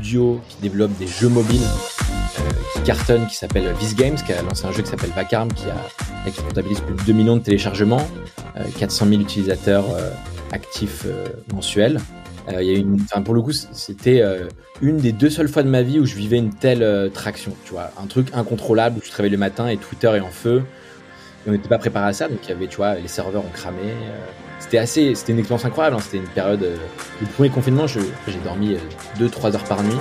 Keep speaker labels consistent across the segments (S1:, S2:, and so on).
S1: studio qui développe des jeux mobiles qui cartonne, qui s'appelle Viz Games, qui a lancé un jeu qui s'appelle Vacarme, qui comptabilise plus de 2 millions de téléchargements, 400 000 utilisateurs actifs mensuels. Pour le coup, c'était une des 2 seules fois de ma vie où je vivais une telle traction, tu vois, un truc incontrôlable où tu te réveilles le matin et Twitter est en feu. Et on n'était pas préparé à ça, donc il y avait, tu vois, les serveurs ont cramé. C'était une expérience incroyable, hein. C'était une période. Le premier confinement, j'ai dormi 2-3 heures par nuit.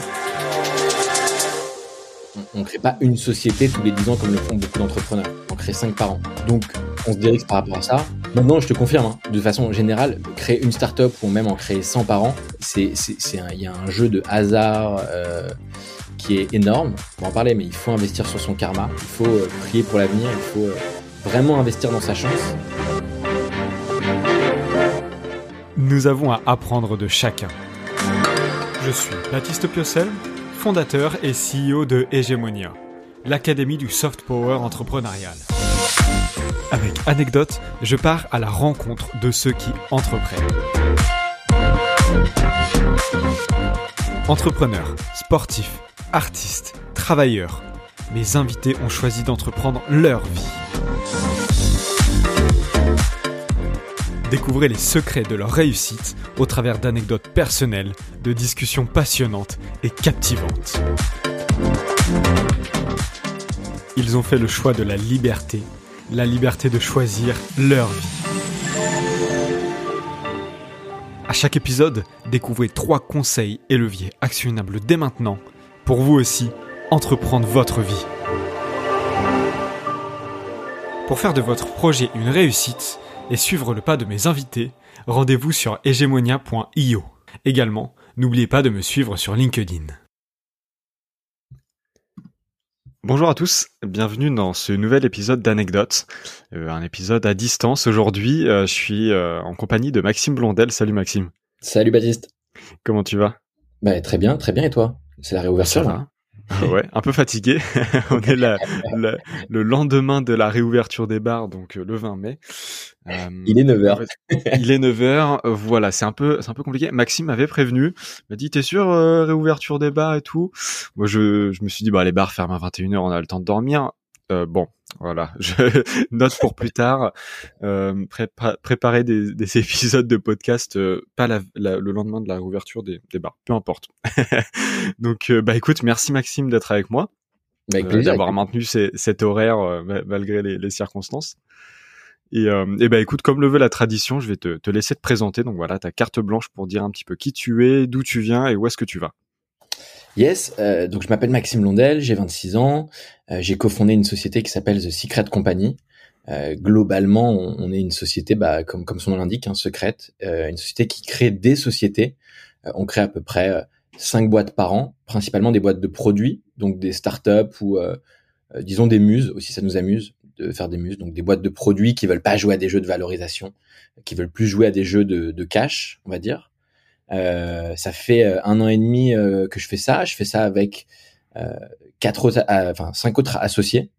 S1: On ne crée pas une société tous les 10 ans comme le font beaucoup d'entrepreneurs. On crée 5 par an. Donc, on se dirige par rapport à ça. Maintenant, je te confirme, hein, de façon générale, créer une start-up ou même en créer 100 par an, il y a un jeu de hasard qui est énorme. On va en parler, mais il faut investir sur son karma. Il faut prier pour l'avenir. Il faut vraiment investir dans sa chance.
S2: Nous avons à apprendre de chacun. Je suis Baptiste Piocel, fondateur et CEO de Hegemonia, l'académie du soft power entrepreneurial. Avec Anecdote, je pars à la rencontre de ceux qui entreprennent. Entrepreneurs, sportifs, artistes, travailleurs, mes invités ont choisi d'entreprendre leur vie. Découvrez les secrets de leur réussite au travers d'anecdotes personnelles, de discussions passionnantes et captivantes. Ils ont fait le choix de la liberté de choisir leur vie. À chaque épisode, découvrez 3 conseils et leviers actionnables dès maintenant pour vous aussi entreprendre votre vie. Pour faire de votre projet une réussite et suivre le pas de mes invités, rendez-vous sur hegemonia.io. Également, n'oubliez pas de me suivre sur LinkedIn. Bonjour à tous, bienvenue dans ce nouvel épisode d'Anecdote, un épisode à distance. Aujourd'hui, je suis en compagnie de Maxime Blondel. Salut Maxime.
S1: Salut Baptiste.
S2: Comment tu vas ?
S1: Très bien, et toi ? C'est la réouverture.
S2: Ça va. Ouais, un peu fatigué. On est le lendemain de la réouverture des bars, donc le 20 mai.
S1: Il est 9h.
S2: Il est 9h, voilà, c'est un peu compliqué. Maxime m'avait prévenu, m'a dit t'es sûr réouverture des bars et tout. Moi je me suis dit les bars ferment à 21h, on a le temps de dormir. Bon, voilà, je note pour plus tard. Préparer des épisodes de podcast, pas le lendemain de la réouverture des bars, peu importe. Donc, écoute, merci Maxime d'être avec moi,
S1: avec plaisir,
S2: d'avoir maintenu cet horaire malgré les circonstances. Et écoute, comme le veut la tradition, je vais te laisser te présenter. Donc voilà, ta carte blanche pour dire un petit peu qui tu es, d'où tu viens et où est-ce que tu vas.
S1: Yes, donc je m'appelle Maxime Blondel, j'ai 26 ans, j'ai cofondé une société qui s'appelle The Secret Company. Globalement, on est une société, comme son nom l'indique, secrète, une société qui crée des sociétés. On crée à peu près 5 boîtes par an, principalement des boîtes de produits, donc des startups ou disons des muses, aussi ça nous amuse de faire des muses, donc des boîtes de produits qui veulent pas jouer à des jeux de valorisation, qui veulent plus jouer à des jeux de cash, on va dire. Ça fait 1 an et demi que je fais ça. Je fais ça avec 5 autres associés,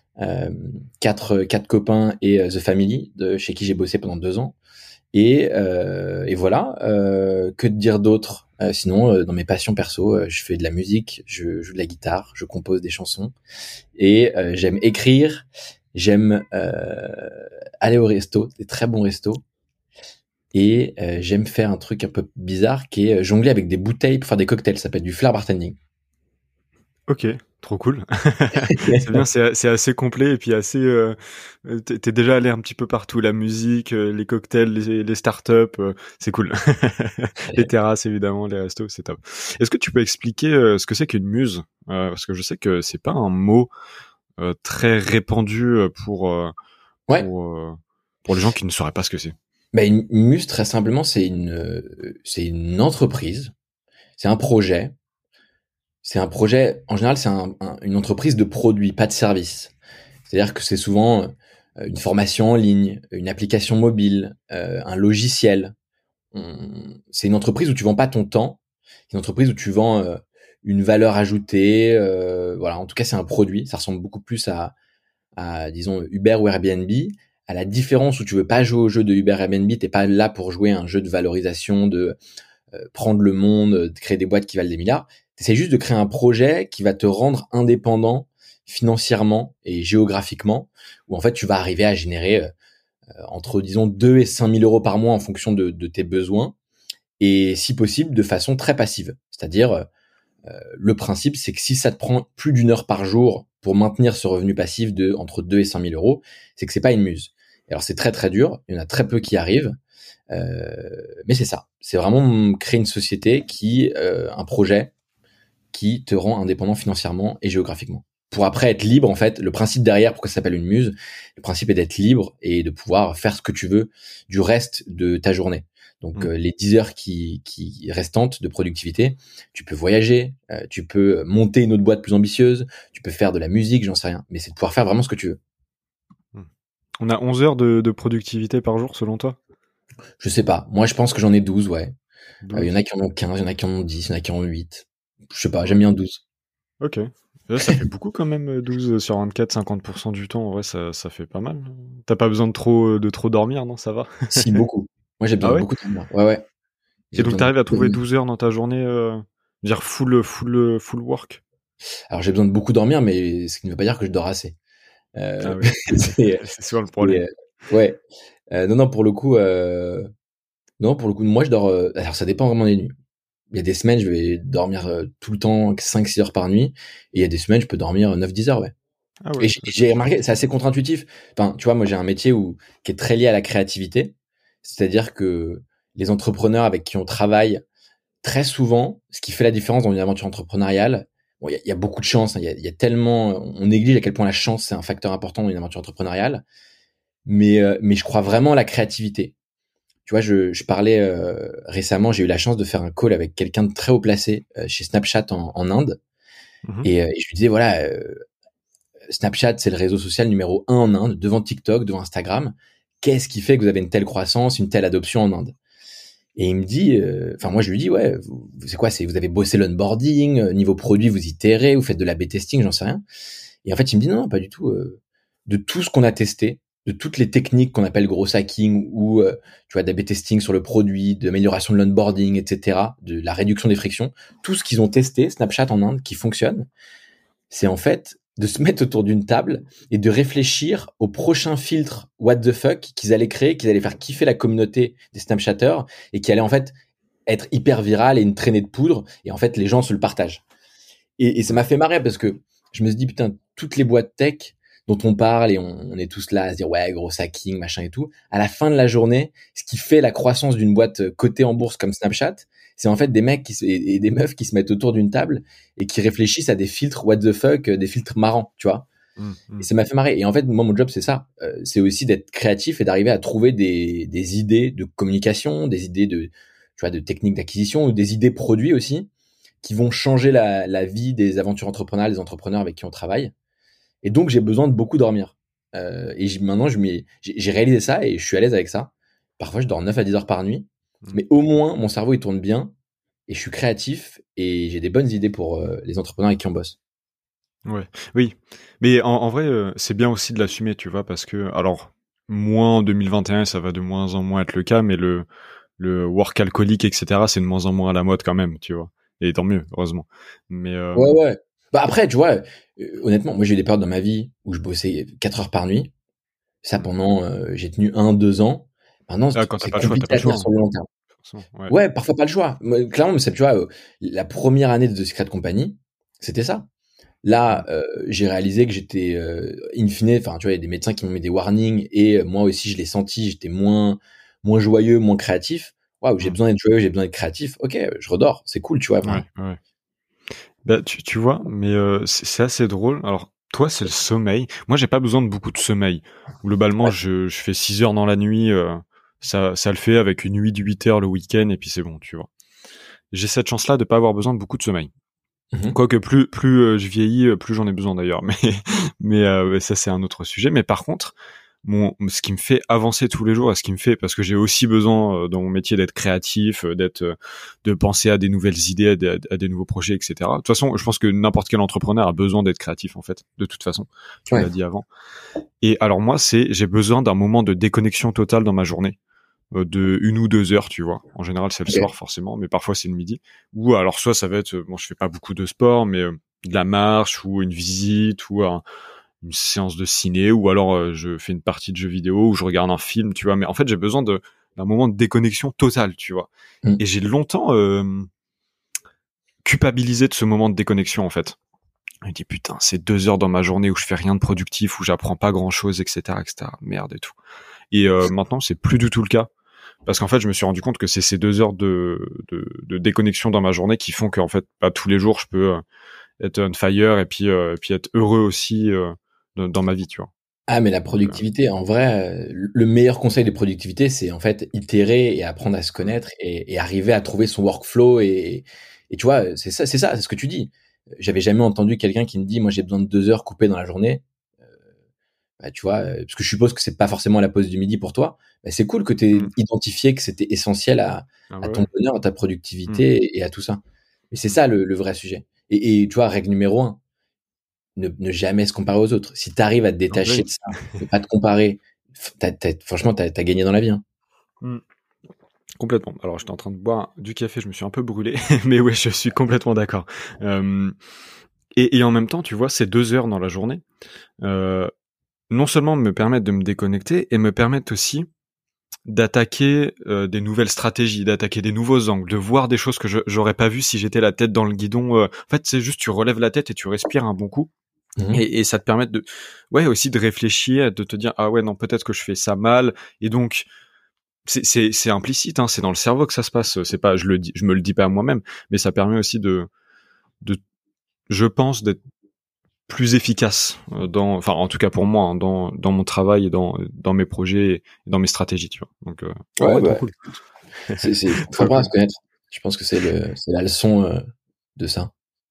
S1: 4 copains et The Family, chez qui j'ai bossé pendant 2 ans. Et voilà. Que de dire d'autre ? Sinon, dans mes passions perso, je fais de la musique, je joue de la guitare, je compose des chansons et j'aime écrire. J'aime aller au resto, des très bons restos. Et j'aime faire un truc un peu bizarre qui est jongler avec des bouteilles pour faire des cocktails. Ça s'appelle du flair bartending.
S2: Ok, trop cool. C'est bien, c'est assez complet et puis assez. T'es déjà allé un petit peu partout, la musique, les cocktails, les startups, c'est cool. Les terrasses évidemment, les restos, c'est top. Est-ce que tu peux expliquer ce que c'est qu'une muse ? Parce que je sais que c'est pas un mot très répandu pour les gens qui ne sauraient pas ce que c'est.
S1: Une muse, très simplement, c'est une entreprise, c'est un projet. C'est un projet, en général, c'est une entreprise de produits, pas de services. C'est-à-dire que c'est souvent une formation en ligne, une application mobile, un logiciel. C'est une entreprise où tu vends pas ton temps, c'est une entreprise où tu vends une valeur ajoutée. Voilà, en tout cas, c'est un produit. Ça ressemble beaucoup plus à disons, Uber ou Airbnb. À la différence où tu veux pas jouer au jeu de Uber Airbnb, t'es pas là pour jouer un jeu de valorisation, de prendre le monde, de créer des boîtes qui valent des milliards. T'essaies juste de créer un projet qui va te rendre indépendant financièrement et géographiquement, où en fait tu vas arriver à générer entre disons 2 et 5 000 euros par mois en fonction de tes besoins, et si possible de façon très passive. C'est-à-dire, le principe c'est que si ça te prend plus d'une heure par jour pour maintenir ce revenu passif de entre 2 et 5 000 euros, c'est que c'est pas une muse. Et alors c'est très très dur, il y en a très peu qui arrivent, mais c'est ça. C'est vraiment créer une société un projet qui te rend indépendant financièrement et géographiquement. Pour après être libre, en fait, le principe derrière, pourquoi ça s'appelle une muse, le principe est d'être libre et de pouvoir faire ce que tu veux du reste de ta journée. Donc les 10 heures qui restantes de productivité, tu peux voyager, tu peux monter une autre boîte plus ambitieuse, tu peux faire de la musique, j'en sais rien, mais c'est de pouvoir faire vraiment ce que tu veux.
S2: On a 11 heures de productivité par jour selon toi?
S1: Je sais pas, moi je pense que j'en ai 12, ouais.
S2: 12.
S1: Y en a qui en ont 15, y en a qui en ont 10, y en a qui en ont 8. Je sais pas, j'aime bien 12.
S2: Ok. Là, ça fait beaucoup quand même, 12 sur 24, 50% du temps. En vrai, ça fait pas mal. T'as pas besoin de trop dormir, non? Ça va?
S1: Si, beaucoup. Moi j'ai
S2: Ah
S1: besoin de
S2: ouais?
S1: beaucoup de dormir. Ouais.
S2: Et
S1: J'ai
S2: donc
S1: besoin de
S2: t'arrives à
S1: beaucoup
S2: trouver
S1: de...
S2: 12 heures dans ta journée, dire full work?
S1: Alors j'ai besoin de beaucoup dormir, mais ce qui ne veut pas dire que je dors assez.
S2: Ah oui.
S1: C'est,
S2: C'est souvent le
S1: c'est,
S2: problème.
S1: ouais. Non, pour le coup, moi je dors. Alors ça dépend vraiment des nuits. Il y a des semaines, je vais dormir tout le temps 5-6 heures par nuit, et il y a des semaines, je peux dormir 9-10 heures, ouais.
S2: Ah ouais.
S1: Et j'ai remarqué, c'est assez contre-intuitif. Enfin, tu vois, moi j'ai un métier qui est très lié à la créativité, c'est-à-dire que les entrepreneurs avec qui on travaille très souvent, ce qui fait la différence dans une aventure entrepreneuriale, bon, il y a beaucoup de chance, hein, il y a tellement, on néglige à quel point la chance c'est un facteur important dans une aventure entrepreneuriale, mais je crois vraiment à la créativité. Tu vois, je parlais récemment, j'ai eu la chance de faire un call avec quelqu'un de très haut placé chez Snapchat en Inde,
S2: Mhm.
S1: et je lui disais voilà, Snapchat c'est le réseau social numéro 1 en Inde, devant TikTok, devant Instagram. Qu'est-ce qui fait que vous avez une telle croissance, une telle adoption en Inde? Et il me dit, enfin moi je lui dis ouais, c'est quoi, vous avez bossé l'onboarding, niveau produit vous itérez, vous faites de l'A/B testing, j'en sais rien. Et en fait il me dit non, pas du tout. De tout ce qu'on a testé, de toutes les techniques qu'on appelle gros hacking ou tu vois d'A/B testing sur le produit, d'amélioration de l'onboarding, etc., de la réduction des frictions, tout ce qu'ils ont testé Snapchat en Inde qui fonctionne, c'est en fait de se mettre autour d'une table et de réfléchir au prochain filtre what the fuck qu'ils allaient créer, qu'ils allaient faire kiffer la communauté des Snapchatters et qui allait en fait être hyper viral et une traînée de poudre, et en fait les gens se le partagent. Et ça m'a fait marrer parce que je me suis dit putain, toutes les boîtes tech dont on parle et on est tous là à se dire ouais gros hacking machin et tout, à la fin de la journée ce qui fait la croissance d'une boîte cotée en bourse comme Snapchat, c'est en fait des mecs et des meufs qui se mettent autour d'une table et qui réfléchissent à des filtres what the fuck, des filtres marrants, tu vois. Et ça m'a fait marrer. Et en fait moi mon job c'est ça, c'est aussi d'être créatif et d'arriver à trouver des idées de communication, des idées de, tu vois, de techniques d'acquisition, ou des idées produits aussi qui vont changer la vie des aventures entrepreneuriales, des entrepreneurs avec qui on travaille. Et donc, j'ai besoin de beaucoup dormir. Maintenant, j'ai réalisé ça et je suis à l'aise avec ça. Parfois, je dors 9 à 10 heures par nuit, mais au moins, mon cerveau, il tourne bien et je suis créatif et j'ai des bonnes idées pour les entrepreneurs avec qui on bosse.
S2: Ouais, oui. Mais en vrai, c'est bien aussi de l'assumer, tu vois, parce que, alors, moins en 2021, ça va de moins en moins être le cas, mais le work alcoolique, etc., c'est de moins en moins à la mode quand même, tu vois. Et tant mieux, heureusement. Mais,
S1: Ouais. Bah après, tu vois, honnêtement, moi, j'ai eu des périodes dans ma vie où je bossais 4 heures par nuit. Ça, pendant, j'ai tenu 1-2 ans. Maintenant,
S2: quand t'as
S1: c'est
S2: pas le choix, t'as pas
S1: compliqué
S2: le
S1: à
S2: choix,
S1: tenir
S2: hein,
S1: sur le long terme.
S2: forcément, ouais.
S1: Ouais, parfois pas le choix. Moi, clairement, mais tu vois, la première année de The Secret Company, c'était ça. Là, j'ai réalisé que j'étais in fine, enfin, tu vois, il y a des médecins qui m'ont mis des warnings et moi aussi, je l'ai senti, j'étais moins joyeux, moins créatif. Waouh, j'ai besoin d'être joyeux, j'ai besoin d'être créatif. Ok, je redors, c'est cool, tu vois.
S2: Ouais, ouais. Bah, tu vois, mais c'est assez drôle. Alors, toi, c'est le sommeil. Moi, j'ai pas besoin de beaucoup de sommeil. Globalement,
S1: Ouais.
S2: je fais 6 heures dans la nuit. Ça le fait avec une nuit de 8 heures le week-end, et puis c'est bon, tu vois. J'ai cette chance-là de pas avoir besoin de beaucoup de sommeil.
S1: Mhm.
S2: Quoique plus je vieillis, plus j'en ai besoin d'ailleurs. Mais ça, c'est un autre sujet. Mais par contre, ce qui me fait avancer tous les jours, et ce qui me fait, parce que j'ai aussi besoin dans mon métier d'être créatif, de penser à des nouvelles idées, à des nouveaux projets, etc. De toute façon, je pense que n'importe quel entrepreneur a besoin d'être créatif, en fait, de toute façon. Tu
S1: Ouais.
S2: l'as dit avant. Et alors moi, j'ai besoin d'un moment de déconnexion totale dans ma journée. de 1 ou 2 heures, tu vois. En général, c'est le
S1: Ok.
S2: soir forcément, mais parfois c'est le midi. Ou alors soit ça va être, bon, je fais pas beaucoup de sport, mais de la marche ou une visite ou une séance de ciné, ou alors je fais une partie de jeu vidéo ou je regarde un film, tu vois. Mais en fait, j'ai besoin d'un moment de déconnexion totale, tu vois.
S1: Mm.
S2: Et j'ai longtemps culpabilisé de ce moment de déconnexion, en fait. Je me dis putain, c'est 2 heures dans ma journée où je fais rien de productif, où j'apprends pas grand chose, etc., etc. Merde et tout. Et maintenant, c'est plus du tout le cas. Parce qu'en fait, je me suis rendu compte que c'est ces 2 heures de déconnexion dans ma journée qui font qu'en fait, pas tous les jours, je peux être on fire et puis être heureux aussi dans ma vie, tu vois.
S1: Ah, mais la
S2: Donc,
S1: productivité, en vrai, le meilleur conseil de productivité, c'est en fait itérer et apprendre à se
S2: mm,
S1: connaître et arriver à trouver son workflow et tu vois, c'est ce que tu dis. J'avais jamais entendu quelqu'un qui me dit, moi j'ai besoin de 2 heures coupées dans la journée. Bah, tu vois, parce que je suppose que c'est pas forcément la pause du midi pour toi. Bah, c'est cool que tu aies
S2: mm.
S1: identifié que c'était essentiel
S2: Ah
S1: à
S2: ouais,
S1: ton
S2: ouais.
S1: bonheur, à ta
S2: Mm,
S1: productivité et à tout ça. Mais c'est
S2: mm.
S1: ça le vrai sujet. Et tu vois, règle numéro un, ne jamais se comparer aux autres. Si tu arrives à te
S2: Non,
S1: détacher
S2: oui.
S1: de ça, ne pas te comparer, franchement, t'as gagné dans la vie. Hein.
S2: Mm. Complètement. Alors, j'étais en train de boire du café, je me suis un peu brûlé, mais ouais, je suis complètement d'accord. Euh, et en même temps, tu vois, ces 2 heures dans la journée, euh, non seulement me permettent de me déconnecter, et me permettent aussi d'attaquer des nouvelles stratégies, d'attaquer des nouveaux angles, de voir des choses que j'aurais pas vu si j'étais la tête dans le guidon. En fait, c'est juste tu relèves la tête et tu respires un bon coup.
S1: Mhm.
S2: Et ça te permet de, ouais, aussi de réfléchir, de te dire ah ouais non peut-être que je fais ça mal. Et donc c'est implicite, hein, c'est dans le cerveau que ça se passe. C'est pas, je me le dis pas à moi-même, mais ça permet aussi de, je pense, d'être plus efficace enfin en tout cas pour moi, hein, dans mon travail et dans mes projets et dans mes stratégies, tu vois. Donc
S1: Ouais,
S2: ouais, trop
S1: bah,
S2: cool,
S1: faut
S2: trop
S1: apprendre à
S2: cool.
S1: se connaître. Je pense que c'est la leçon de ça.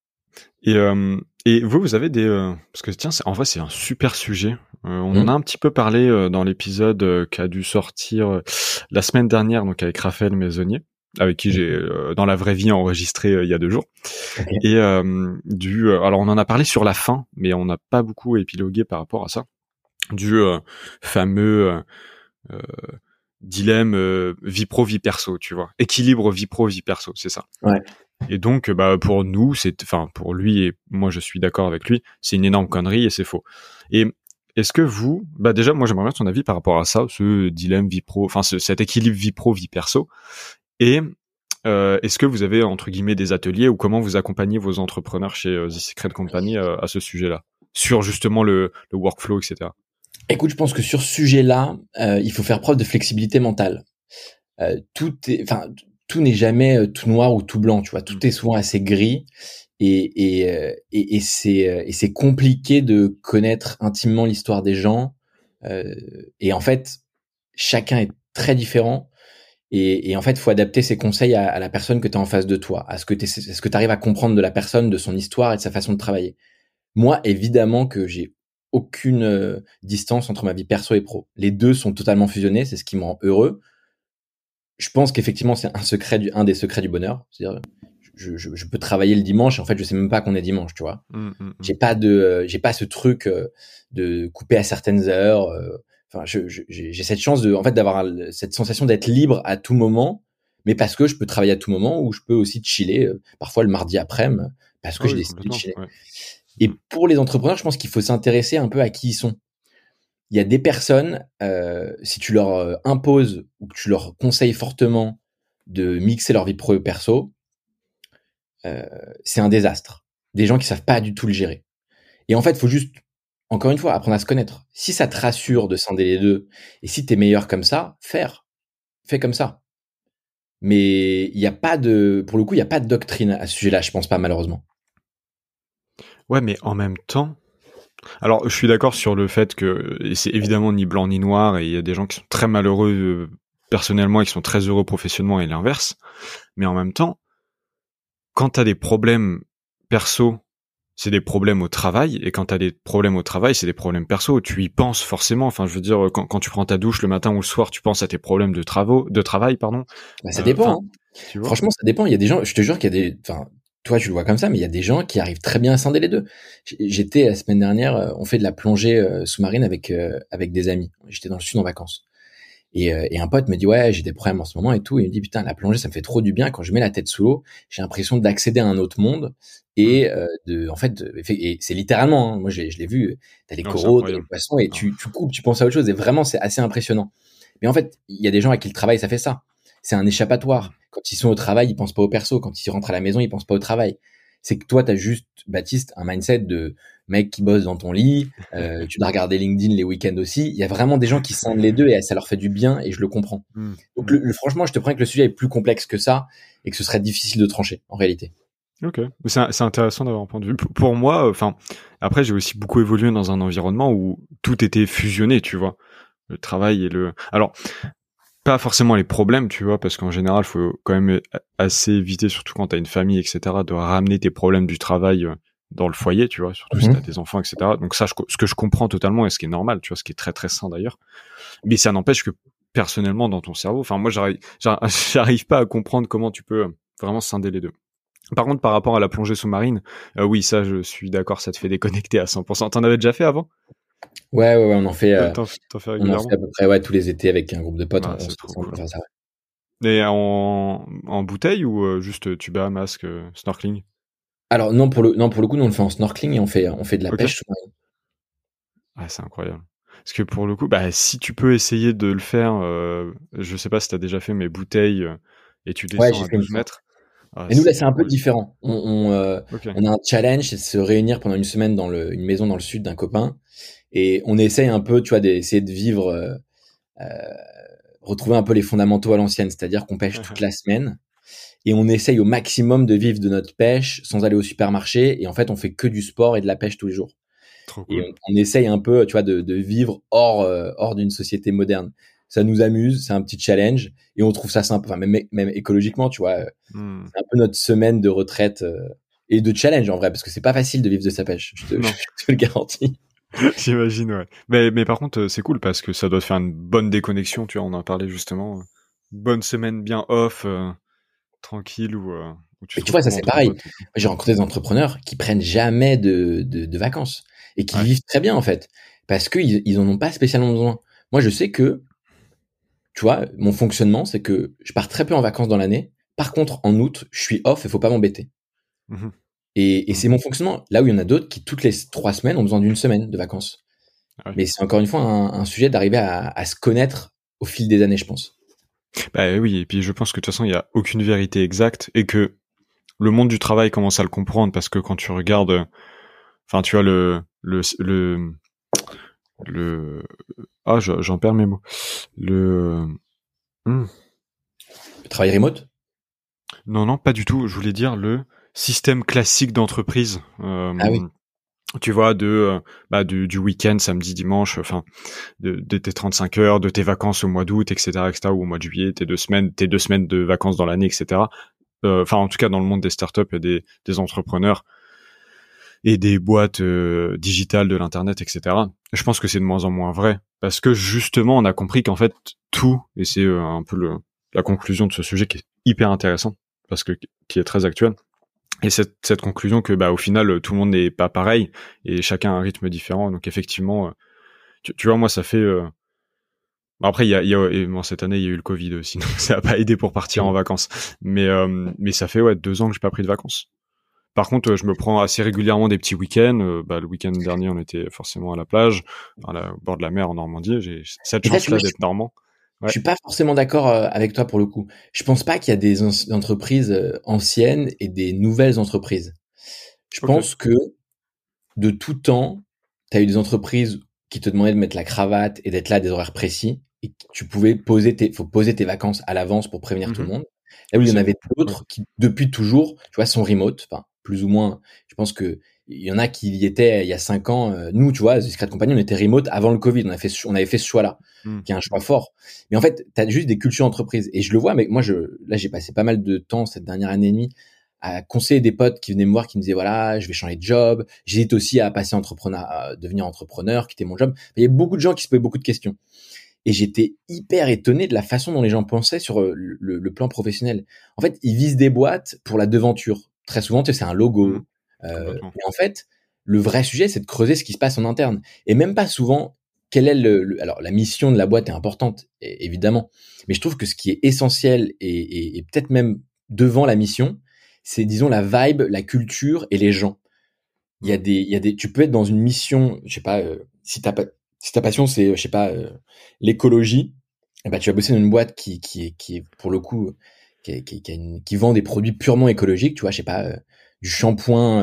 S2: Et vous avez des parce que tiens, en vrai c'est un super sujet. On en
S1: Mhm.
S2: a un petit peu parlé dans l'épisode qui a dû sortir la semaine dernière, donc avec Raphaël Maisonnier, avec qui j'ai dans la vraie vie enregistré il y a 2 jours.
S1: Ok.
S2: Et alors on en a parlé sur la fin, mais on n'a pas beaucoup épilogué par rapport à ça, du fameux euh, dilemme vie pro vie perso, tu vois, équilibre vie pro vie perso, c'est ça.
S1: Ouais.
S2: Et donc bah pour nous, enfin pour lui et moi je suis d'accord avec lui, c'est une énorme connerie et c'est faux. Et est-ce que vous, bah déjà moi j'aimerais bien ton avis par rapport à ça, ce dilemme vie pro, enfin cet équilibre vie pro vie perso. Et est-ce que vous avez entre guillemets des ateliers ou comment vous accompagnez vos entrepreneurs chez The Secret Company à ce sujet-là, sur justement le workflow, etc.
S1: Écoute, je pense que sur ce sujet-là, il faut faire preuve de flexibilité mentale. Enfin, tout n'est jamais tout noir ou tout blanc, tu vois.
S2: Mm.
S1: Tout est souvent assez gris et c'est compliqué de connaître intimement l'histoire des gens. Et en fait, chacun est très différent. Et en fait, il faut adapter ses conseils à la personne que tu as en face de toi, à ce que tu arrives à comprendre de la personne, de son histoire et de sa façon de travailler. Moi, évidemment que j'ai aucune distance entre ma vie perso et pro. Les deux sont totalement fusionnés, c'est ce qui me rend heureux. Je pense qu'effectivement, c'est un des secrets du bonheur. C'est-à-dire, je peux travailler le dimanche et en fait, je sais même pas qu'on est dimanche, tu vois.
S2: Mm, mm, mm.
S1: J'ai pas ce truc de couper à certaines heures. Enfin, j'ai cette chance en fait, d'avoir cette sensation d'être libre à tout moment, mais parce que je peux travailler à tout moment ou je peux aussi chiller, parfois le mardi après-midi, parce
S2: Ah
S1: que j'ai
S2: oui,
S1: décidé de
S2: complètement.
S1: chiller.
S2: Ouais.
S1: Et
S2: Mm.
S1: pour les entrepreneurs, je pense qu'il faut s'intéresser un peu à qui ils sont. Il y a des personnes, si tu leur imposes ou que tu leur conseilles fortement de mixer leur vie pro et perso, euh, c'est un désastre. Des gens qui savent pas du tout le gérer. Et en fait, il faut juste, encore une fois, apprendre à se connaître. Si ça te
S2: Mm.
S1: rassure de scinder les deux, et si t'es meilleur comme ça, fais comme ça. Mais il y a pas pour le coup, il y a pas de doctrine à ce sujet-là, je pense pas, malheureusement.
S2: Ouais, mais en même temps, alors je suis d'accord sur le fait que et c'est évidemment ni blanc ni noir et il y a des gens qui sont très malheureux personnellement et qui sont très heureux professionnellement et l'inverse. Mais en même temps, quand t'as des problèmes perso, c'est des problèmes au travail, et quand t'as des problèmes au travail, c'est des problèmes perso. Tu y penses forcément. Enfin, je veux dire, quand tu prends ta douche le matin ou le soir, tu penses à tes problèmes de travail, pardon.
S1: Bah, ça dépend,
S2: Enfin,
S1: hein.
S2: tu vois.
S1: Franchement, ça dépend. Il y a des gens, je te jure qu'il y a enfin, toi, tu le vois comme ça, mais il y a des gens qui arrivent très bien à scinder les deux. J'étais la semaine dernière, on fait de la plongée sous-marine avec des amis. J'étais dans le sud en vacances. Et un pote me dit ouais, j'ai des problèmes en ce moment et tout. Et il me dit putain, la plongée, ça me fait trop du bien. Quand je mets la tête sous l'eau, j'ai l'impression d'accéder à un autre monde et et c'est littéralement. Hein, moi, je l'ai vu. T'as les
S2: Non, c'est
S1: coraux, t'as les
S2: incroyable.
S1: poissons et
S2: Ah.
S1: tu coupes, tu penses à autre chose. Et vraiment, c'est assez impressionnant. Mais en fait, il y a des gens à qui le travail, ça fait ça. C'est un échappatoire. Quand ils sont au travail, ils pensent pas au perso. Quand ils rentrent à la maison, ils pensent pas au travail. C'est que toi, t'as juste, Baptiste, un mindset de mec qui bosse dans ton lit. Tu dois regarder LinkedIn les week-ends aussi. Il y a vraiment des gens qui scindent les deux et ça leur fait du bien et je le comprends.
S2: Mm.
S1: Donc,
S2: Mm.
S1: franchement, je te promets que le sujet est plus complexe que ça et que ce serait difficile de trancher en réalité.
S2: Ok, mais c'est intéressant d'avoir un point de vue. Pour moi, enfin, après j'ai aussi beaucoup évolué dans un environnement où tout était fusionné, tu vois, le travail et le. Alors, pas forcément les problèmes, tu vois, parce qu'en général, faut quand même assez éviter, surtout quand t'as une famille, etc., de ramener tes problèmes du travail dans le foyer, tu vois, surtout si t'as des enfants, etc. Donc ça, ce que je comprends totalement et ce qui est normal, tu vois, ce qui est très très sain d'ailleurs. Mais ça n'empêche que personnellement, dans ton cerveau, enfin moi, j'arrive pas à comprendre comment tu peux vraiment scinder les deux. Par contre, par rapport à la plongée sous-marine, oui, ça, je suis d'accord, ça te fait déconnecter à 100%. T'en avais déjà fait avant?
S1: Ouais,
S2: T'en fais
S1: on en fait
S2: régulièrement?
S1: à peu près tous les étés avec un groupe de potes,
S2: Ah,
S1: on
S2: c'est
S1: se
S2: trop
S1: rassemble
S2: cool.
S1: pour faire ça.
S2: Et en bouteille ou juste tuba, masque, snorkeling?
S1: Alors non pour le coup, nous on le fait en snorkeling et on fait de la
S2: Ok.
S1: pêche sous-marine.
S2: Ah, c'est incroyable. Parce que pour le coup, bah, si tu peux essayer de le faire, je sais pas si t'as déjà fait, mais bouteille, et tu
S1: Ouais,
S2: descends
S1: j'ai
S2: à
S1: fait une
S2: 12
S1: fois.
S2: mètres, ah,
S1: Mais nous là,
S2: c'est
S1: c'est un peu
S2: incroyable.
S1: différent.
S2: Ok.
S1: On a un challenge, c'est de se réunir pendant une semaine dans une maison dans le sud d'un copain et on essaye un peu, tu vois, d'essayer de vivre, euh, retrouver un peu les fondamentaux à l'ancienne, c'est-à-dire qu'on pêche toute la semaine et on essaye au maximum de vivre de notre pêche sans aller au supermarché et en fait, on fait que du sport et de la pêche tous les jours.
S2: Trop
S1: Et
S2: cool.
S1: on essaye un peu, tu vois, de vivre hors d'une société moderne. Ça nous amuse, c'est un petit challenge et on trouve ça sympa, enfin, même écologiquement, tu vois.
S2: Hmm.
S1: C'est un peu notre semaine de retraite et de challenge en vrai, parce que c'est pas facile de vivre de sa pêche, je
S2: Non,
S1: te le garantis.
S2: j'imagine, ouais. Mais par contre, c'est cool parce que ça doit te faire une bonne déconnexion, tu vois, on en parlait justement. Bonne semaine bien off, tranquille, où tu
S1: Mais
S2: te
S1: tu vois, ça
S2: retrouves
S1: c'est
S2: entre
S1: pareil.
S2: potes et tout.
S1: J'ai rencontré des entrepreneurs qui prennent jamais de vacances et qui
S2: Ouais.
S1: vivent très bien en fait, parce qu'ils ils en ont pas spécialement besoin. Moi, je sais que, tu vois, mon fonctionnement, c'est que je pars très peu en vacances dans l'année. Par contre, en août, je suis off et faut pas m'embêter.
S2: Mhm.
S1: Et
S2: Mhm.
S1: c'est mon fonctionnement. Là où il y en a d'autres qui, toutes les 3 semaines, ont besoin d'une semaine de vacances.
S2: Ah ouais.
S1: Mais c'est encore une fois un sujet d'arriver à se connaître au fil des années, je pense.
S2: Bah oui, et puis je pense que de toute façon, il y a aucune vérité exacte et que le monde du travail commence à le comprendre parce que quand tu regardes, enfin, tu vois le, j'en perds mes mots. Le, hmm.
S1: Le travail remote?
S2: Non, pas du tout. Je voulais dire le système classique d'entreprise.
S1: Ah oui.
S2: Tu vois, du week-end, samedi, dimanche, enfin, de tes 35 heures, de tes vacances au mois d'août, etc., ou au mois de juillet, tes 2 semaines de vacances dans l'année, etc. Enfin, en tout cas, dans le monde des startups et des entrepreneurs et des boîtes digitales de l'internet, etc. Je pense que c'est de moins en moins vrai parce que justement, on a compris qu'en fait tout, et c'est un peu la conclusion de ce sujet qui est hyper intéressant parce que qui est très actuel. Et cette conclusion que bah au final tout le monde n'est pas pareil et chacun a un rythme différent. Donc effectivement, tu vois moi ça fait bon, après et bon, cette année il y a eu le Covid aussi, donc ça a pas aidé pour partir en vacances. Mais ça fait 2 ans que j'ai pas pris de vacances. Par contre, je me prends assez régulièrement des petits week-ends. Le week-end dernier, on était forcément à la plage, au bord de la mer en Normandie. J'ai cette
S1: Et ça, tu vois,
S2: chance-là d'être normand.
S1: je
S2: Ouais.
S1: suis pas forcément d'accord avec toi pour le coup. Je pense pas qu'il y a des entreprises anciennes et des nouvelles entreprises. Je
S2: Ok.
S1: pense que de tout temps, tu as eu des entreprises qui te demandaient de mettre la cravate et d'être là à des horaires précis et que tu pouvais faut poser tes vacances à l'avance pour prévenir tout le
S2: Mhm.
S1: monde. Là où
S2: Oui,
S1: il y en
S2: c'est
S1: avait
S2: ouais.
S1: d'autres qui, depuis toujours, tu vois, sont remote, enfin, plus ou moins. Je pense que il y en a qui y étaient il y a 5 ans. Nous, tu vois, The Secret Company, on était remote avant le Covid. On avait fait ce choix-là,
S2: Mm,
S1: qui est un choix
S2: mm,
S1: fort. Mais en fait, tu as juste des cultures entreprises. Et je le vois, mais moi, là, j'ai passé pas mal de temps cette dernière année et demie à conseiller des potes qui venaient me voir, qui me disaient voilà, je vais changer de job. J'hésite aussi à passer entrepreneur, à devenir entrepreneur, quitter mon job. Il y a beaucoup de gens qui se posaient beaucoup de questions. Et j'étais hyper étonné de la façon dont les gens pensaient sur le plan professionnel. En fait, ils visent des boîtes pour la devanture. Très souvent, tu sais, c'est un
S2: mm.
S1: logo.
S2: Complètement.
S1: Mais en fait, le vrai sujet, c'est de creuser ce qui se passe en interne. Et même pas souvent, quel est alors la mission de la boîte est importante, évidemment, mais je trouve que ce qui est essentiel et peut-être même devant la mission, c'est disons la vibe, la culture et les gens. Tu peux être dans une mission, je sais pas, si ta passion c'est, je sais pas, l'écologie, eh ben tu vas bosser dans une boîte qui est pour le coup, qui vend des produits purement écologiques, tu vois, je sais pas, du shampoing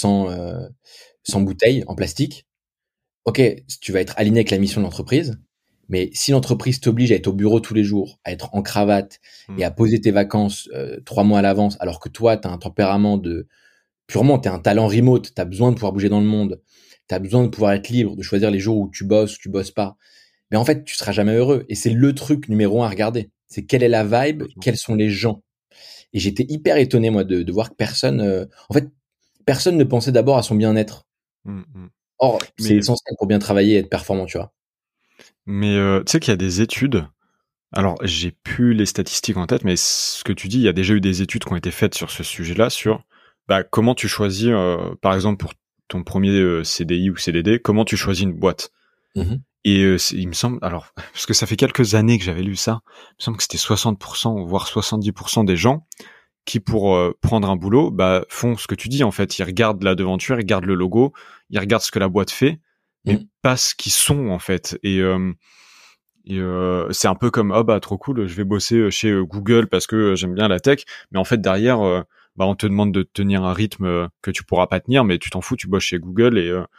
S1: sans bouteille en plastique. Ok, tu vas être aligné avec la mission de l'entreprise, mais si l'entreprise t'oblige à être au bureau tous les jours, à être en cravate et
S2: Mm.
S1: à poser tes vacances 3 mois à l'avance, alors que toi, tu as un tempérament purement, tu as un talent remote, tu as besoin de pouvoir bouger dans le monde, tu as besoin de pouvoir être libre, de choisir les jours où tu bosses pas. Mais en fait, tu seras jamais heureux. Et c'est le truc numéro 1 à regarder. C'est quelle est la vibe,
S2: Complètement.
S1: quels sont les gens. Et j'étais hyper étonné, moi, de voir que personne, en fait, personne ne pensait d'abord à son bien-être.
S2: Mm, mm.
S1: Or, c'est
S2: Mais,
S1: essentiel pour bien travailler et être performant, tu vois.
S2: tu sais qu'il y a des études. Alors, j'ai plus les statistiques en tête, mais ce que tu dis, il y a déjà eu des études qui ont été faites sur ce sujet-là, sur comment tu choisis, par exemple, pour ton premier CDI ou CDD, comment tu choisis une boîte.
S1: Mhm.
S2: Et il me semble, alors, parce que ça fait quelques années que j'avais lu ça, il me semble que c'était 60%, voire 70% des gens qui, pour prendre un boulot, font ce que tu dis, en fait. Ils regardent la devanture, ils regardent le logo, ils regardent ce que la boîte fait, mais
S1: Mhm.
S2: pas ce qu'ils sont, en fait. Et c'est un peu comme trop cool, je vais bosser chez Google parce que j'aime bien la tech, mais en fait derrière on te demande de tenir un rythme que tu pourras pas tenir, mais tu t'en fous, tu bosses chez Google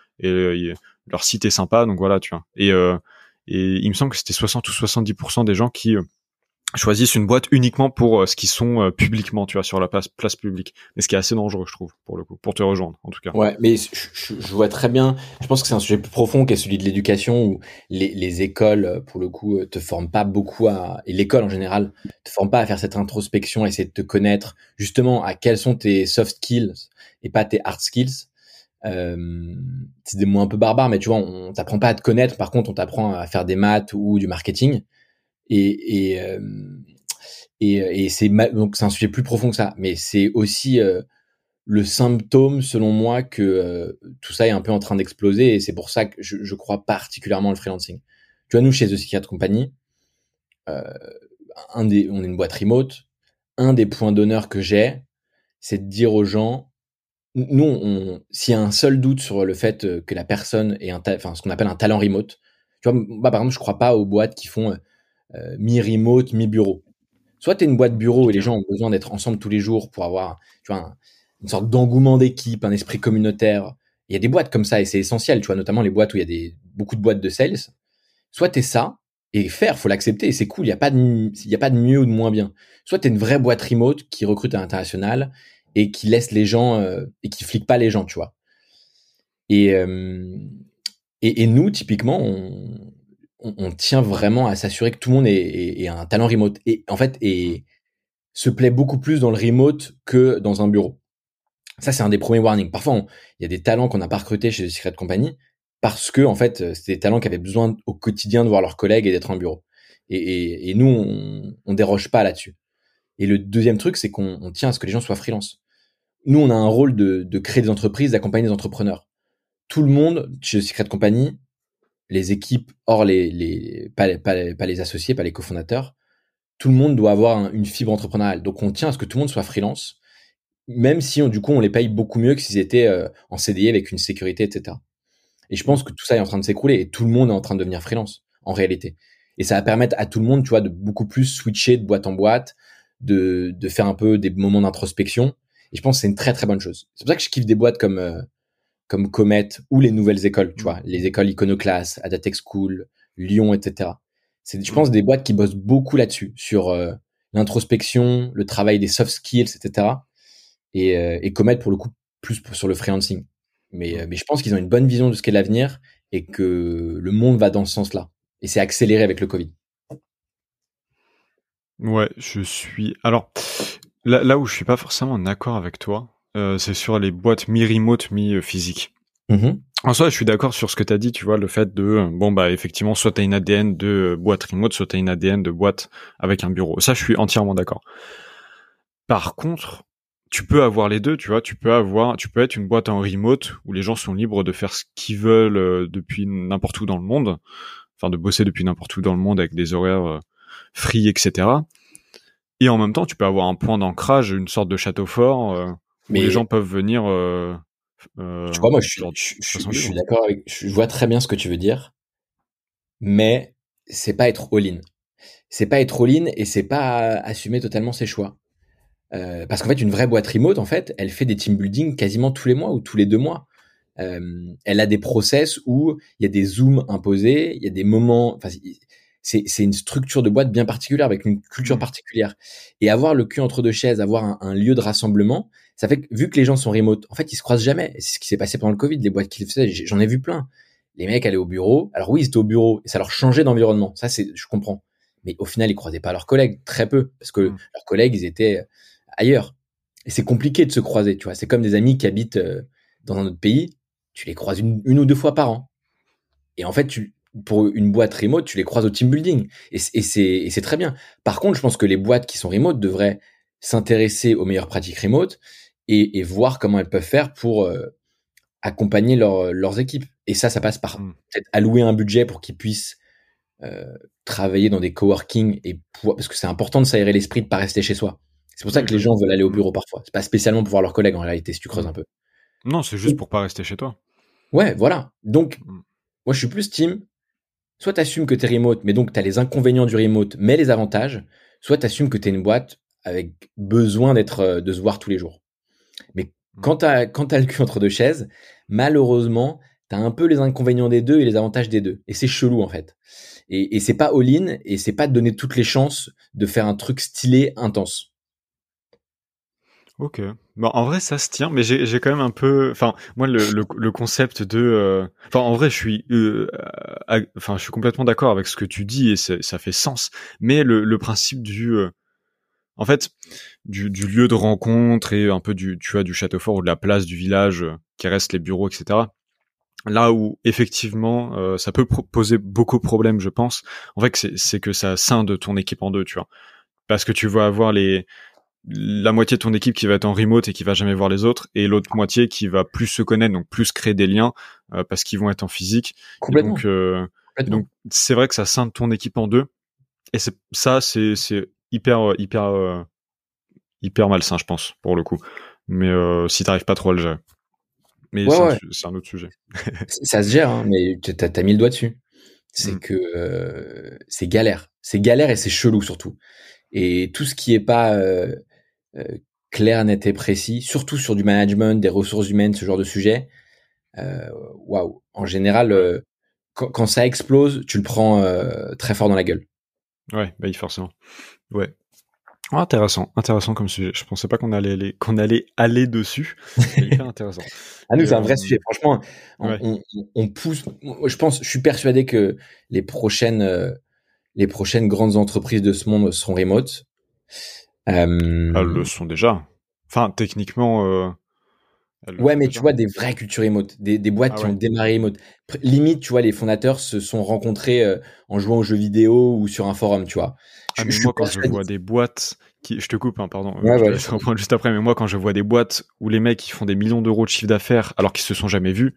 S2: leur site est sympa, donc voilà, tu vois. Et il me semble que c'était 60 ou 70% des gens qui choisissent une boîte uniquement pour ce qu'ils sont publiquement, tu vois, sur la place publique. Mais ce qui est assez dangereux, je trouve, pour le coup, pour te rejoindre en tout cas.
S1: Ouais, mais je vois très bien. Je pense que c'est un sujet plus profond qu'est celui de l'éducation où les écoles, pour le coup, te forment pas beaucoup et l'école en général, te forme pas à faire cette introspection, à essayer de te connaître, justement, à quels sont tes soft skills et pas tes hard skills. C'est des mots un peu barbares, mais tu vois, on t'apprend pas à te connaître. Par contre, on t'apprend à faire des maths ou du marketing. Et, et, euh, donc c'est un sujet plus profond que ça. Mais c'est aussi le symptôme, selon moi, que tout ça est un peu en train d'exploser. Et c'est pour ça que je crois particulièrement au freelancing. Tu vois, nous, chez The Secret Company, euh, on est une boîte remote. Un des points d'honneur que j'ai, c'est de dire aux gens, nous, s'il y a un seul doute sur le fait que la personne ait ce qu'on appelle un talent remote, tu vois, moi, par exemple, je crois pas aux boîtes qui font mi-remote, mi-bureau. Soit tu es une boîte bureau et les
S2: Compliqué,
S1: gens
S2: hein.
S1: ont besoin d'être ensemble tous les jours pour avoir, tu vois, une sorte d'engouement d'équipe, un esprit communautaire. Il y a des boîtes comme ça et c'est essentiel, tu vois, notamment les boîtes où il y a beaucoup de boîtes de sales. Soit tu es ça et faut l'accepter et c'est cool, il y a pas de mieux ou de moins bien. Soit tu es une vraie boîte remote qui recrute à l'international et qui laisse les gens et qui flique pas les gens, tu vois. Et, euh, et nous, typiquement, on tient vraiment à s'assurer que tout le monde ait un talent remote. Et en fait,
S2: Mm.
S1: se plaît beaucoup plus dans le remote que dans un bureau. Ça, c'est un des premiers warnings. Parfois, il y a des talents qu'on n'a pas recrutés chez The Secret Company parce que, en fait, c'était des talents qui avaient besoin au quotidien de voir leurs collègues et d'être en bureau. Et nous, on déroge pas là-dessus. Et le deuxième truc, c'est qu'on tient à ce que les gens soient freelance. Nous, on a un rôle de créer des entreprises, d'accompagner des entrepreneurs. Tout le monde chez The Secret Company, les équipes, hors pas les associés, pas les cofondateurs, tout le monde doit avoir une fibre entrepreneuriale. Donc, on tient à ce que tout le monde soit freelance, même si du coup on les paye beaucoup mieux que s'ils étaient en CDI avec une sécurité, etc. Et je pense
S2: Mm.
S1: que tout ça est en train de s'écrouler et tout le monde est en train de devenir freelance en réalité. Et ça va permettre à tout le monde, tu vois, de beaucoup plus switcher de boîte en boîte, de faire un peu des moments d'introspection. Et je pense que c'est une très très bonne chose. C'est pour ça que je kiffe des boîtes comme Comet ou les nouvelles écoles, tu
S2: Mm.
S1: vois, les écoles Iconoclast, Adatech School, Lyon, etc. C'est, je
S2: Mm.
S1: pense, des boîtes qui bossent beaucoup là-dessus, sur l'introspection, le travail des soft skills, etc. Et Comet, pour le coup, plus sur le freelancing.
S2: Mm.
S1: Mais je pense qu'ils ont une bonne vision de ce qu'est l'avenir et que le monde va dans ce sens-là. Et c'est accéléré avec le Covid.
S2: Ouais, je suis. Alors, là où je suis pas forcément en accord avec toi, c'est sur les boîtes mi-remote, mi-physique.
S1: Mhm.
S2: En soi, je suis d'accord sur ce que t'as dit, tu vois, le fait de, effectivement, soit t'as une ADN de boîte remote, soit t'as une ADN de boîte avec un bureau. Ça, je suis entièrement d'accord. Par contre, tu peux avoir les deux, tu vois. Tu peux être une boîte en remote où les gens sont libres de faire ce qu'ils veulent depuis n'importe où dans le monde, enfin de bosser depuis n'importe où dans le monde avec des horaires free, etc. Et en même temps, tu peux avoir un point d'ancrage, une sorte de château fort où les gens peuvent venir.
S1: Tu vois, moi, je suis d'accord je vois très bien ce que tu veux dire, mais c'est pas être all-in. C'est pas être all-in et c'est pas assumer totalement ses choix. Parce qu'en fait, une vraie boîte remote, en fait, elle fait des team building quasiment tous les mois ou tous les 2 mois. Elle a des process où il y a des zooms imposés, il y a des moments. Enfin, c'est une structure de boîte bien particulière avec une culture particulière. Et avoir le cul entre deux chaises, avoir un lieu de rassemblement, ça fait que vu que les gens sont remote, en fait, ils se croisent jamais. C'est ce qui s'est passé pendant le Covid. Les boîtes qui le faisaient, j'en ai vu plein. Les mecs allaient au bureau. Alors oui, ils étaient au bureau et ça leur changeait d'environnement. Ça, je comprends. Mais au final, ils croisaient pas leurs collègues, très peu, parce que leurs collègues, ils étaient ailleurs. Et c'est compliqué de se croiser, tu vois. C'est comme des amis qui habitent dans un autre pays, tu les croises une ou deux fois par an. Et en fait, pour une boîte remote, tu les croises au team building. Et c'est très bien. Par contre, je pense que les boîtes qui sont remote devraient s'intéresser aux meilleures pratiques remote et voir comment elles peuvent faire pour accompagner leurs équipes. Et ça passe par peut-être allouer un budget pour qu'ils puissent travailler dans des coworking parce que c'est important de s'aérer l'esprit, de pas rester chez soi. C'est pour ça que les gens veulent aller au bureau parfois. C'est pas spécialement pour voir leurs collègues en réalité, si tu creuses un peu.
S2: Non, c'est juste pour pas rester chez toi.
S1: Ouais, voilà. Donc, moi, je suis plus team. Soit t'assumes que t'es remote, mais donc t'as les inconvénients du remote, mais les avantages. Soit t'assumes que t'es une boîte avec besoin de se voir tous les jours. Mais quand t'as le cul entre deux chaises, malheureusement, t'as un peu les inconvénients des deux et les avantages des deux. Et c'est chelou, en fait. Et c'est pas all-in, et c'est pas de donner toutes les chances de faire un truc stylé, intense.
S2: Ok. Bon, en vrai, ça se tient, mais j'ai quand même un peu, enfin, moi, le concept de, enfin, en vrai, je suis complètement d'accord avec ce que tu dis et ça fait sens. Mais le principe en fait, du lieu de rencontre et un peu tu vois, du château fort ou de la place du village qui reste les bureaux, etc. Là où effectivement, ça peut poser beaucoup de problèmes, je pense. En fait, c'est que ça scinde ton équipe en deux, tu vois, parce que tu vas avoir la moitié de ton équipe qui va être en remote et qui va jamais voir les autres, et l'autre moitié qui va plus se connaître, donc plus créer des liens parce qu'ils vont être en physique.
S1: Complètement.
S2: Et donc c'est vrai que ça scinde ton équipe en deux, et c'est hyper malsain, je pense, pour le coup. Mais si t'arrives pas trop à le gérer. Mais c'est un autre sujet.
S1: Ça se gère, hein, mais t'as mis le doigt dessus. C'est que c'est galère. C'est galère et c'est chelou surtout. Et tout ce qui est pas clair, net et précis, surtout sur du management, des ressources humaines, ce genre de sujet, waouh. En général, quand ça explose, tu le prends très fort dans la gueule.
S2: Ouais, bah forcément. Ouais. Oh, intéressant comme sujet. Je pensais pas qu'on allait aller dessus. C'est hyper intéressant.
S1: Ah nous, c'est un vrai sujet. Franchement, on pousse. Je suis persuadé que les prochaines grandes entreprises de ce monde seront remote.
S2: Elles le sont déjà. Enfin, techniquement.
S1: Ouais, mais tu vois, des vraies cultures remote, des boîtes qui ont démarré remote. Limite, tu vois, les fondateurs se sont rencontrés en jouant aux jeux vidéo ou sur un forum, tu vois.
S2: Mais moi, quand je vois des boîtes je te coupe, hein, pardon, je te laisse reprendre juste après, mais moi, quand je vois des boîtes où les mecs, ils font des millions d'euros de chiffre d'affaires alors qu'ils se sont jamais vus,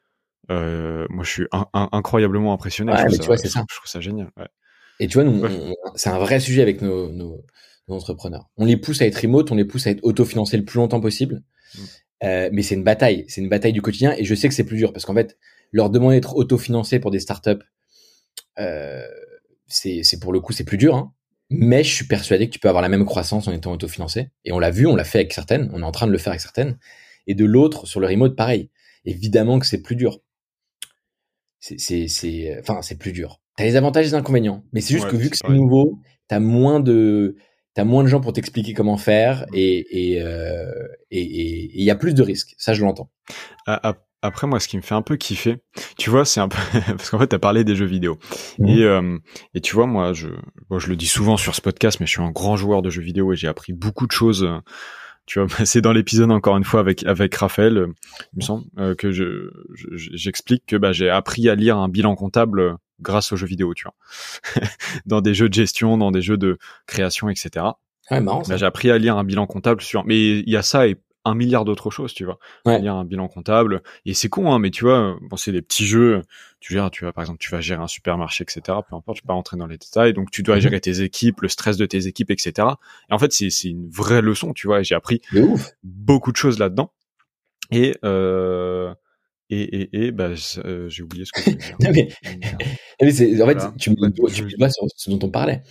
S2: moi, je suis incroyablement impressionné.
S1: Ouais,
S2: je
S1: c'est ça.
S2: Je trouve ça génial. Ouais.
S1: Et tu vois, c'est un vrai sujet avec nos entrepreneurs. On les pousse à être remote, on les pousse à être autofinancés le plus longtemps possible. Mais c'est une bataille du quotidien, et je sais que c'est plus dur parce qu'en fait, leur demander d'être autofinancé pour des startups, c'est pour le coup, c'est plus dur, hein. Mais je suis persuadé que tu peux avoir la même croissance en étant autofinancé. Et on l'a vu, on l'a fait avec certaines, on est en train de le faire avec certaines. Et de l'autre, sur le remote, pareil. Évidemment que c'est plus dur. C'est plus dur. T'as les avantages et les inconvénients. Mais c'est juste que vu que c'est nouveau, t'as moins de gens pour t'expliquer comment faire, et il y a plus de risques. Ça, je l'entends.
S2: Après, moi, ce qui me fait un peu kiffer, tu vois, c'est un peu parce qu'en fait, t'as parlé des jeux vidéo, et tu vois, moi, je le dis souvent sur ce podcast, mais je suis un grand joueur de jeux vidéo et j'ai appris beaucoup de choses. Tu vois, c'est dans l'épisode encore une fois avec Raphaël, il me semble, que j'explique que j'ai appris à lire un bilan comptable grâce aux jeux vidéo, tu vois, dans des jeux de gestion, dans des jeux de création, etc.
S1: Ouais, marrant
S2: Là,
S1: ça.
S2: j'ai appris à lire un bilan comptable mais il y a ça et un milliard d'autres choses, tu vois.
S1: Ouais.
S2: Lire un bilan comptable. Et c'est con, hein, mais tu vois, bon, c'est des petits jeux. Par exemple, tu vas gérer un supermarché, etc. Peu importe, je vais pas rentrer dans les détails. Donc, tu dois
S1: Mhm.
S2: gérer tes équipes, le stress de tes équipes, etc. Et en fait, c'est une vraie leçon, tu vois. Et j'ai appris
S1: De ouf.
S2: beaucoup de choses là-dedans. Et, bah, j'ai oublié ce que je voulais dire.
S1: Non, mais,
S2: Merde.
S1: en fait,
S2: Voilà.
S1: tu mets
S2: Bah,
S1: tu mets le doigt sur ce dont on parlait.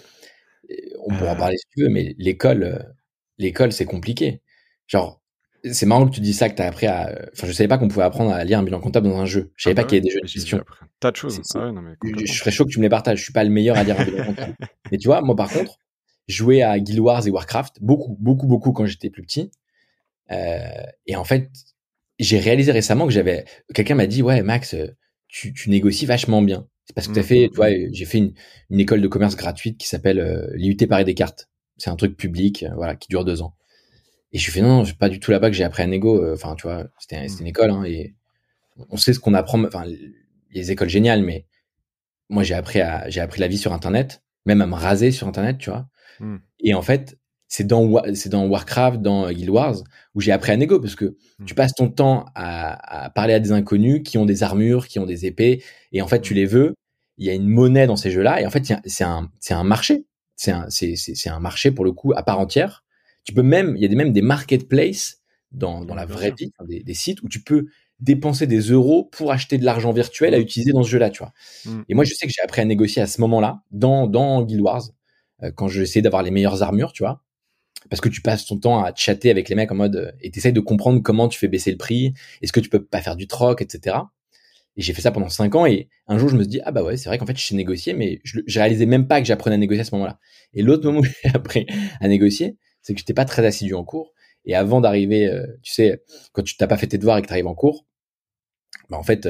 S1: On pourra en
S2: euh,
S1: parler si tu veux, mais l'école, c'est compliqué. Genre, c'est marrant que tu dis ça, que tu as appris enfin, je savais pas qu'on pouvait apprendre à lire un bilan comptable dans un jeu. Je
S2: ah
S1: savais pas
S2: bah
S1: qu'il y
S2: ouais,
S1: avait des jeux
S2: mais
S1: de
S2: j'ai
S1: gestion.
S2: appris un tas de choses.
S1: C'est, c'est-
S2: Ah ouais, non, mais
S1: je
S2: complètement.
S1: serais chaud que tu me les partages. Je suis pas le meilleur à lire un bilan comptable. Mais tu vois, moi, par contre, jouer à Guild Wars et Warcraft, beaucoup, beaucoup, beaucoup quand j'étais plus petit. Euh, et en fait, j'ai réalisé récemment que quelqu'un m'a dit, ouais, Max, tu négocies vachement bien. C'est parce que tu as fait, tu vois, j'ai fait une école de commerce gratuite qui s'appelle l'IUT Paris Descartes. C'est un truc public, voilà, qui dure 2 ans. Et je lui fais, non, c'est pas du tout là-bas que j'ai appris à négo. Enfin, tu vois, c'était une école, hein, et on sait ce qu'on apprend. Enfin, les écoles géniales, mais moi, j'ai appris la vie sur Internet, même à me raser sur Internet, tu vois.
S2: Mm.
S1: Et en fait, c'est dans Warcraft, dans Guild Wars, où j'ai appris à négo, parce que tu passes ton temps à parler à des inconnus qui ont des armures, qui ont des épées, et en fait, tu les veux. Il y a une monnaie dans ces jeux-là, et en fait, c'est un marché. C'est un marché, pour le coup, à part entière. Il y a même des marketplaces dans la
S2: Bien
S1: vraie
S2: sûr.
S1: vie, enfin, des sites où tu peux dépenser des euros pour acheter de l'argent virtuel à utiliser dans ce jeu-là, tu vois. Et moi, je sais que j'ai appris à négocier à ce moment-là, dans Guild Wars, quand je essayais d'avoir les meilleures armures, tu vois. Parce que tu passes ton temps à chatter avec les mecs en mode, et t'essayes de comprendre comment tu fais baisser le prix, est-ce que tu peux pas faire du troc, etc. Et j'ai fait ça pendant 5 ans, et un jour, je me suis dit, ah bah ouais, c'est vrai qu'en fait, je sais négocier, mais je réalisais même pas que j'apprenais à négocier à ce moment-là. Et l'autre moment où j'ai appris à négocier, c'est que j'étais pas très assidu en cours. Et avant d'arriver, tu sais, quand tu t'as pas fait tes devoirs et que tu arrives en cours, bah en fait,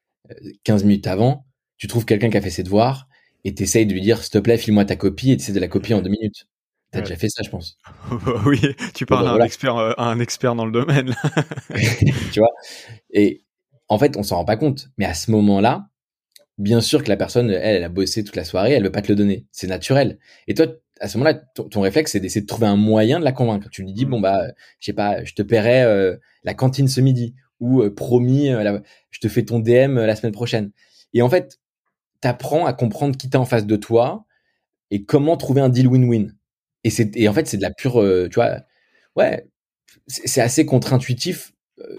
S1: 15 minutes avant, tu trouves quelqu'un qui a fait ses devoirs et t'essayes de lui dire, s'il te plaît, file-moi ta copie, et t'essaies de la copier en 2 minutes. T'as
S2: Ouais.
S1: déjà fait ça, je pense.
S2: Oui, tu
S1: Bon,
S2: parles
S1: bah, voilà,
S2: à un expert dans le domaine, là.
S1: tu vois. Et en fait, on s'en rend pas compte. Mais à ce moment-là, bien sûr que la personne, elle a bossé toute la soirée, elle veut pas te le donner. C'est naturel. Et toi, à ce moment-là, ton réflexe, c'est d'essayer de trouver un moyen de la convaincre. Tu lui dis, bon, bah, je sais pas, je te paierai la cantine ce midi. Ou promis, je te fais ton DM la semaine prochaine. Et en fait, t'apprends à comprendre qui t'as en face de toi et comment trouver un deal win-win. Et en fait, c'est de la pure, tu vois, ouais, c'est assez contre-intuitif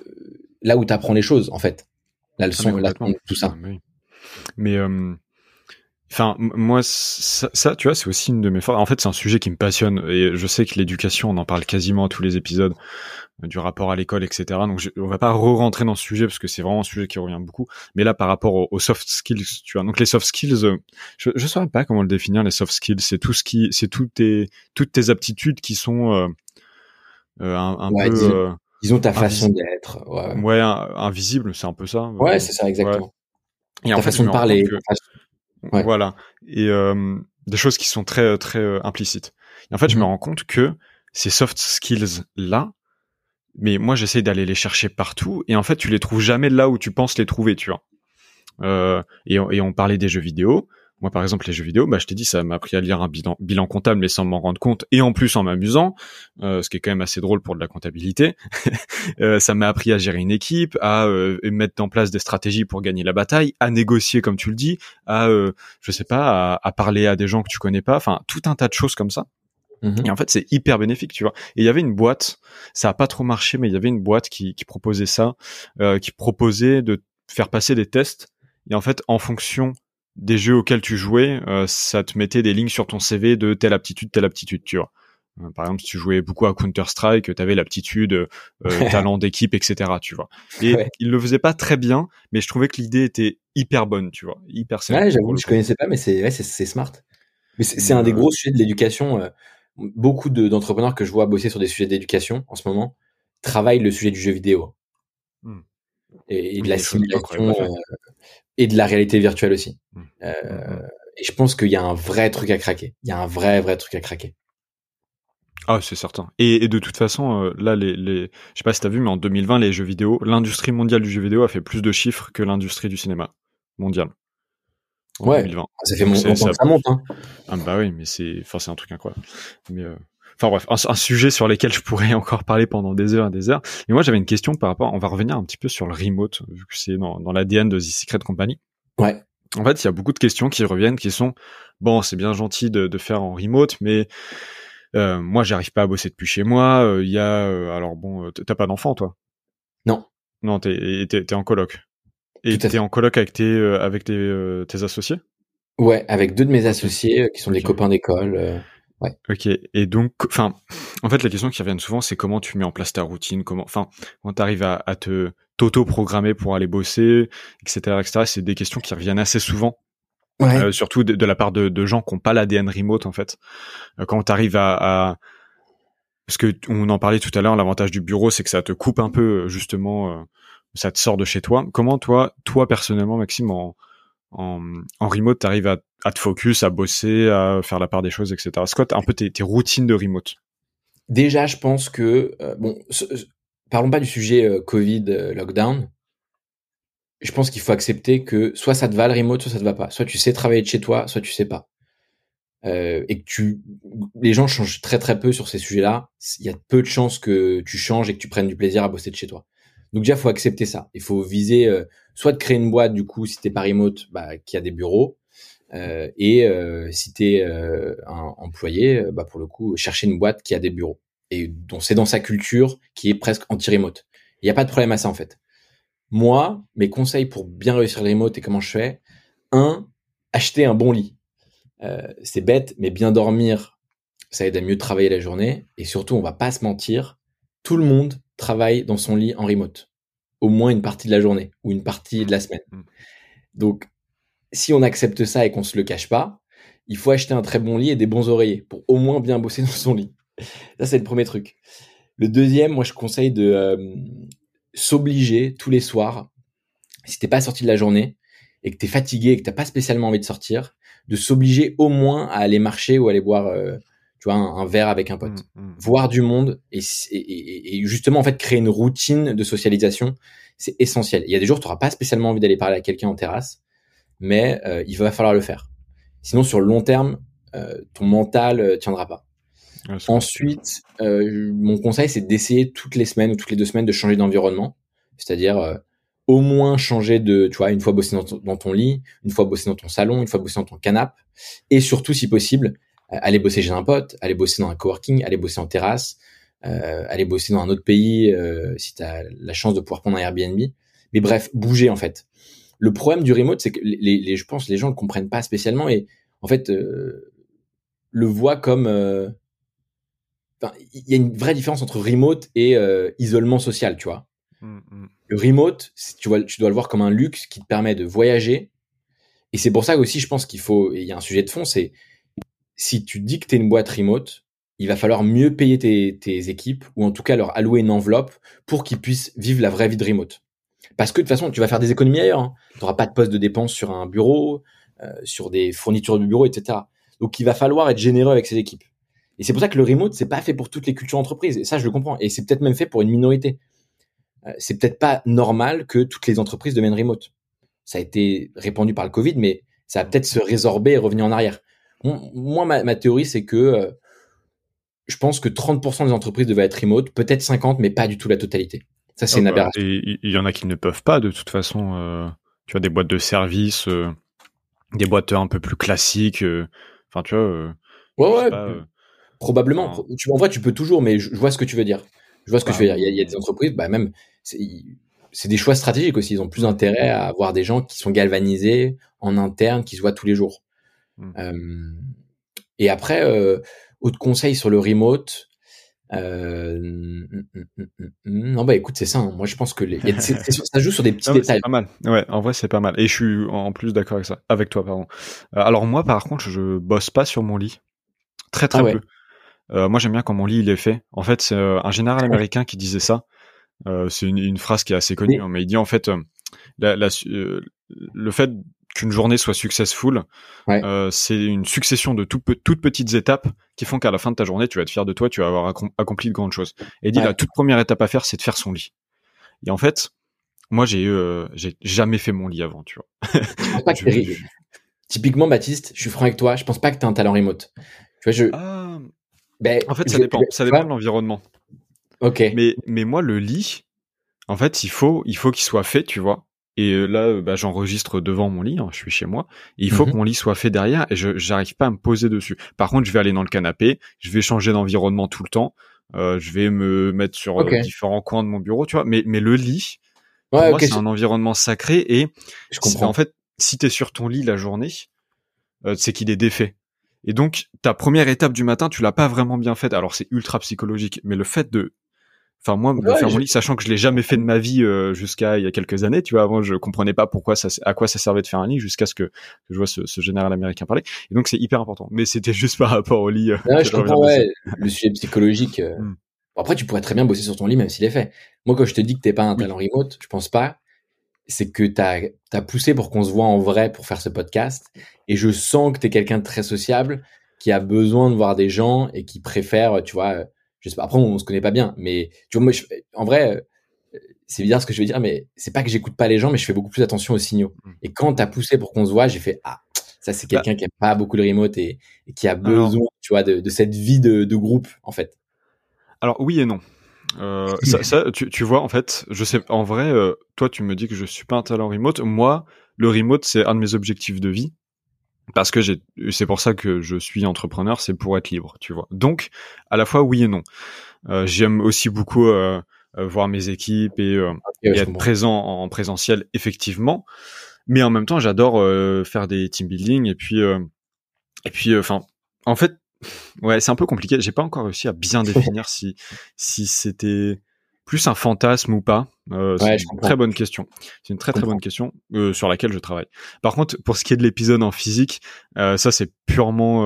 S1: là où tu apprends les choses, en fait.
S2: Ah mais
S1: La leçon
S2: complètement.
S1: de tout
S2: Ah
S1: ça.
S2: mais oui. Mais enfin, moi, ça, tu vois, c'est aussi une de mes forces. En fait, c'est un sujet qui me passionne et je sais que l'éducation, on en parle quasiment à tous les épisodes du rapport à l'école, etc. Donc, on va pas re-rentrer dans ce sujet parce que c'est vraiment un sujet qui revient beaucoup. Mais là, par rapport aux soft skills, tu vois. Donc, les soft skills, je saurais pas comment le définir. Les soft skills, c'est toutes tes aptitudes qui sont un
S1: Ouais,
S2: peu
S1: disons ta façon
S2: invisibles.
S1: d'être. Ouais, ouais.
S2: Ouais, invisible, c'est un peu ça.
S1: Ouais, c'est ça,
S2: Ouais.
S1: exactement.
S2: Et en
S1: Ta
S2: fait, je
S1: façon de
S2: me rends compte
S1: parler.
S2: que
S1: Ouais.
S2: voilà, et des choses qui sont très très implicites. Et en fait, je me
S1: Mhm.
S2: rends compte que ces soft skills là, mais moi j'essaie d'aller les chercher partout, et en fait, tu les trouves jamais là où tu penses les trouver, tu vois. Et on parlait des jeux vidéo. Moi, par exemple, les jeux vidéo, bah, je t'ai dit, ça m'a appris à lire un bilan comptable, mais sans m'en rendre compte, et en plus en m'amusant, ce qui est quand même assez drôle pour de la comptabilité. Ça m'a appris à gérer une équipe, à mettre en place des stratégies pour gagner la bataille, à négocier, comme tu le dis, je sais pas, à parler à des gens que tu connais pas, enfin, tout un tas de choses comme ça. Et
S1: Mhm.
S2: en fait, c'est hyper bénéfique, tu vois. Et il y avait une boîte, ça a pas trop marché, mais il y avait une boîte qui proposait ça, qui proposait de faire passer des tests. Et en fait, en fonction des jeux auxquels tu jouais, ça te mettait des lignes sur ton CV de telle aptitude, tu vois. Par exemple, si tu jouais beaucoup à Counter-Strike, tu avais l'aptitude, talent d'équipe, etc., tu vois. Et
S1: Ouais.
S2: il le faisait pas très bien, mais je trouvais que l'idée était hyper bonne, tu vois, hyper saine,
S1: Ouais,
S2: pour
S1: j'avoue,
S2: le
S1: je
S2: coup.
S1: connaissais pas, mais c'est smart. Mais c'est
S2: Mais
S1: un des gros sujets de l'éducation. Beaucoup d'entrepreneurs que je vois bosser sur des sujets d'éducation en ce moment travaillent le sujet du jeu vidéo
S2: hmm.
S1: et de
S2: Oui,
S1: la
S2: des choses incroyables à
S1: simulation
S2: faire.
S1: et de la réalité virtuelle aussi.
S2: Hmm.
S1: Euh,
S2: Hmm, hmm.
S1: et je pense qu'il y a un vrai truc à craquer. Il y a un vrai truc à craquer.
S2: Ah, c'est certain. Et de toute façon, là, je sais pas si t'as vu, mais en 2020, les jeux vidéo, l'industrie mondiale du jeu vidéo a fait plus de chiffres que l'industrie du cinéma mondial en
S1: Ouais,
S2: 2020.
S1: ça fait
S2: Donc
S1: longtemps
S2: ça,
S1: que ça monte, hein.
S2: ah bah oui, mais c'est un truc incroyable. Mais enfin bref, un sujet sur lequel je pourrais encore parler pendant des heures et des heures. Et moi, j'avais une question par rapport, on va revenir un petit peu sur le remote, vu que c'est dans l'ADN de The Secret Company.
S1: Ouais.
S2: En fait, il y a beaucoup de questions qui reviennent, qui sont, bon, c'est bien gentil de faire en remote, mais moi, j'arrive pas à bosser depuis chez moi. Il y a, alors bon, t'as pas d'enfant, toi?
S1: Non.
S2: Non, t'es en coloc. Et
S1: Tout à
S2: t'es
S1: fait.
S2: en coloc avec tes associés?
S1: Ouais, avec 2 de mes
S2: Ok.
S1: associés qui sont des
S2: Ok.
S1: copains d'école. Ouais.
S2: Ok. Et donc, enfin, en fait, la question qui revient souvent, c'est comment tu mets en place ta routine, comment t'arrives à te t'auto-programmer pour aller bosser, etc., etc. C'est des questions qui reviennent assez souvent,
S1: Ouais.
S2: surtout de la part de gens qui n'ont pas l'ADN remote, en fait. Quand t'arrives parce que on en parlait tout à l'heure, l'avantage du bureau, c'est que ça te coupe un peu, justement, ça te sort de chez toi. Comment toi personnellement, Maxime, en remote, t'arrives à te focus, à bosser, à faire la part des choses, etc. C'est quoi un peu tes routines de remote?
S1: Déjà, je pense que bon, parlons pas du sujet Covid, lockdown. Je pense qu'il faut accepter que soit ça te va le remote, soit ça te va pas. Soit tu sais travailler de chez toi, soit tu sais pas. Et que les gens changent très très peu sur ces sujets-là. Il y a peu de chances que tu changes et que tu prennes du plaisir à bosser de chez toi. Donc déjà, faut accepter ça. Il faut viser soit de créer une boîte du coup si t'es pas remote, bah, qui a des bureaux, et si t'es un employé, bah pour le coup chercher une boîte qui a des bureaux et dont c'est dans sa culture qui est presque anti-remote. Il y a pas de problème à ça en fait. Moi, mes conseils pour bien réussir le remote et comment je fais: un, acheter un bon lit. C'est bête, mais bien dormir, ça aide à mieux travailler la journée. Et surtout, on va pas se mentir, tout le monde travaille dans son lit en remote, au moins une partie de la journée ou une partie de
S2: Mm,
S1: la semaine.
S2: mm.
S1: Donc, si on accepte ça et qu'on se le cache pas, il faut acheter un très bon lit et des bons oreillers pour au moins bien bosser dans son lit. Ça, c'est le premier truc. Le deuxième, moi, je conseille de s'obliger tous les soirs, si t'es pas sorti de la journée et que t'es fatigué et que t'as pas spécialement envie de sortir, de s'obliger au moins à aller marcher ou aller boire, tu vois, un verre avec un
S2: Mm,
S1: pote,
S2: mm, mm.
S1: voir du monde et justement en fait créer une routine de socialisation, c'est essentiel. Il y a des jours, t'auras pas spécialement envie d'aller parler à quelqu'un en terrasse, mais il va falloir le faire. Sinon, sur le long terme, ton mental tiendra pas.
S2: Ouais, c'est compliqué.
S1: Ensuite, mon conseil, c'est d'essayer toutes les semaines ou toutes les 2 semaines de changer d'environnement. C'est-à-dire, au moins changer tu vois, une fois bosser dans ton lit, une fois bosser dans ton salon, une fois bosser dans ton canapé. Et surtout, si possible, aller bosser chez un pote, aller bosser dans un coworking, aller bosser en terrasse, aller bosser dans un autre pays, si tu as la chance de pouvoir prendre un Airbnb. Mais bref, bouger en fait. Le problème du remote, c'est que je pense les gens ne le comprennent pas spécialement et en fait, le voient comme... enfin, il y a une vraie différence entre remote et isolement social, tu vois.
S2: Mm, mm.
S1: Le remote, tu dois le voir comme un luxe qui te permet de voyager. Et c'est pour ça aussi, je pense qu'il faut, et il y a un sujet de fond, c'est si tu dis que tu es une boîte remote, il va falloir mieux payer tes équipes ou en tout cas leur allouer une enveloppe pour qu'ils puissent vivre la vraie vie de remote. Parce que de toute façon, tu vas faire des économies ailleurs. Hein. Tu n'auras pas de poste de dépense sur un bureau, sur des fournitures de bureau, etc. Donc il va falloir être généreux avec ses équipes. Et c'est pour ça que le remote, c'est pas fait pour toutes les cultures d'entreprise. Et ça, je le comprends. Et c'est peut-être même fait pour une minorité. C'est peut-être pas normal que toutes les entreprises deviennent remote. Ça a été répandu par le Covid, mais ça va peut-être se résorber et revenir en arrière. Moi, ma théorie, c'est que je pense que 30% des entreprises devaient être remote, peut-être 50, mais pas du tout la totalité. Ça, c'est
S2: Ah
S1: une
S2: bah,
S1: aberration.
S2: et il y en a qui ne peuvent pas de toute façon. Tu vois, des boîtes de services, des boîtes un peu plus classiques. Enfin, tu vois,
S1: Ouais,
S2: je sais
S1: ouais,
S2: pas.
S1: probablement.
S2: Enfin,
S1: En vrai, tu peux toujours, mais je vois ce que tu veux dire. Je vois ce que tu
S2: bah,
S1: veux dire. Il y a des entreprises, bah même, c'est c'est des choix stratégiques aussi. Ils ont plus
S2: mm,
S1: intérêt à avoir des gens qui sont galvanisés en interne, qui se voient tous les jours.
S2: mm.
S1: Euh, et après, autre conseil sur le remote. Non, bah écoute, c'est ça. Hein. Moi, je pense que ça joue sur des petits
S2: Non, mais c'est
S1: détails.
S2: pas mal. Ouais, en vrai, c'est pas mal. Et je suis en plus d'accord avec ça, avec toi, pardon. Alors moi, par contre, je bosse pas sur mon lit, très
S1: Ah
S2: très
S1: ouais.
S2: peu. Moi, j'aime bien quand mon lit il est fait. En fait, c'est un général américain qui disait ça. C'est une phrase qui est assez connue,
S1: Mais,
S2: hein, mais il dit en fait le fait qu'une journée soit successful,
S1: ouais,
S2: c'est une succession de toutes petites étapes qui font qu'à la fin de ta journée, tu vas être fier de toi, tu vas avoir accompli de grandes choses. Et il dit la
S1: ouais.
S2: toute première étape à faire, c'est de faire son lit. Et en fait, moi, j'ai jamais fait mon lit avant, tu vois.
S1: Je pense pas que typiquement, Baptiste, je suis franc avec toi. Je pense pas que t'as un talent remote. Tu vois,
S2: Ah,
S1: Ben,
S2: En fait, ça dépend de l'environnement.
S1: Ok.
S2: Mais moi, le lit, en fait, il faut qu'il soit fait, tu vois. Et là, bah, j'enregistre devant mon lit, hein, je suis chez moi. Et il faut que mon lit soit fait derrière et j'arrive pas à me poser dessus. Par contre, je vais aller dans le canapé, je vais changer d'environnement tout le temps. Je vais me mettre sur différents coins de mon bureau, tu vois. Mais le lit, pour moi, c'est un environnement sacré et
S1: je comprends.
S2: En fait, si t'es sur ton lit la journée, c'est qu'il est défait. Et donc, ta première étape du matin, tu l'as pas vraiment bien faite. Alors, c'est ultra psychologique, mais le fait de moi, de faire mon lit, sachant que je l'ai jamais fait de ma vie jusqu'à il y a quelques années, tu vois, avant je comprenais pas à quoi ça servait de faire un lit jusqu'à ce que je vois ce général américain parler. Et donc c'est hyper important. Mais c'était juste par rapport au lit.
S1: Je comprends, le sujet psychologique. Après, tu pourrais très bien bosser sur ton lit même s'il est fait. Moi, quand je te dis que t'es pas un talent remote, je pense pas. C'est que t'as poussé pour qu'on se voit en vrai pour faire ce podcast. Et je sens que t'es quelqu'un de très sociable, qui a besoin de voir des gens et qui préfère, tu vois, je sais pas, après, on se connaît pas bien, mais tu vois, moi, en vrai, c'est bizarre ce que je veux dire, mais c'est pas que j'écoute pas les gens, mais je fais beaucoup plus attention aux signaux. Et quand t'as poussé pour qu'on se voit, j'ai fait, ah, ça, c'est quelqu'un qui aime pas beaucoup le remote et qui a besoin, tu vois, de cette vie de groupe, en fait.
S2: Alors, oui et non. Tu vois, en fait, je sais, en vrai, toi, tu me dis que je suis pas un talent remote. Moi, le remote, c'est un de mes objectifs de vie. Parce que c'est pour ça que je suis entrepreneur, c'est pour être libre, tu vois. Donc, à la fois, oui et non. J'aime aussi beaucoup voir mes équipes et être présent en présentiel, effectivement. Mais en même temps, j'adore faire des team building et puis, enfin, en fait, ouais, c'est un peu compliqué. J'ai pas encore réussi à bien définir si c'était plus un fantasme ou pas. C'est une très bonne question. C'est une très bonne question sur laquelle je travaille. Par contre, pour ce qui est de l'épisode en physique, ça c'est purement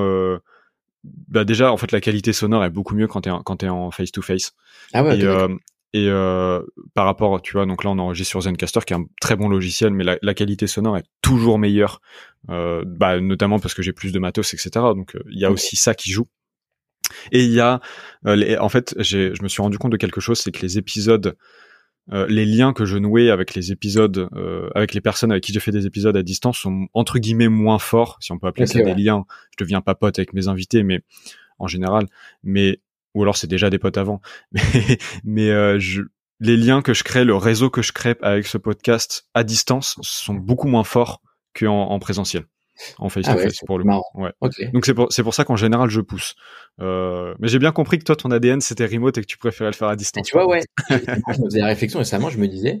S2: bah déjà en fait la qualité sonore est beaucoup mieux quand t'es en face to face.
S1: Ah ouais.
S2: Et par rapport, tu vois, donc là on enregistre sur Zencastr qui est un très bon logiciel, mais la qualité sonore est toujours meilleure, bah notamment parce que j'ai plus de matos, etc. Donc il y a aussi ça qui joue. Et il y a, en fait, je me suis rendu compte de quelque chose, c'est que les épisodes, les liens que je nouais avec les épisodes, avec les personnes avec qui j'ai fait des épisodes à distance sont entre guillemets moins forts, si on peut appeler ça des liens. Je deviens pas pote avec mes invités, mais en général, ou alors c'est déjà des potes avant. Mais les liens que je crée, le réseau que je crée avec ce podcast à distance sont beaucoup moins forts qu'en présentiel. En face-to-face pour le coup. Ouais. Donc c'est pour ça qu'en général je pousse. Mais j'ai bien compris que toi ton ADN c'était remote et que tu préférais le faire à distance.
S1: Et tu vois, ouais. Je me faisais la réflexion récemment, je me disais,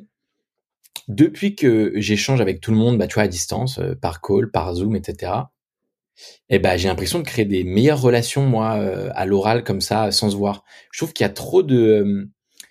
S1: depuis que j'échange avec tout le monde, bah tu vois, à distance, par call, par Zoom, etc. Et ben j'ai l'impression de créer des meilleures relations moi à l'oral comme ça, sans se voir. Je trouve qu'il y a trop de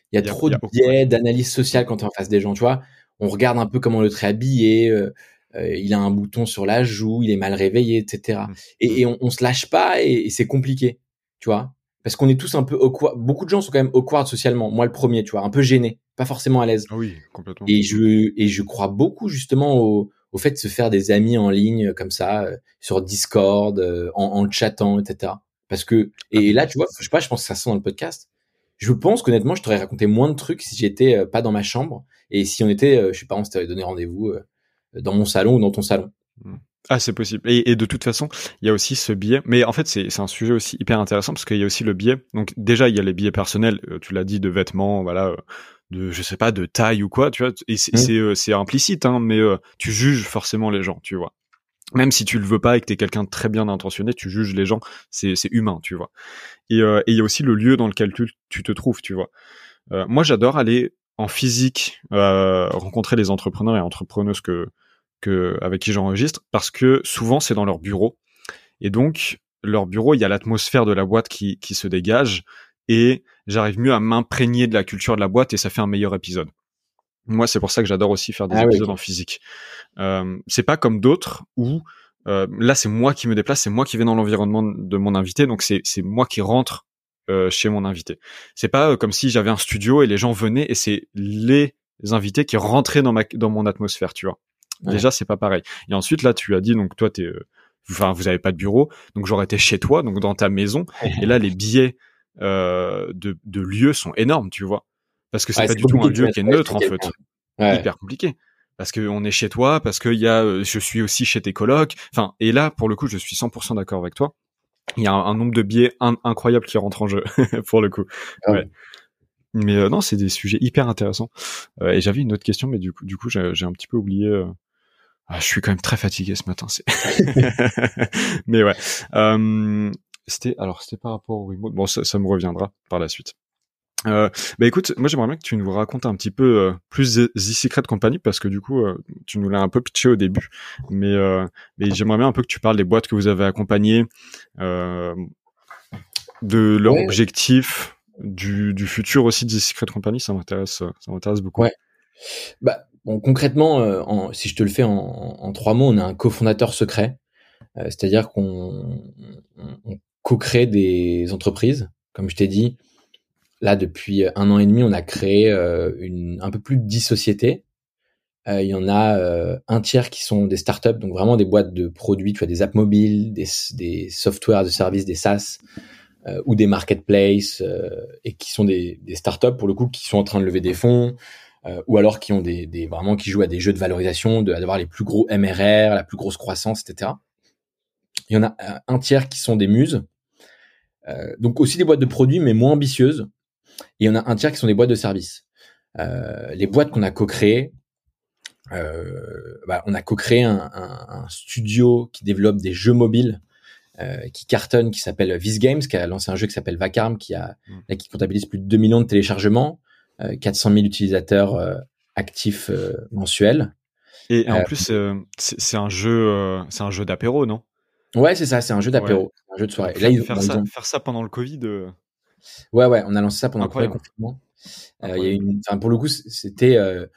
S1: biais d'analyse sociale quand t'es en face des gens, tu vois. On regarde un peu comment l'autre est habillé. Il a un bouton sur la joue, il est mal réveillé, etc. Et on se lâche pas et c'est compliqué, tu vois, parce qu'on est tous un peu awkward. Beaucoup de gens sont quand même awkward socialement. Moi, le premier, tu vois, un peu gêné, pas forcément à l'aise.
S2: Ah oui, complètement.
S1: Et je crois beaucoup justement au fait de se faire des amis en ligne comme ça, sur Discord, en chattant, etc. Parce que et là, tu vois, je sais pas, je pense que ça sent dans le podcast. Je pense qu'honnêtement, je t'aurais raconté moins de trucs si j'étais pas dans ma chambre et si on était, je sais pas, on s'était donné rendez-vous dans mon salon ou dans ton salon.
S2: Ah, c'est possible. Et de toute façon, il y a aussi ce biais. Mais en fait, c'est un sujet aussi hyper intéressant parce qu'il y a aussi le biais. Donc déjà, il y a les biais personnels. Tu l'as dit, de vêtements, voilà, de je sais pas, de taille ou quoi, tu vois. Et c'est implicite, hein, mais tu juges forcément les gens, tu vois. Même si tu le veux pas et que t'es quelqu'un de très bien intentionné, tu juges les gens. C'est humain, tu vois. Et il y a aussi le lieu dans lequel tu te trouves, tu vois. Moi, j'adore aller en physique, rencontrer les entrepreneurs et entrepreneuses avec qui j'enregistre, parce que souvent c'est dans leur bureau, et donc leur bureau, il y a l'atmosphère de la boîte qui se dégage, et j'arrive mieux à m'imprégner de la culture de la boîte, et ça fait un meilleur épisode. Moi, c'est pour ça que j'adore aussi faire des épisodes en physique. C'est pas comme d'autres où là c'est moi qui me déplace, c'est moi qui vais dans l'environnement de mon invité, donc c'est moi qui rentre chez mon invité. C'est pas comme si j'avais un studio et les gens venaient et c'est les invités qui rentraient dans mon atmosphère, tu vois. Déjà, c'est pas pareil. Et ensuite, là, tu as dit, donc toi, vous avez pas de bureau, donc j'aurais été chez toi, donc dans ta maison. Et là, les billets de lieux sont énormes, tu vois, parce que c'est pas du tout un lieu qui est neutre en fait. Hyper compliqué. Parce que on est chez toi, parce que je suis aussi chez tes colocs. Enfin, et là, pour le coup, je suis 100% d'accord avec toi. il y a un nombre de biais incroyable qui rentre en jeu pour le coup.
S1: Ah,
S2: Ouais. Mais non, c'est des sujets hyper intéressants. Et j'avais une autre question, mais du coup, j'ai un petit peu oublié. Je suis quand même très fatigué ce matin. Mais ouais. C'était par rapport au remote. Bon, ça me reviendra par la suite. Bah écoute, moi j'aimerais bien que tu nous racontes un petit peu plus The Secret Company parce que du coup tu nous l'as un peu pitché au début, mais j'aimerais bien un peu que tu parles des boîtes que vous avez accompagnées, de leur
S1: ouais,
S2: objectif, du futur aussi de The Secret Company, ça m'intéresse beaucoup.
S1: ouais. Bah, bon, concrètement, si je te le fais en 3 mots, on a un cofondateur secret, c'est-à-dire qu'on co-crée des entreprises. Comme je t'ai dit, là, depuis 1 an et demi, on a créé un peu plus de 10 sociétés. Il y en a un tiers qui sont des startups, donc vraiment des boîtes de produits, tu vois, des apps mobiles, des softwares de services, des SaaS, ou des marketplaces, et qui sont des startups pour le coup qui sont en train de lever des fonds, ou alors qui ont vraiment qui jouent à des jeux de valorisation, d'avoir les plus gros MRR, la plus grosse croissance, etc. Il y en a un tiers qui sont des muses, donc aussi des boîtes de produits mais moins ambitieuses. Et il y en a un tiers qui sont des boîtes de services. Les boîtes qu'on a co-créées, on a co-créé un studio qui développe des jeux mobiles qui cartonne, qui s'appelle Viz Games, qui a lancé un jeu qui s'appelle Vacarme, qui comptabilise plus de 2 millions de téléchargements, 400 000 utilisateurs actifs mensuels.
S2: Et en
S1: Euh,
S2: plus c'est un jeu d'apéro, non?
S1: ouais, c'est ça, c'est un jeu
S2: Ouais.
S1: d'apéro, un jeu de soirée.
S2: Donc
S1: Et là,
S2: faire ça pendant le Covid,
S1: ouais, on a lancé ça pendant le premier
S2: incroyable,
S1: confinement. Il y a
S2: incroyable.
S1: enfin, pour le coup, c'était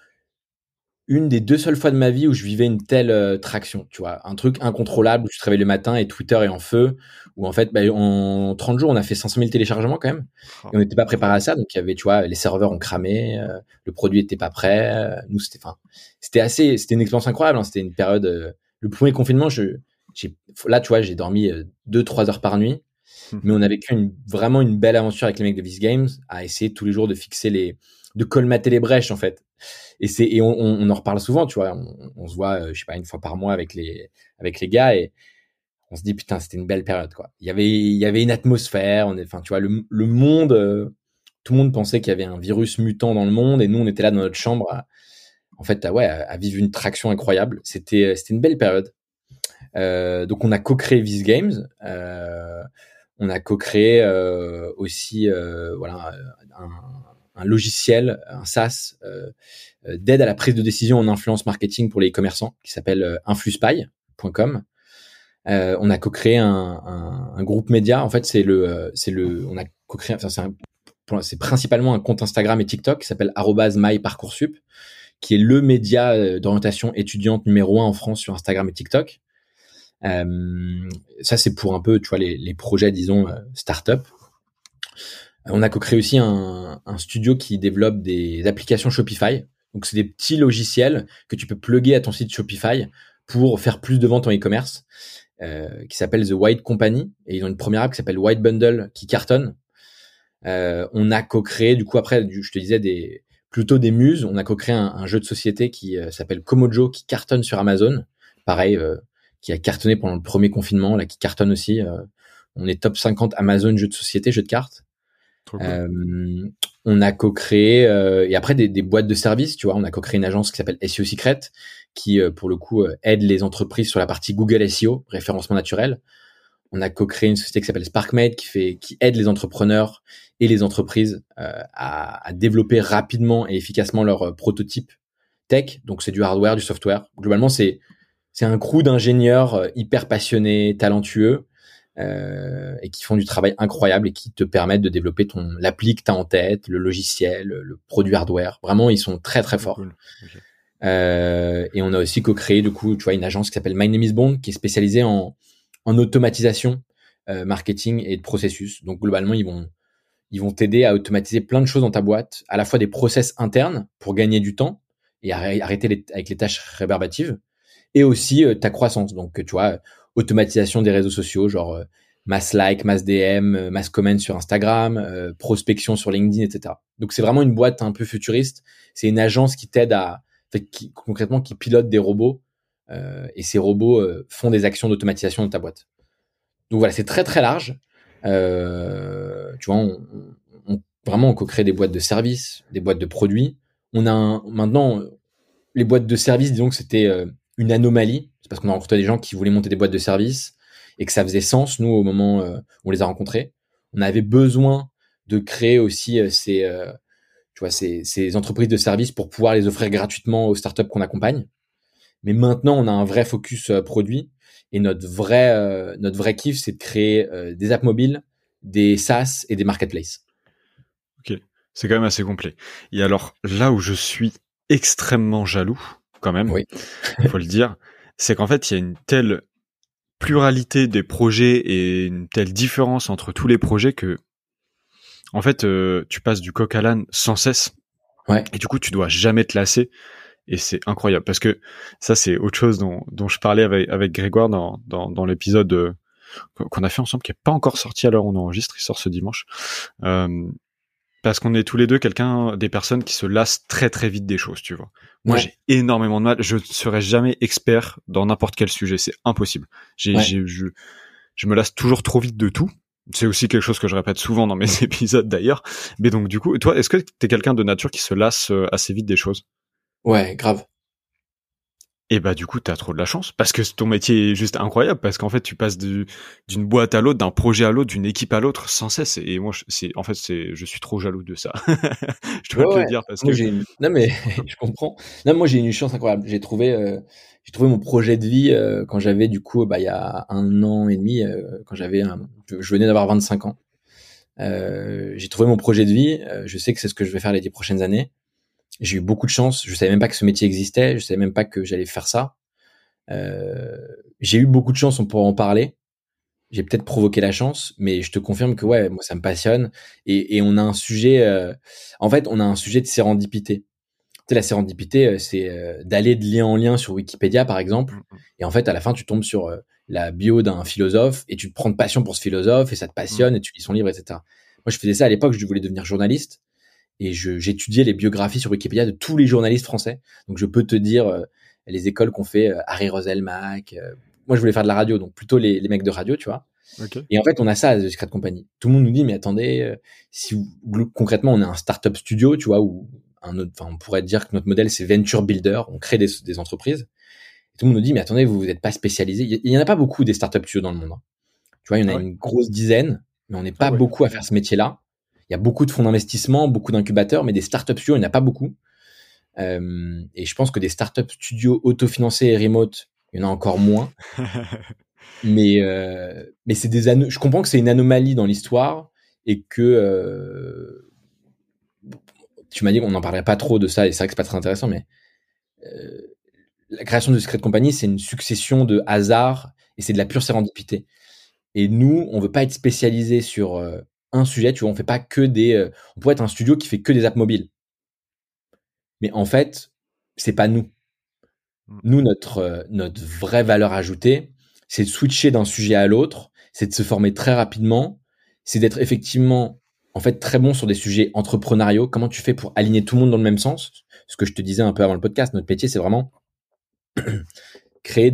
S1: une des 2 seules fois de ma vie où je vivais une telle traction, tu vois, un truc incontrôlable où tu te réveilles le matin et Twitter est en feu, où en fait, en 30 jours, on a fait 500 000 téléchargements quand même,
S2: Oh,
S1: et on n'était pas préparé à
S2: incroyable.
S1: ça, donc il y avait, tu vois, les serveurs ont cramé, le produit était pas prêt, nous c'était une expérience incroyable, hein, c'était une période, le premier confinement, là, tu vois, j'ai dormi 2-3 heures par nuit, mais on a vécu vraiment une belle aventure avec les mecs de Viz Games, à essayer tous les jours de colmater les brèches en fait. Et on en reparle souvent, tu vois. On se voit, je sais pas, une fois par mois avec les gars, et on se dit putain, c'était une belle période, quoi. Il y avait une atmosphère. Enfin, tu vois, le monde, tout le monde pensait qu'il y avait un virus mutant dans le monde, et nous, on était là dans notre chambre, en fait, à vivre une traction incroyable. C'était une belle période. Donc, on a co-créé Viz Games. On a co-créé aussi, voilà, un logiciel, un SaaS, d'aide à la prise de décision en influence marketing pour les commerçants qui s'appelle influspy.com. On a co-créé un groupe média. En fait, on a co-créé, enfin, c'est principalement un compte Instagram et TikTok qui s'appelle @myparcoursup, qui est le média d'orientation étudiante numéro 1 en France sur Instagram et TikTok. Ça, c'est pour un peu, tu vois, les projets, disons, start-up. On a co-créé aussi un studio qui développe des applications Shopify. Donc, c'est des petits logiciels que tu peux plugger à ton site Shopify pour faire plus de ventes en e-commerce, qui s'appelle The White Company. Et ils ont une première app qui s'appelle White Bundle qui cartonne. On a co-créé, du coup, après, je te disais, plutôt des muses. On a co-créé un jeu de société qui s'appelle Komojo, qui cartonne sur Amazon. Pareil, qui a cartonné pendant le premier confinement, là, qui cartonne aussi. On est top 50 Amazon jeux de société, jeux de cartes.
S2: Trop cool.
S1: Euh, on a co-créé, et après des boîtes de services, tu vois, on a co-créé une agence qui s'appelle SEO Secret, qui pour le coup aide les entreprises sur la partie Google SEO, référencement naturel. On a co-créé une société qui s'appelle SparkMate, qui aide les entrepreneurs et les entreprises à développer rapidement et efficacement leur prototype tech. Donc c'est du hardware, du software. Globalement, c'est un crew d'ingénieurs hyper passionnés, talentueux, et qui font du travail incroyable et qui te permettent de développer l'appli que tu as en tête, le logiciel, le produit hardware. Vraiment, ils sont très très
S2: Trop
S1: forts.
S2: cool. Ok.
S1: Et on a aussi co-créé, du coup, tu vois, une agence qui s'appelle My Name is Bond, qui est spécialisée en automatisation marketing et de processus. Donc globalement, ils vont t'aider à automatiser plein de choses dans ta boîte, à la fois des process internes pour gagner du temps et arrêter avec les tâches rébarbatives, et aussi ta croissance. Donc, tu vois, automatisation des réseaux sociaux, genre mass like, mass DM, mass comment sur Instagram, prospection sur LinkedIn, etc. Donc, c'est vraiment une boîte un peu futuriste. C'est une agence qui t'aide concrètement, qui pilote des robots, et ces robots font des actions d'automatisation de ta boîte. Donc voilà, c'est très très large. Tu vois, vraiment on co-crée des boîtes de services, des boîtes de produits. Maintenant les boîtes de services, disons que c'était une anomalie. C'est parce qu'on a rencontré des gens qui voulaient monter des boîtes de services et que ça faisait sens, nous, au moment où on les a rencontrés. On avait besoin de créer aussi ces entreprises de services pour pouvoir les offrir gratuitement aux startups qu'on accompagne. Mais maintenant, on a un vrai focus produit et notre vrai kiff, c'est de créer des apps mobiles, des SaaS et des marketplaces.
S2: Ok, c'est quand même assez complet. Et alors, là où je suis extrêmement jaloux, quand même,
S1: Oui.
S2: faut le dire, c'est qu'en fait, il y a une telle pluralité des projets et une telle différence entre tous les projets que, en fait, tu passes du coq à l'âne sans cesse.
S1: Ouais.
S2: Et du coup, tu dois jamais te lasser. Et c'est incroyable parce que ça, c'est autre chose dont je parlais avec Grégoire dans l'épisode qu'on a fait ensemble, qui est pas encore sorti à l'heure où on enregistre. Il sort ce dimanche. Parce qu'on est tous les deux des personnes qui se lassent très très vite des choses, tu vois. Moi, j'ai énormément de mal. Je ne serai jamais expert dans n'importe quel sujet. C'est impossible. Je me lasse toujours trop vite de tout. C'est aussi quelque chose que je répète souvent dans mes épisodes d'ailleurs. Mais donc, du coup, toi, est-ce que t'es quelqu'un de nature qui se lasse assez vite des choses?
S1: Ouais, grave.
S2: Et bah du coup t'as trop de la chance parce que ton métier est juste incroyable parce qu'en fait tu passes d'une boîte à l'autre, d'un projet à l'autre, d'une équipe à l'autre sans cesse et moi je suis trop jaloux de ça. Je dois te le
S1: Ouais.
S2: dire parce
S1: Moi,
S2: que
S1: non, mais
S2: c'est trop top.
S1: je comprends. Non, moi, j'ai une chance incroyable. J'ai trouvé mon projet de vie quand j'avais, du coup, il y a 1 an et demi, je venais d'avoir 25 ans. J'ai trouvé mon projet de vie. Je sais que c'est ce que je vais faire les 10 prochaines années. J'ai eu beaucoup de chance. Je savais même pas que ce métier existait. Je savais même pas que j'allais faire ça. J'ai eu beaucoup de chance, on pourra en parler. J'ai peut-être provoqué la chance, mais je te confirme que ouais, moi ça me passionne. Et on a un sujet, en fait, on a un sujet de sérendipité. Tu sais, la sérendipité, c'est d'aller de lien en lien sur Wikipédia, par exemple.
S2: Mm, mm,
S1: Et en fait, à la fin, tu tombes sur la bio d'un philosophe et tu te prends de passion pour ce philosophe et ça te
S2: mm.
S1: passionne et tu lis son livre, etc. Moi, je faisais ça à l'époque, je voulais devenir journaliste et j'étudiais les biographies sur Wikipédia de tous les journalistes français. Donc, je peux te dire les écoles qu'ont fait Harry Roselmack. Moi, je voulais faire de la radio, donc plutôt les mecs de radio, tu vois.
S2: Ok.
S1: Et en fait, on a ça à The Secret Company. Tout le monde nous dit, mais attendez, concrètement, on est un startup studio, tu vois, on pourrait dire que notre modèle, c'est venture builder. On crée des entreprises. Et tout le monde nous dit, mais attendez, vous n'êtes pas spécialisé. Il y en a pas beaucoup des startup studios dans le monde, hein. Tu vois, il y en a
S2: Ah ouais.
S1: une grosse dizaine, mais on n'est
S2: Ah
S1: pas
S2: ouais.
S1: beaucoup à faire ce métier-là. Il y a beaucoup de fonds d'investissement, beaucoup d'incubateurs, mais des startup studios, il n'y en a pas beaucoup. Et je pense que des startup studios autofinancés et remote, il y en a encore moins. Mais je comprends que c'est une anomalie dans l'histoire et que tu m'as dit qu'on n'en parlerait pas trop de ça et c'est vrai que c'est pas très intéressant, mais euh, la création de Secret Company, c'est une succession de hasards et c'est de la pure sérendipité. Et nous, on veut pas être spécialisé sur un sujet, tu vois, on fait pas que on pourrait être un studio qui fait que des apps mobiles. Mais en fait, c'est pas nous.
S2: Mm.
S1: Nous, notre vraie valeur ajoutée, c'est de switcher d'un sujet à l'autre, c'est de se former très rapidement, c'est d'être effectivement, en fait, très bon sur des sujets entrepreneuriaux. Comment tu fais pour aligner tout le monde dans le même sens? Ce que je te disais un peu avant le podcast, notre métier, c'est vraiment créer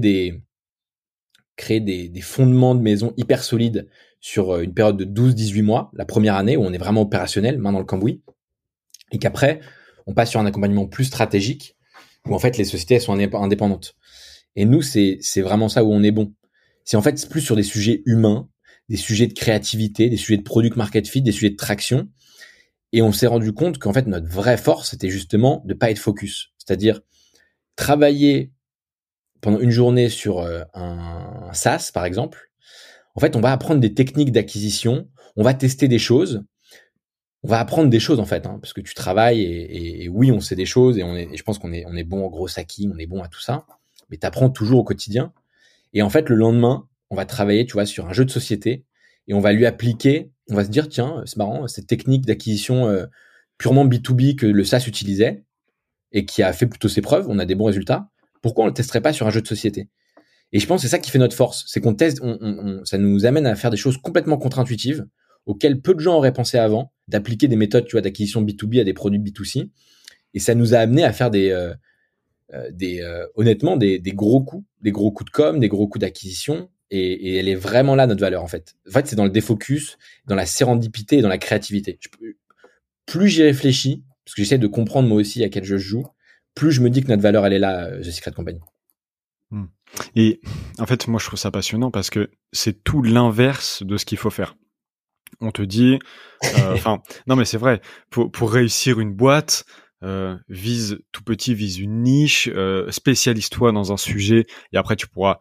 S1: des fondements de maison hyper solides sur une période de 12-18 mois, la première année où on est vraiment opérationnel, main dans le cambouis, et qu'après, on passe sur un accompagnement plus stratégique, où en fait, les sociétés elles sont indépendantes. Et nous, c'est vraiment ça où on est bon. C'est en fait plus sur des sujets humains, des sujets de créativité, des sujets de product market fit, des sujets de traction. Et on s'est rendu compte qu'en fait, notre vraie force, c'était justement de pas être focus. C'est-à-dire travailler pendant une journée sur un SaaS, par exemple. En fait, on va apprendre des techniques d'acquisition, on va tester des choses, on va apprendre des choses en fait, hein, parce que tu travailles et oui, on sait des choses et je pense on est bon en gros hacking, on est bon à tout ça, mais tu apprends toujours au quotidien. Et en fait, le lendemain, on va travailler, tu vois, sur un jeu de société et on va lui appliquer, on va se dire, tiens, c'est marrant, cette technique d'acquisition purement B2B que le SaaS utilisait et qui a fait plutôt ses preuves, on a des bons résultats. Pourquoi on le testerait pas sur un jeu de société? Et je pense que c'est ça qui fait notre force, c'est qu'on teste, ça nous amène à faire des choses complètement contre-intuitives auxquelles peu de gens auraient pensé avant, d'appliquer des méthodes, tu vois, d'acquisition B2B à des produits B2C. Et ça nous a amené à faire honnêtement des gros coups de com, des gros coups d'acquisition et elle est vraiment là, notre valeur, en fait. En fait, c'est dans le défocus, dans la sérendipité et dans la créativité. Plus j'y réfléchis, parce que j'essaie de comprendre moi aussi à quel jeu je joue, plus je me dis que notre valeur, elle est là, The Secret Company.
S2: Et en fait, moi, je trouve ça passionnant parce que c'est tout l'inverse de ce qu'il faut faire. On te dit, non mais c'est vrai, pour réussir une boîte, vise tout petit, vise une niche, spécialise-toi dans un sujet, et après tu pourras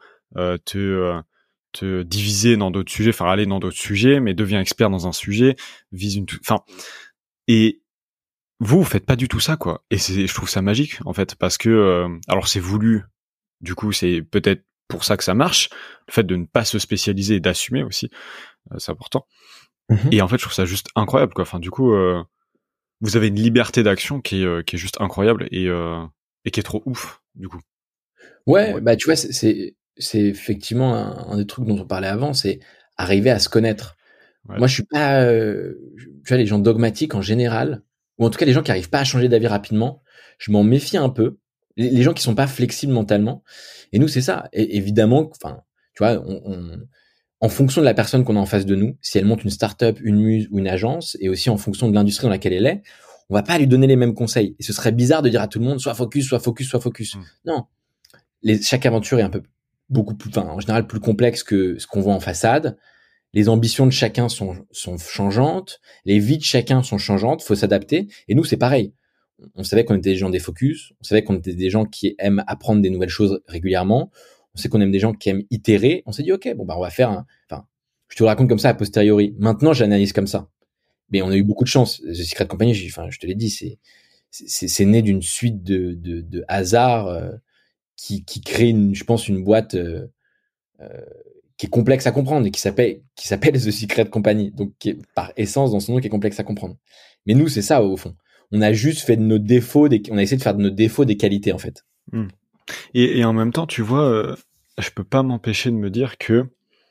S2: te diviser dans d'autres sujets, faire aller dans d'autres sujets, mais deviens expert dans un sujet, vise et vous faites pas du tout ça, quoi. Et je trouve ça magique, en fait, parce que, alors c'est voulu, du coup, c'est peut-être pour ça que ça marche, le fait de ne pas se spécialiser et d'assumer aussi, c'est important. Et en fait, je trouve ça juste incroyable, quoi. Enfin, du coup, vous avez une liberté d'action qui est juste incroyable et qui est trop ouf, du coup.
S1: Ouais, bah tu vois, c'est effectivement un des trucs dont on parlait avant, c'est arriver à se connaître.
S2: Ouais.
S1: Moi, je suis pas, tu vois, les gens dogmatiques en général, ou en tout cas les gens qui arrivent pas à changer d'avis rapidement, je m'en méfie un peu. Les gens qui sont pas flexibles mentalement. Et nous, c'est ça. Et évidemment, enfin, tu vois, en fonction de la personne qu'on a en face de nous, si elle monte une start-up, une muse ou une agence, et aussi en fonction de l'industrie dans laquelle elle est, on va pas lui donner les mêmes conseils. Et ce serait bizarre de dire à tout le monde, soit focus, soit focus, soit focus. Non. Chaque aventure est un peu beaucoup plus, enfin, en général, plus complexe que ce qu'on voit en façade. Les ambitions de chacun sont changeantes, les vies de chacun sont changeantes, faut s'adapter. Et nous, c'est pareil. On savait qu'on était des gens des focus, on savait qu'on était des gens qui aiment apprendre des nouvelles choses régulièrement, on sait qu'on aime des gens qui aiment itérer. On s'est dit, ok, bon, bah, on va faire enfin, je te le raconte comme ça a posteriori. Maintenant, j'analyse comme ça. Mais on a eu beaucoup de chance. The Secret Company, je te l'ai dit, c'est né d'une suite de hasards, qui crée je pense, une boîte, qui est complexe à comprendre et qui s'appelle The Secret Company, donc qui est par essence dans son nom qui est complexe à comprendre. Mais nous, c'est ça au fond. On a juste fait de nos défauts, on a essayé de faire de nos défauts des qualités en fait.
S2: Et en même temps, tu vois, je peux pas m'empêcher de me dire que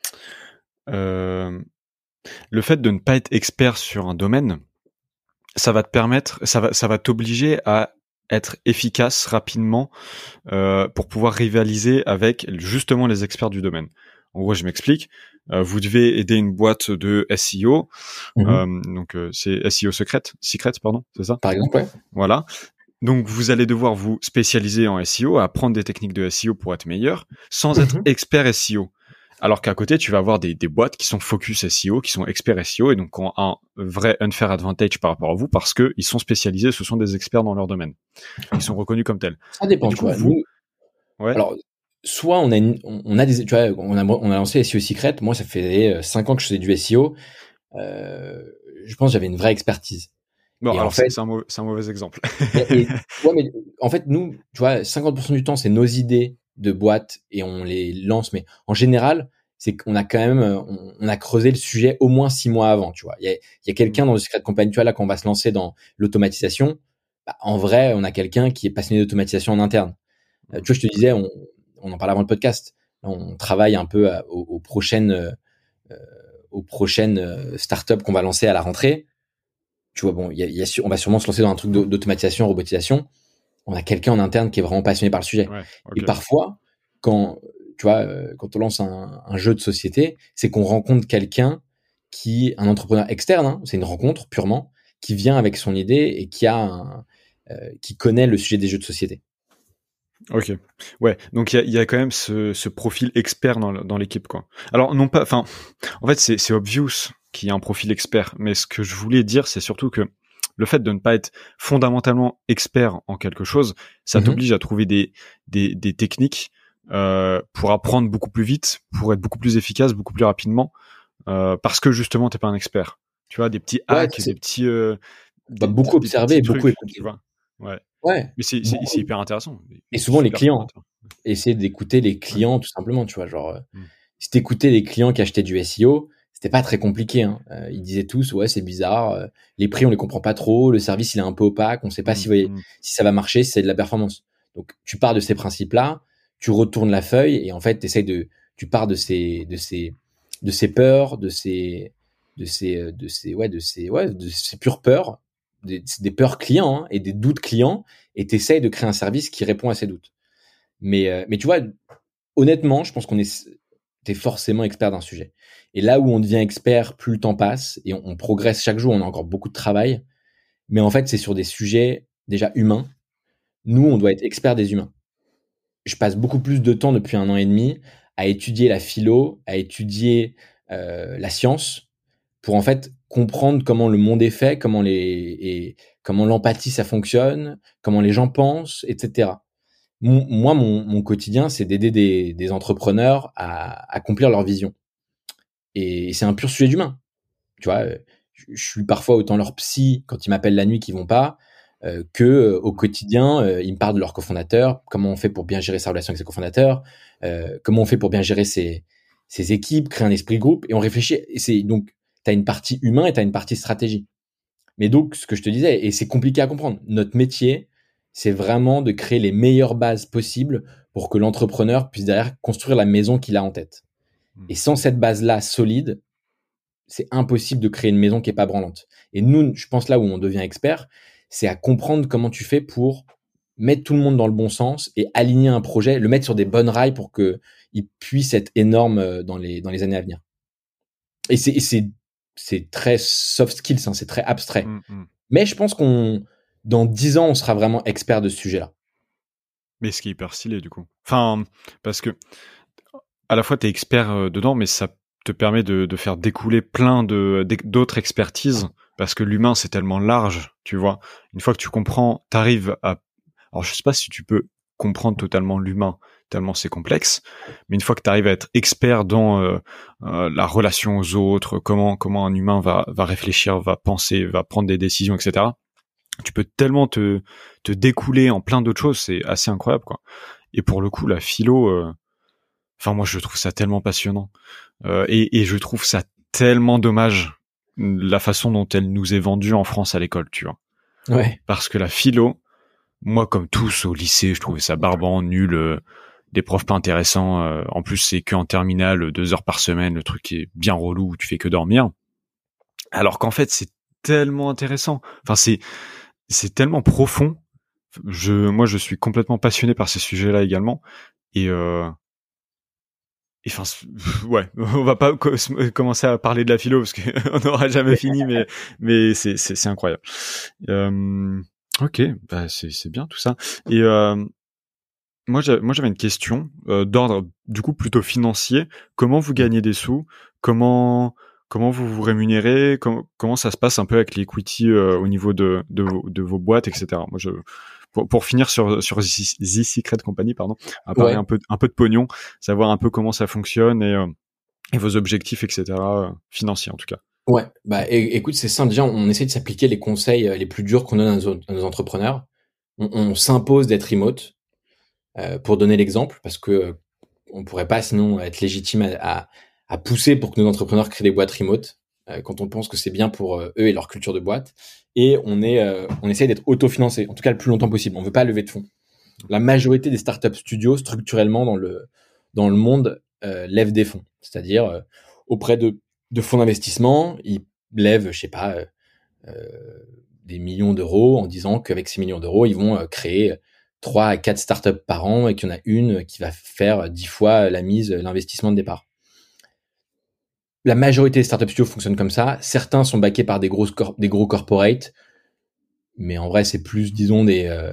S2: le fait de ne pas être expert sur un domaine, ça va te permettre, ça va t'obliger à être efficace rapidement pour pouvoir rivaliser avec justement les experts du domaine. En gros, je m'explique. Vous devez aider une boîte de SEO, donc c'est SEO Secret, pardon, c'est ça?
S1: Par exemple, ouais.
S2: Voilà. Donc vous allez devoir vous spécialiser en SEO, apprendre des techniques de SEO pour être meilleur, sans être expert SEO. Alors qu'à côté, tu vas avoir des boîtes qui sont focus SEO, qui sont experts SEO et donc ont un vrai unfair advantage par rapport à vous parce que ils sont spécialisés, ce sont des experts dans leur domaine. Ils sont reconnus comme tels.
S1: Ça dépend, tu vois. Nous,
S2: ouais.
S1: Alors, soit on a des, tu vois, on a lancé SEO Secret. Moi, ça fait 5 ans que je faisais du SEO. Je pense que j'avais une vraie expertise.
S2: Bon,
S1: et
S2: alors
S1: en fait,
S2: c'est un mauvais exemple.
S1: ouais, mais en fait, nous, tu vois, 50% du temps, c'est nos idées de boîte et on les lance. Mais en général, c'est qu'on a quand même, on a creusé le sujet au moins 6 mois avant, tu vois. Il y a quelqu'un dans le Secret Company, tu vois, là, quand on va se lancer dans l'automatisation, bah, en vrai, on a quelqu'un qui est passionné d'automatisation en interne. Tu vois, je te disais, on en parlait avant le podcast. On travaille un peu aux prochaines startups qu'on va lancer à la rentrée. Tu vois, bon, on va sûrement se lancer dans un truc d'automatisation, robotisation. On a quelqu'un en interne qui est vraiment passionné par le sujet.
S2: Ouais, okay.
S1: Et parfois, quand on lance un jeu de société, c'est qu'on rencontre quelqu'un un entrepreneur externe, hein, c'est une rencontre purement, qui vient avec son idée et qui connaît le sujet des jeux de société.
S2: Ok, ouais, donc il y a quand même ce profil expert dans l'équipe, quoi. Alors non pas, enfin, en fait c'est obvious qu'il y a un profil expert, mais ce que je voulais dire, c'est surtout que le fait de ne pas être fondamentalement expert en quelque chose, ça t'oblige à trouver des techniques pour apprendre beaucoup plus vite, pour être beaucoup plus efficace, beaucoup plus rapidement, parce que justement t'es pas un expert. Tu vois, des petits hacks, des petits
S1: beaucoup observer et beaucoup écouter.
S2: Tu vois. Ouais.
S1: Ouais.
S2: Mais c'est hyper intéressant.
S1: Et souvent les clients. Essayer d'écouter les clients tout simplement, tu vois, genre si t'écoutais les clients qui achetaient du SEO, c'était pas très compliqué, hein. Ils disaient tous ouais, c'est bizarre, les prix on les comprend pas trop, le service il est un peu opaque, on sait pas si ça va marcher, si c'est de la performance. Donc tu pars de ces principes-là, tu retournes la feuille et en fait tu pars de ces peurs, de ces pures peurs, des peurs clients, hein, et des doutes clients, et t'essayes de créer un service qui répond à ces doutes. Mais tu vois, honnêtement, je pense t'es forcément expert d'un sujet. Et là où on devient expert, plus le temps passe et on progresse chaque jour, on a encore beaucoup de travail. Mais en fait, c'est sur des sujets déjà humains. Nous, on doit être expert des humains. Je passe beaucoup plus de temps depuis 1 an et demi à étudier la philo, à étudier la science, pour en fait comprendre comment le monde est fait, comment l'empathie ça fonctionne, comment les gens pensent, etc. Moi, mon quotidien, c'est d'aider des entrepreneurs à accomplir leur vision. Et c'est un pur sujet d'humain. Tu vois, je suis parfois autant leur psy quand ils m'appellent la nuit qu'ils vont pas, que au quotidien, ils me parlent de leur cofondateur, comment on fait pour bien gérer sa relation avec ses cofondateurs, comment on fait pour bien gérer ses équipes, créer un esprit de groupe, et on réfléchit. Et c'est donc, t'as une partie humain et t'as une partie stratégie. Mais donc, ce que je te disais, et c'est compliqué à comprendre, notre métier, c'est vraiment de créer les meilleures bases possibles pour que l'entrepreneur puisse derrière construire la maison qu'il a en tête. Et sans cette base-là solide, c'est impossible de créer une maison qui est pas branlante. Et nous, je pense là où on devient expert, c'est à comprendre comment tu fais pour mettre tout le monde dans le bon sens et aligner un projet, le mettre sur des bonnes rails pour que il puisse être énorme dans les années à venir. Et c'est très soft skills, hein, c'est très abstrait. Mais je pense dans 10 ans, on sera vraiment expert de ce sujet-là.
S2: Mais ce qui est hyper stylé, du coup. Enfin, parce que à la fois t'es expert dedans, mais ça te permet de faire découler plein d'autres expertises, parce que l'humain, c'est tellement large, tu vois. Une fois que tu comprends, t'arrives à... Alors, je sais pas si tu peux comprendre totalement l'humain, tellement c'est complexe, mais une fois que t'arrives à être expert dans la relation aux autres, comment un humain va réfléchir, va penser, va prendre des décisions, etc., tu peux tellement te découler en plein d'autres choses, c'est assez incroyable, quoi. Et pour le coup, la philo... Enfin, moi, je trouve ça tellement passionnant. Et je trouve ça tellement dommage, la façon dont elle nous est vendue en France à l'école, tu vois.
S1: Ouais.
S2: Parce que la philo, moi, comme tous au lycée, je trouvais ça barbant, nul, des profs pas intéressants. En plus, c'est qu'en terminale, 2 heures par semaine, le truc est bien relou, où tu fais que dormir. Alors qu'en fait, c'est tellement intéressant. Enfin, c'est tellement profond. Moi, je suis complètement passionné par ces sujets-là également. Et enfin, ouais, on va pas commencer à parler de la philo parce qu'on n'aura jamais fini, mais c'est incroyable. Ok, bah c'est bien tout ça. Et moi j'avais une question d'ordre du coup plutôt financier. Comment vous gagnez des sous? Comment vous vous rémunérez? Comment ça se passe un peu avec l'equity au niveau de vos boîtes, etc. Moi pour finir sur The Secret Company, pardon, à parler un peu de pognon, savoir un peu comment ça fonctionne et vos objectifs, etc. Financiers en tout cas.
S1: Ouais, bah écoute, c'est simple. Déjà, on essaie de s'appliquer les conseils les plus durs qu'on donne à nos entrepreneurs. On s'impose d'être remote pour donner l'exemple, parce que on pourrait pas sinon être légitime à pousser pour que nos entrepreneurs créent des boîtes remote quand on pense que c'est bien pour eux et leur culture de boîte. Et on essaie d'être autofinancé, en tout cas le plus longtemps possible. On veut pas lever de fonds. La majorité des startups studios, structurellement dans le monde, lèvent des fonds, c'est-à-dire auprès de fonds d'investissement, ils lèvent, je sais pas, des millions d'euros en disant qu'avec ces millions d'euros, ils vont créer 3 à 4 startups par an et qu'il y en a une qui va faire 10 fois l'investissement de départ. La majorité des startups studios fonctionnent comme ça. Certains sont backés par des gros corporates, mais en vrai, c'est plus, disons,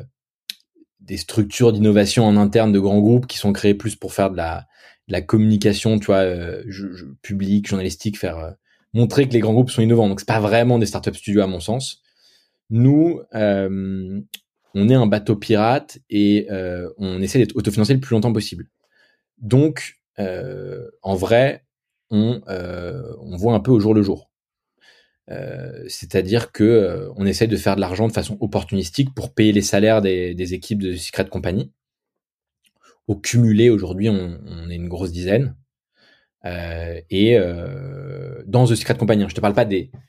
S1: des structures d'innovation en interne de grands groupes qui sont créés plus pour faire de la communication, tu vois, publique, journalistique, faire montrer que les grands groupes sont innovants. Donc c'est pas vraiment des startups studios à mon sens. Nous, on est un bateau pirate et on essaie d'être autofinancé le plus longtemps possible. Donc, en vrai, on voit un peu au jour le jour. C'est-à-dire que on essaie de faire de l'argent de façon opportunistique pour payer les salaires des équipes de Secret Company. Au cumulé, aujourd'hui, on est une grosse dizaine. Et dans The Secret Company, je te parle pas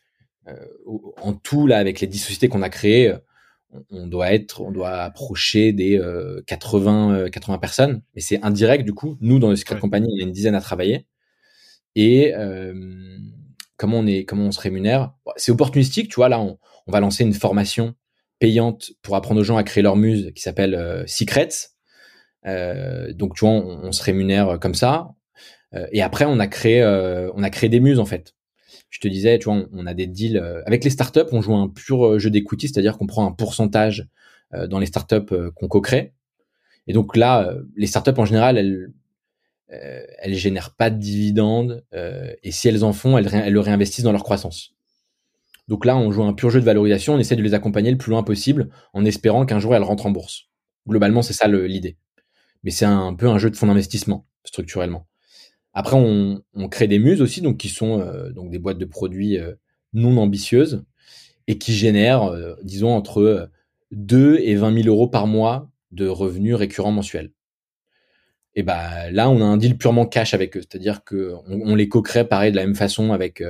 S1: en tout là avec les 10 sociétés qu'on a créées, on doit approcher des 80 personnes, mais c'est indirect du coup. Nous dans The Secret Company, il y a une dizaine à travailler. Et comment on se rémunère? C'est opportunistique, tu vois. Là, on va lancer une formation payante pour apprendre aux gens à créer leur muse qui s'appelle Secrets. Donc, tu vois, on se rémunère comme ça. Et après, on a créé des muses en fait. Je te disais, tu vois, on a des deals avec les startups. On joue un pur jeu d'equity, c'est-à-dire qu'on prend un pourcentage dans les startups qu'on co-crée. Et donc là, les startups en général, elles génèrent pas de dividendes, et si elles en font, elles le réinvestissent dans leur croissance. Donc là, on joue un pur jeu de valorisation. On essaie de les accompagner le plus loin possible, en espérant qu'un jour elles rentrent en bourse. Globalement, c'est ça l'idée. Mais c'est un peu un jeu de fonds d'investissement structurellement. Après, on crée des muses aussi, donc qui sont donc des boîtes de produits non ambitieuses et qui génèrent, disons, entre 2 et 20 000 euros par mois de revenus récurrents mensuels. Et bah là, on a un deal purement cash avec eux, c'est-à-dire que on les co-crée pareil de la même façon avec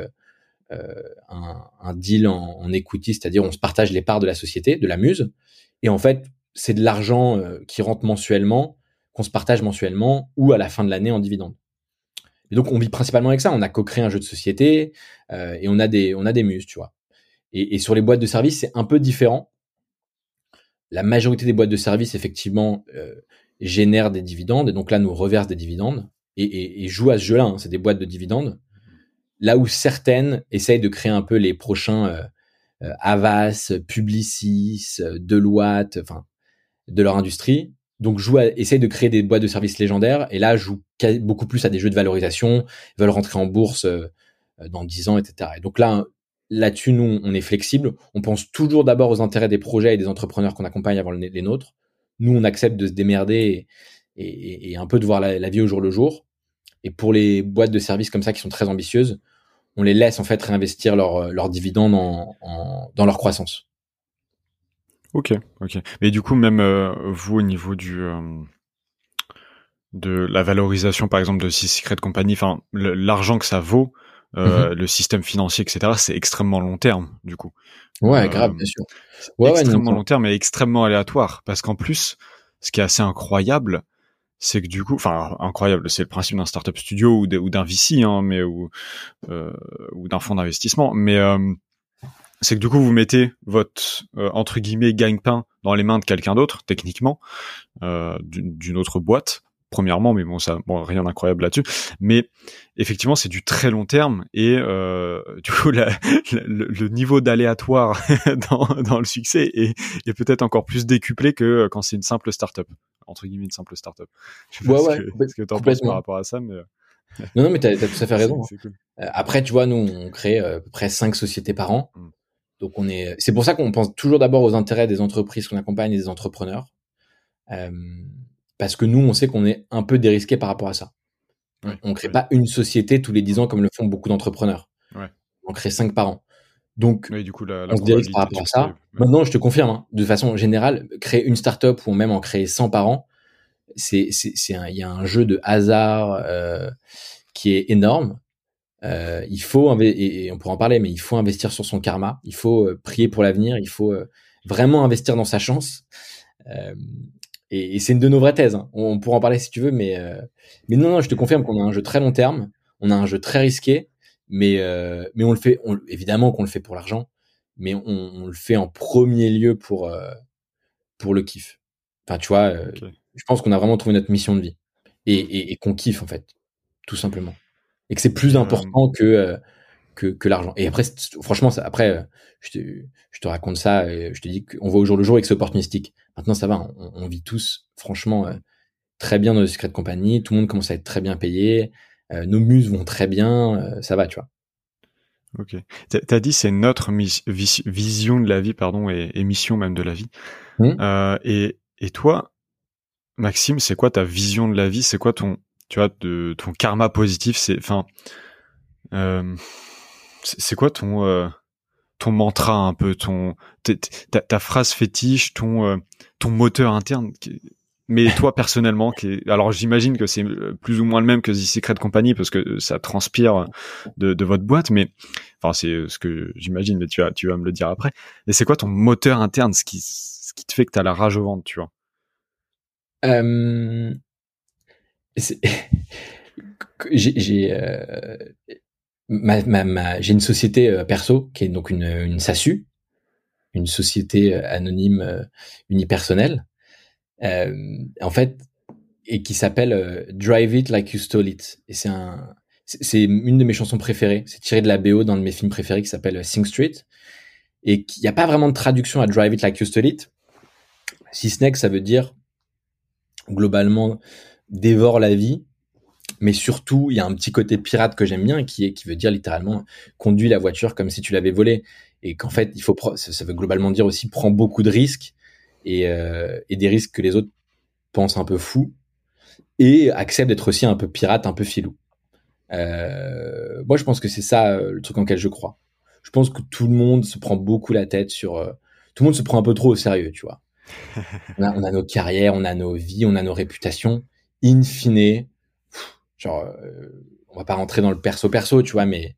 S1: un deal en equity, c'est-à-dire on se partage les parts de la société, de la muse, et en fait, c'est de l'argent qui rentre mensuellement, qu'on se partage mensuellement ou à la fin de l'année en dividende. Et donc, on vit principalement avec ça. On a co-créé un jeu de société et on a des muses, tu vois. Et sur les boîtes de services, c'est un peu différent. La majorité des boîtes de services, effectivement, génèrent des dividendes et donc là, nous reversent des dividendes et jouent à ce jeu-là. Hein. C'est des boîtes de dividendes. Là où certaines essayent de créer un peu les prochains Havas, Publicis, Deloitte, enfin, de leur industrie. Donc, essayent de créer des boîtes de services légendaires et là, jouent beaucoup plus à des jeux de valorisation, veulent rentrer en bourse dans 10 ans, etc. Et donc là-dessus, nous, on est flexible. On pense toujours d'abord aux intérêts des projets et des entrepreneurs qu'on accompagne avant les nôtres. Nous, on accepte de se démerder et un peu de voir la vie au jour le jour. Et pour les boîtes de services comme ça qui sont très ambitieuses, on les laisse en fait réinvestir leurs dividendes dans leur croissance.
S2: Ok. Mais du coup, même vous, au niveau de la valorisation, par exemple, de Secret Company, enfin, l'argent que ça vaut, le système financier, etc., c'est extrêmement long terme, du coup.
S1: Ouais, grave, bien sûr. Ouais,
S2: extrêmement long terme et extrêmement aléatoire. Parce qu'en plus, ce qui est assez incroyable, c'est que du coup, enfin, incroyable, c'est le principe d'un startup studio ou d'un VC, hein, mais ou d'un fonds d'investissement, mais c'est que du coup, vous mettez votre entre guillemets gagne-pain dans les mains de quelqu'un d'autre, techniquement, d'une autre boîte. Premièrement, mais bon, rien d'incroyable là-dessus. Mais effectivement, c'est du très long terme et du coup, le niveau d'aléatoire dans le succès est peut-être encore plus décuplé que quand c'est une simple startup, entre guillemets une simple startup. Je sais pas ce que t'en penses par rapport à ça, mais
S1: non, mais t'as tout à fait raison.
S2: C'est cool.
S1: Après, tu vois, nous, on crée à peu près 5 sociétés par an. Donc, c'est pour ça qu'on pense toujours d'abord aux intérêts des entreprises qu'on accompagne et des entrepreneurs. Parce que nous, on sait qu'on est un peu dérisqué par rapport à ça. On crée pas une société tous les 10 ans comme le font beaucoup d'entrepreneurs. On crée 5 par an. Donc,
S2: du coup,
S1: on se dérisque par rapport à ça. Maintenant, je te confirme, hein, de façon générale, créer une startup ou même en créer 100 par an, il y a un jeu de hasard qui est énorme. Il faut et on pourra en parler, mais il faut investir sur son karma. Il faut prier pour l'avenir. Il faut vraiment investir dans sa chance. Et c'est une de nos vraies thèses. Hein. On pourra en parler si tu veux, mais non, je te confirme qu'on a un jeu très long terme. On a un jeu très risqué, mais on le fait. Évidemment qu'on le fait pour l'argent, mais on le fait en premier lieu pour le kiff. Enfin, tu vois, je pense qu'on a vraiment trouvé notre mission de vie et qu'on kiffe en fait, tout simplement. Et que c'est plus important que l'argent. Et après, franchement, je te raconte ça, je te dis qu'on voit au jour le jour et que c'est opportunistique. Maintenant, ça va, on vit tous, franchement, très bien dans le Secret Company. Tout le monde commence à être très bien payé. Nos muses vont très bien. Ça va, tu vois.
S2: Ok. T'as dit c'est notre vision de la vie, pardon, et mission même de la vie. Et toi, Maxime, c'est quoi ta vision de la vie? C'est quoi ton karma positif? C'est quoi ton mantra un peu, ta phrase fétiche, ton moteur interne? Mais toi personnellement, alors j'imagine que c'est plus ou moins le même que The Secret Company parce que ça transpire de votre boîte, mais enfin c'est ce que j'imagine, mais tu vas me le dire après. Et c'est quoi ton moteur interne, ce qui te fait que t'as la rage au ventre, tu vois?
S1: J'ai j'ai une société perso qui est donc une SASU, une société anonyme unipersonnelle. En fait, et qui s'appelle Drive It Like You Stole It. Et c'est une de mes chansons préférées. C'est tiré de la BO d'un de mes films préférés qui s'appelle Sing Street. Et il n'y a pas vraiment de traduction à Drive It Like You Stole It. Si ce n'est que ça veut dire, globalement, dévore la vie. Mais surtout, il y a un petit côté pirate que j'aime bien qui veut dire littéralement conduis la voiture comme si tu l'avais volée. Et qu'en fait, ça veut globalement dire aussi prends beaucoup de risques et des risques que les autres pensent un peu fous et accepte d'être aussi un peu pirate, un peu filou. Moi, je pense que c'est ça le truc en lequel je crois. Je pense que tout le monde se prend beaucoup la tête tout le monde se prend un peu trop au sérieux, tu vois. On a nos carrières, on a nos vies, on a nos réputations. In fine, genre, on va pas rentrer dans le perso, tu vois, mais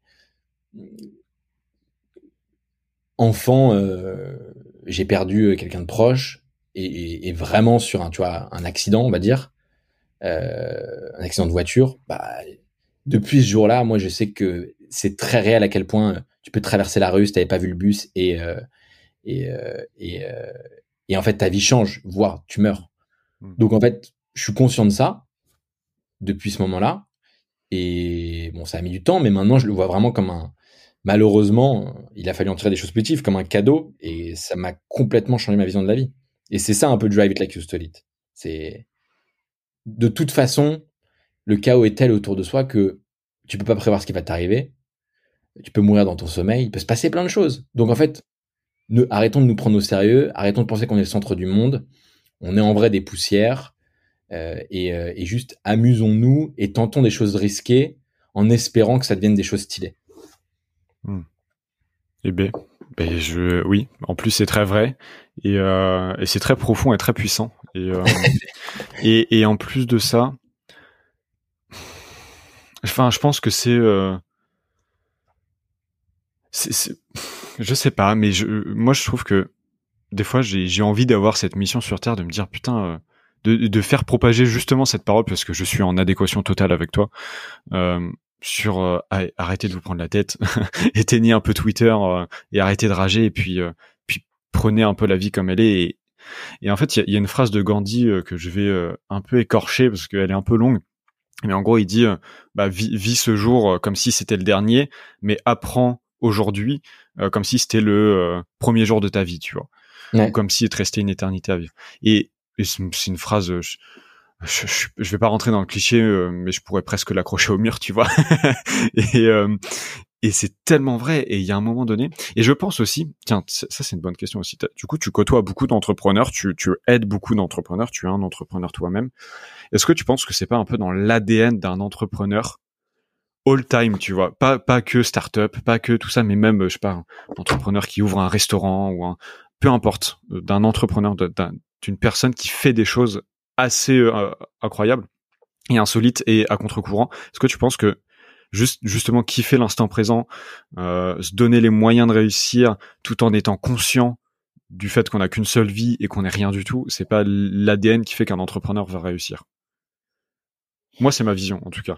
S1: enfant, j'ai perdu quelqu'un de proche et vraiment sur un accident, on va dire, un accident de voiture. Bah, depuis ce jour-là, moi, je sais que c'est très réel à quel point tu peux traverser la rue si t'avais pas vu le bus et, euh, et, euh, et en fait ta vie change, voire tu meurs. Donc en fait, je suis conscient de ça depuis ce moment-là. Et bon, ça a mis du temps, mais maintenant je le vois vraiment malheureusement, il a fallu en tirer des choses positives, comme un cadeau, et ça m'a complètement changé ma vision de la vie. Et c'est ça un peu Drive It Like You Stole It. C'est de toute façon, le chaos est tel autour de soi que tu peux pas prévoir ce qui va t'arriver. Tu peux mourir dans ton sommeil, il peut se passer plein de choses. Donc en fait, arrêtons de nous prendre au sérieux, arrêtons de penser qu'on est le centre du monde. On est en vrai des poussières. Et juste amusons-nous et tentons des choses risquées en espérant que ça devienne des choses stylées.
S2: Eh ben, oui. En plus, c'est très vrai et c'est très profond et très puissant. Et en plus de ça, enfin, je pense que je sais pas, mais moi, je trouve que des fois, j'ai envie d'avoir cette mission sur Terre, de me dire putain, de faire propager justement cette parole parce que je suis en adéquation totale avec toi. Sur arrêtez de vous prendre la tête, éteignez un peu Twitter et arrêtez de rager et puis prenez un peu la vie comme elle est. Et en fait, il y a une phrase de Gandhi que je vais un peu écorcher parce qu'elle est un peu longue. Mais en gros, il dit vis ce jour comme si c'était le dernier, mais apprends aujourd'hui comme si c'était le premier jour de ta vie, tu vois. Ouais. Ou comme si il te restait une éternité à vivre. Et c'est une phrase... je vais pas rentrer dans le cliché, mais je pourrais presque l'accrocher au mur, tu vois. Et c'est tellement vrai. Et il y a un moment donné, et je pense aussi, tiens, ça c'est une bonne question aussi. Du coup, tu côtoies beaucoup d'entrepreneurs, tu aides beaucoup d'entrepreneurs, tu es un entrepreneur toi-même. Est-ce que tu penses que c'est pas un peu dans l'ADN d'un entrepreneur all time, tu vois, pas que start-up, pas que tout ça, mais même, je sais pas, un entrepreneur qui ouvre un restaurant ou peu importe, d'un entrepreneur, d'une personne qui fait des choses assez incroyable et insolite et à contre-courant. Est-ce que tu penses que justement kiffer l'instant présent, se donner les moyens de réussir tout en étant conscient du fait qu'on n'a qu'une seule vie et qu'on n'est rien du tout, c'est pas l'ADN qui fait qu'un entrepreneur va réussir? Moi, c'est ma vision, en tout cas.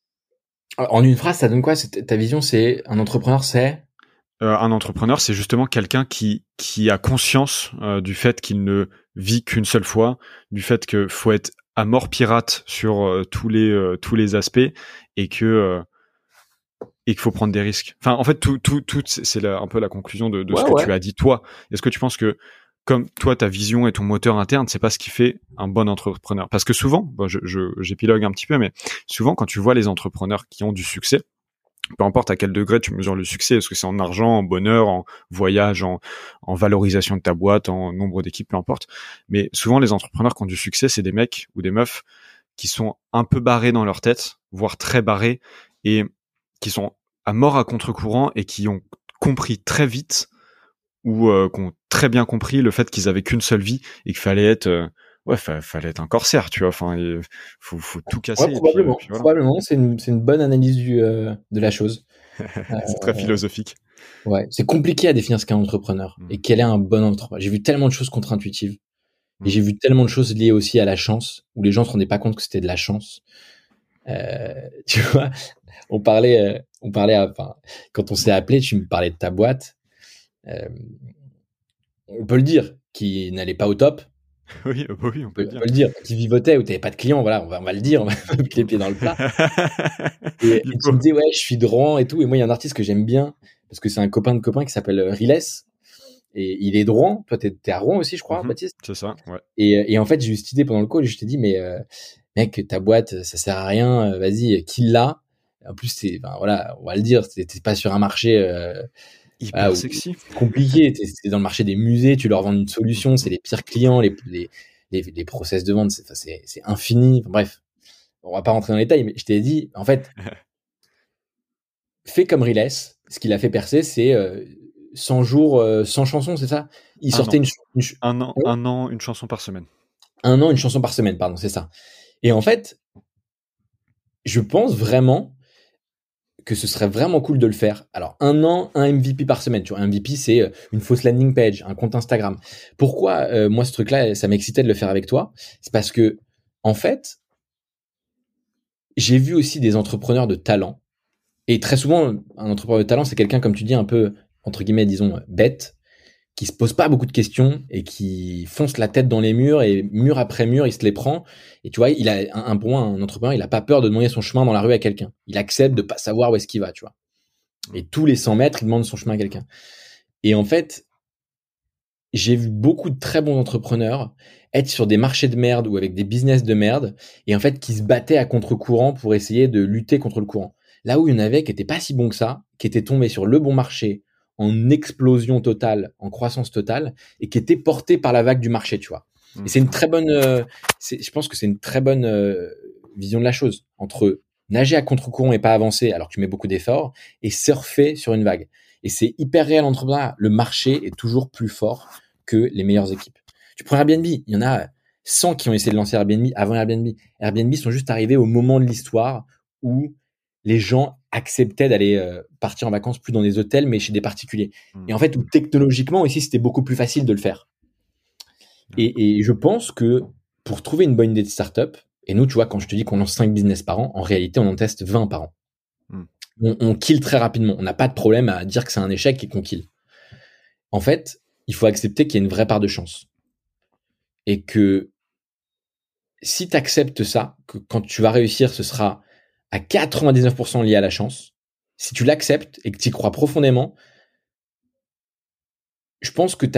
S1: En une phrase, ça donne quoi? Ta vision, c'est un entrepreneur, c'est
S2: un entrepreneur, c'est justement quelqu'un qui a conscience du fait qu'il ne vit qu'une seule fois, du fait que faut être à mort pirate sur tous les aspects et qu'il faut prendre des risques. Enfin, en fait, tout c'est un peu la conclusion de ce que tu as dit toi. Est-ce que tu penses que comme toi, ta vision et ton moteur interne, c'est pas ce qui fait un bon entrepreneur? Parce que souvent, bon, j'épilogue un petit peu, mais souvent quand tu vois les entrepreneurs qui ont du succès, peu importe à quel degré tu mesures le succès, est-ce que c'est en argent, en bonheur, en voyage, en valorisation de ta boîte, en nombre d'équipes, peu importe. Mais souvent, les entrepreneurs qui ont du succès, c'est des mecs ou des meufs qui sont un peu barrés dans leur tête, voire très barrés, et qui sont à mort à contre-courant et qui ont compris très vite ou qui ont très bien compris le fait qu'ils avaient qu'une seule vie et qu'il fallait être... fallait être un corsaire, tu vois. Enfin, faut tout casser.
S1: Ouais, probablement. Puis voilà. Probablement, c'est une bonne analyse de la chose.
S2: C'est très philosophique.
S1: Ouais, c'est compliqué à définir ce qu'est un entrepreneur et quel est un bon entrepreneur. J'ai vu tellement de choses contre-intuitives et j'ai vu tellement de choses liées aussi à la chance où les gens se rendaient pas compte que c'était de la chance. Tu vois, on parlait, enfin, quand on s'est appelé, tu me parlais de ta boîte. On peut le dire, qui n'allait pas au top.
S2: Oui, bah oui, on peut le
S1: On
S2: dire.
S1: peut le dire. Qui vivotait où t'avais pas de clients, voilà, on va le dire, on va mettre les pieds dans le plat.
S2: Il
S1: Et tu
S2: faut.
S1: me dis, ouais, je suis Drouan et tout. Et moi, il y a un artiste que j'aime bien parce que c'est un copain de copain qui s'appelle Riles. Et il est de Rouen. Toi, t'es à Rouen aussi, je crois,
S2: Mhm,
S1: Baptiste.
S2: c'est ça, ouais.
S1: Et en fait, j'ai eu cette idée pendant le call et je t'ai dit, mais mec, ta boîte, ça sert à rien. Vas-y, kill la. En plus, ben, voilà, on va le dire, t'es pas sur un marché voilà,
S2: Hyper
S1: où
S2: sexy.
S1: c'est compliqué. T'es dans le marché des musées, tu leur vends une solution, c'est les pires clients, les process de vente, c'est infini. Enfin, bref, on va pas rentrer dans les détails, mais je t'ai dit, en fait, fais comme Riles. Ce qu'il a fait percer, c'est 100 jours, 100 chansons, c'est ça? Il
S2: Un
S1: sortait
S2: an.
S1: une,
S2: Un an, une chanson par semaine.
S1: un an, une chanson par semaine, pardon, c'est ça. Et en fait, je pense vraiment que ce serait vraiment cool de le faire. Alors, un an, un MVP par semaine. Tu vois, un MVP, c'est une fausse landing page, un compte Instagram. Pourquoi, moi, ce truc-là, ça m'excitait de le faire avec toi? C'est parce que, en fait, j'ai vu aussi des entrepreneurs de talent. Et très souvent, un entrepreneur de talent, c'est quelqu'un, comme tu dis, un peu, entre guillemets, disons, bête, qui se pose pas beaucoup de questions et qui fonce la tête dans les murs et mur après mur, il se les prend. Et tu vois, il a pour moi, un entrepreneur, il a pas peur de demander son chemin dans la rue à quelqu'un. Il accepte de pas savoir où est-ce qu'il va, tu vois. Et tous les 100 mètres, il demande son chemin à quelqu'un. Et en fait, j'ai vu beaucoup de très bons entrepreneurs être sur des marchés de merde ou avec des business de merde et en fait qui se battaient à contre-courant pour essayer de lutter contre le courant. Là où il y en avait qui étaient pas si bons que ça, qui étaient tombés sur le bon marché en explosion totale, en croissance totale et qui étaient portés par la vague du marché, tu vois. Et c'est une très bonne je pense que c'est une très bonne vision de la chose entre nager à contre-courant et pas avancer alors que tu mets beaucoup d'efforts et surfer sur une vague. Et c'est hyper réel entrepreneur. Le marché est toujours plus fort que les meilleures équipes. Tu prends Airbnb, il y en a 100 qui ont essayé de lancer Airbnb avant Airbnb. Airbnb sont juste arrivés au moment de l'histoire où les gens acceptaient d'aller partir en vacances plus dans des hôtels mais chez des particuliers. Et en fait, où technologiquement aussi, c'était beaucoup plus facile de le faire. Et je pense que pour trouver une bonne idée de startup, et nous, tu vois, quand je te dis qu'on lance 5 business par an, en réalité, on en teste 20 par an. On kill très rapidement. On n'a pas de problème à dire que c'est un échec et qu'on kill. En fait, il faut accepter qu'il y a une vraie part de chance. Et que si tu acceptes ça, que quand tu vas réussir, ce sera à 99% lié à la chance, si tu l'acceptes et que tu y crois profondément, je pense que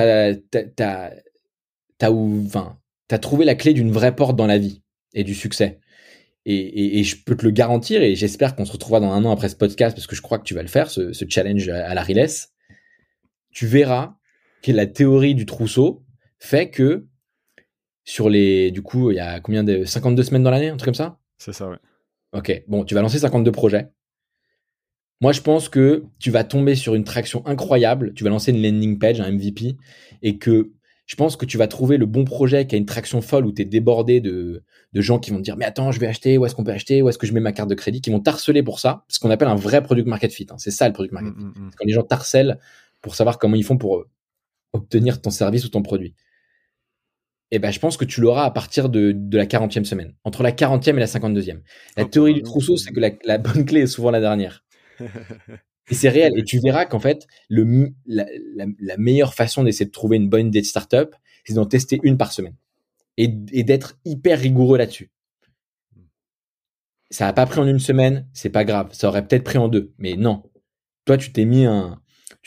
S1: t'as trouvé la clé d'une vraie porte dans la vie et du succès. Et je peux te le garantir, et j'espère qu'on se retrouvera dans un an après ce podcast, parce que je crois que tu vas le faire, ce challenge à la Riles. Tu verras que la théorie du trousseau fait que du coup, il y a combien de 52 semaines dans l'année, un truc comme ça?
S2: C'est ça, ouais.
S1: Ok, bon, tu vas lancer 52 projets. Moi, je pense que tu vas tomber sur une traction incroyable. Tu vas lancer une landing page, un MVP, et que je pense que tu vas trouver le bon projet qui a une traction folle où tu es débordé de gens qui vont te dire mais attends, je vais acheter, où est-ce qu'on peut acheter, où est-ce que je mets ma carte de crédit, qui vont t'harceler pour ça, ce qu'on appelle un vrai product market fit. Hein. C'est ça le product market fit. C'est quand les gens t'harcèlent pour savoir comment ils font pour obtenir ton service ou ton produit. Et ben, je pense que tu l'auras à partir de la 40e semaine, entre la 40e et la 52e. La théorie du trousseau, c'est que la bonne clé est souvent la dernière. Et c'est réel. Et tu verras qu'en fait, la meilleure façon d'essayer de trouver une bonne idée de startup, c'est d'en tester une par semaine. Et d'être hyper rigoureux là-dessus. Ça n'a pas pris en une semaine, c'est pas grave. Ça aurait peut-être pris en 2. Mais non. Toi, tu t'es mis un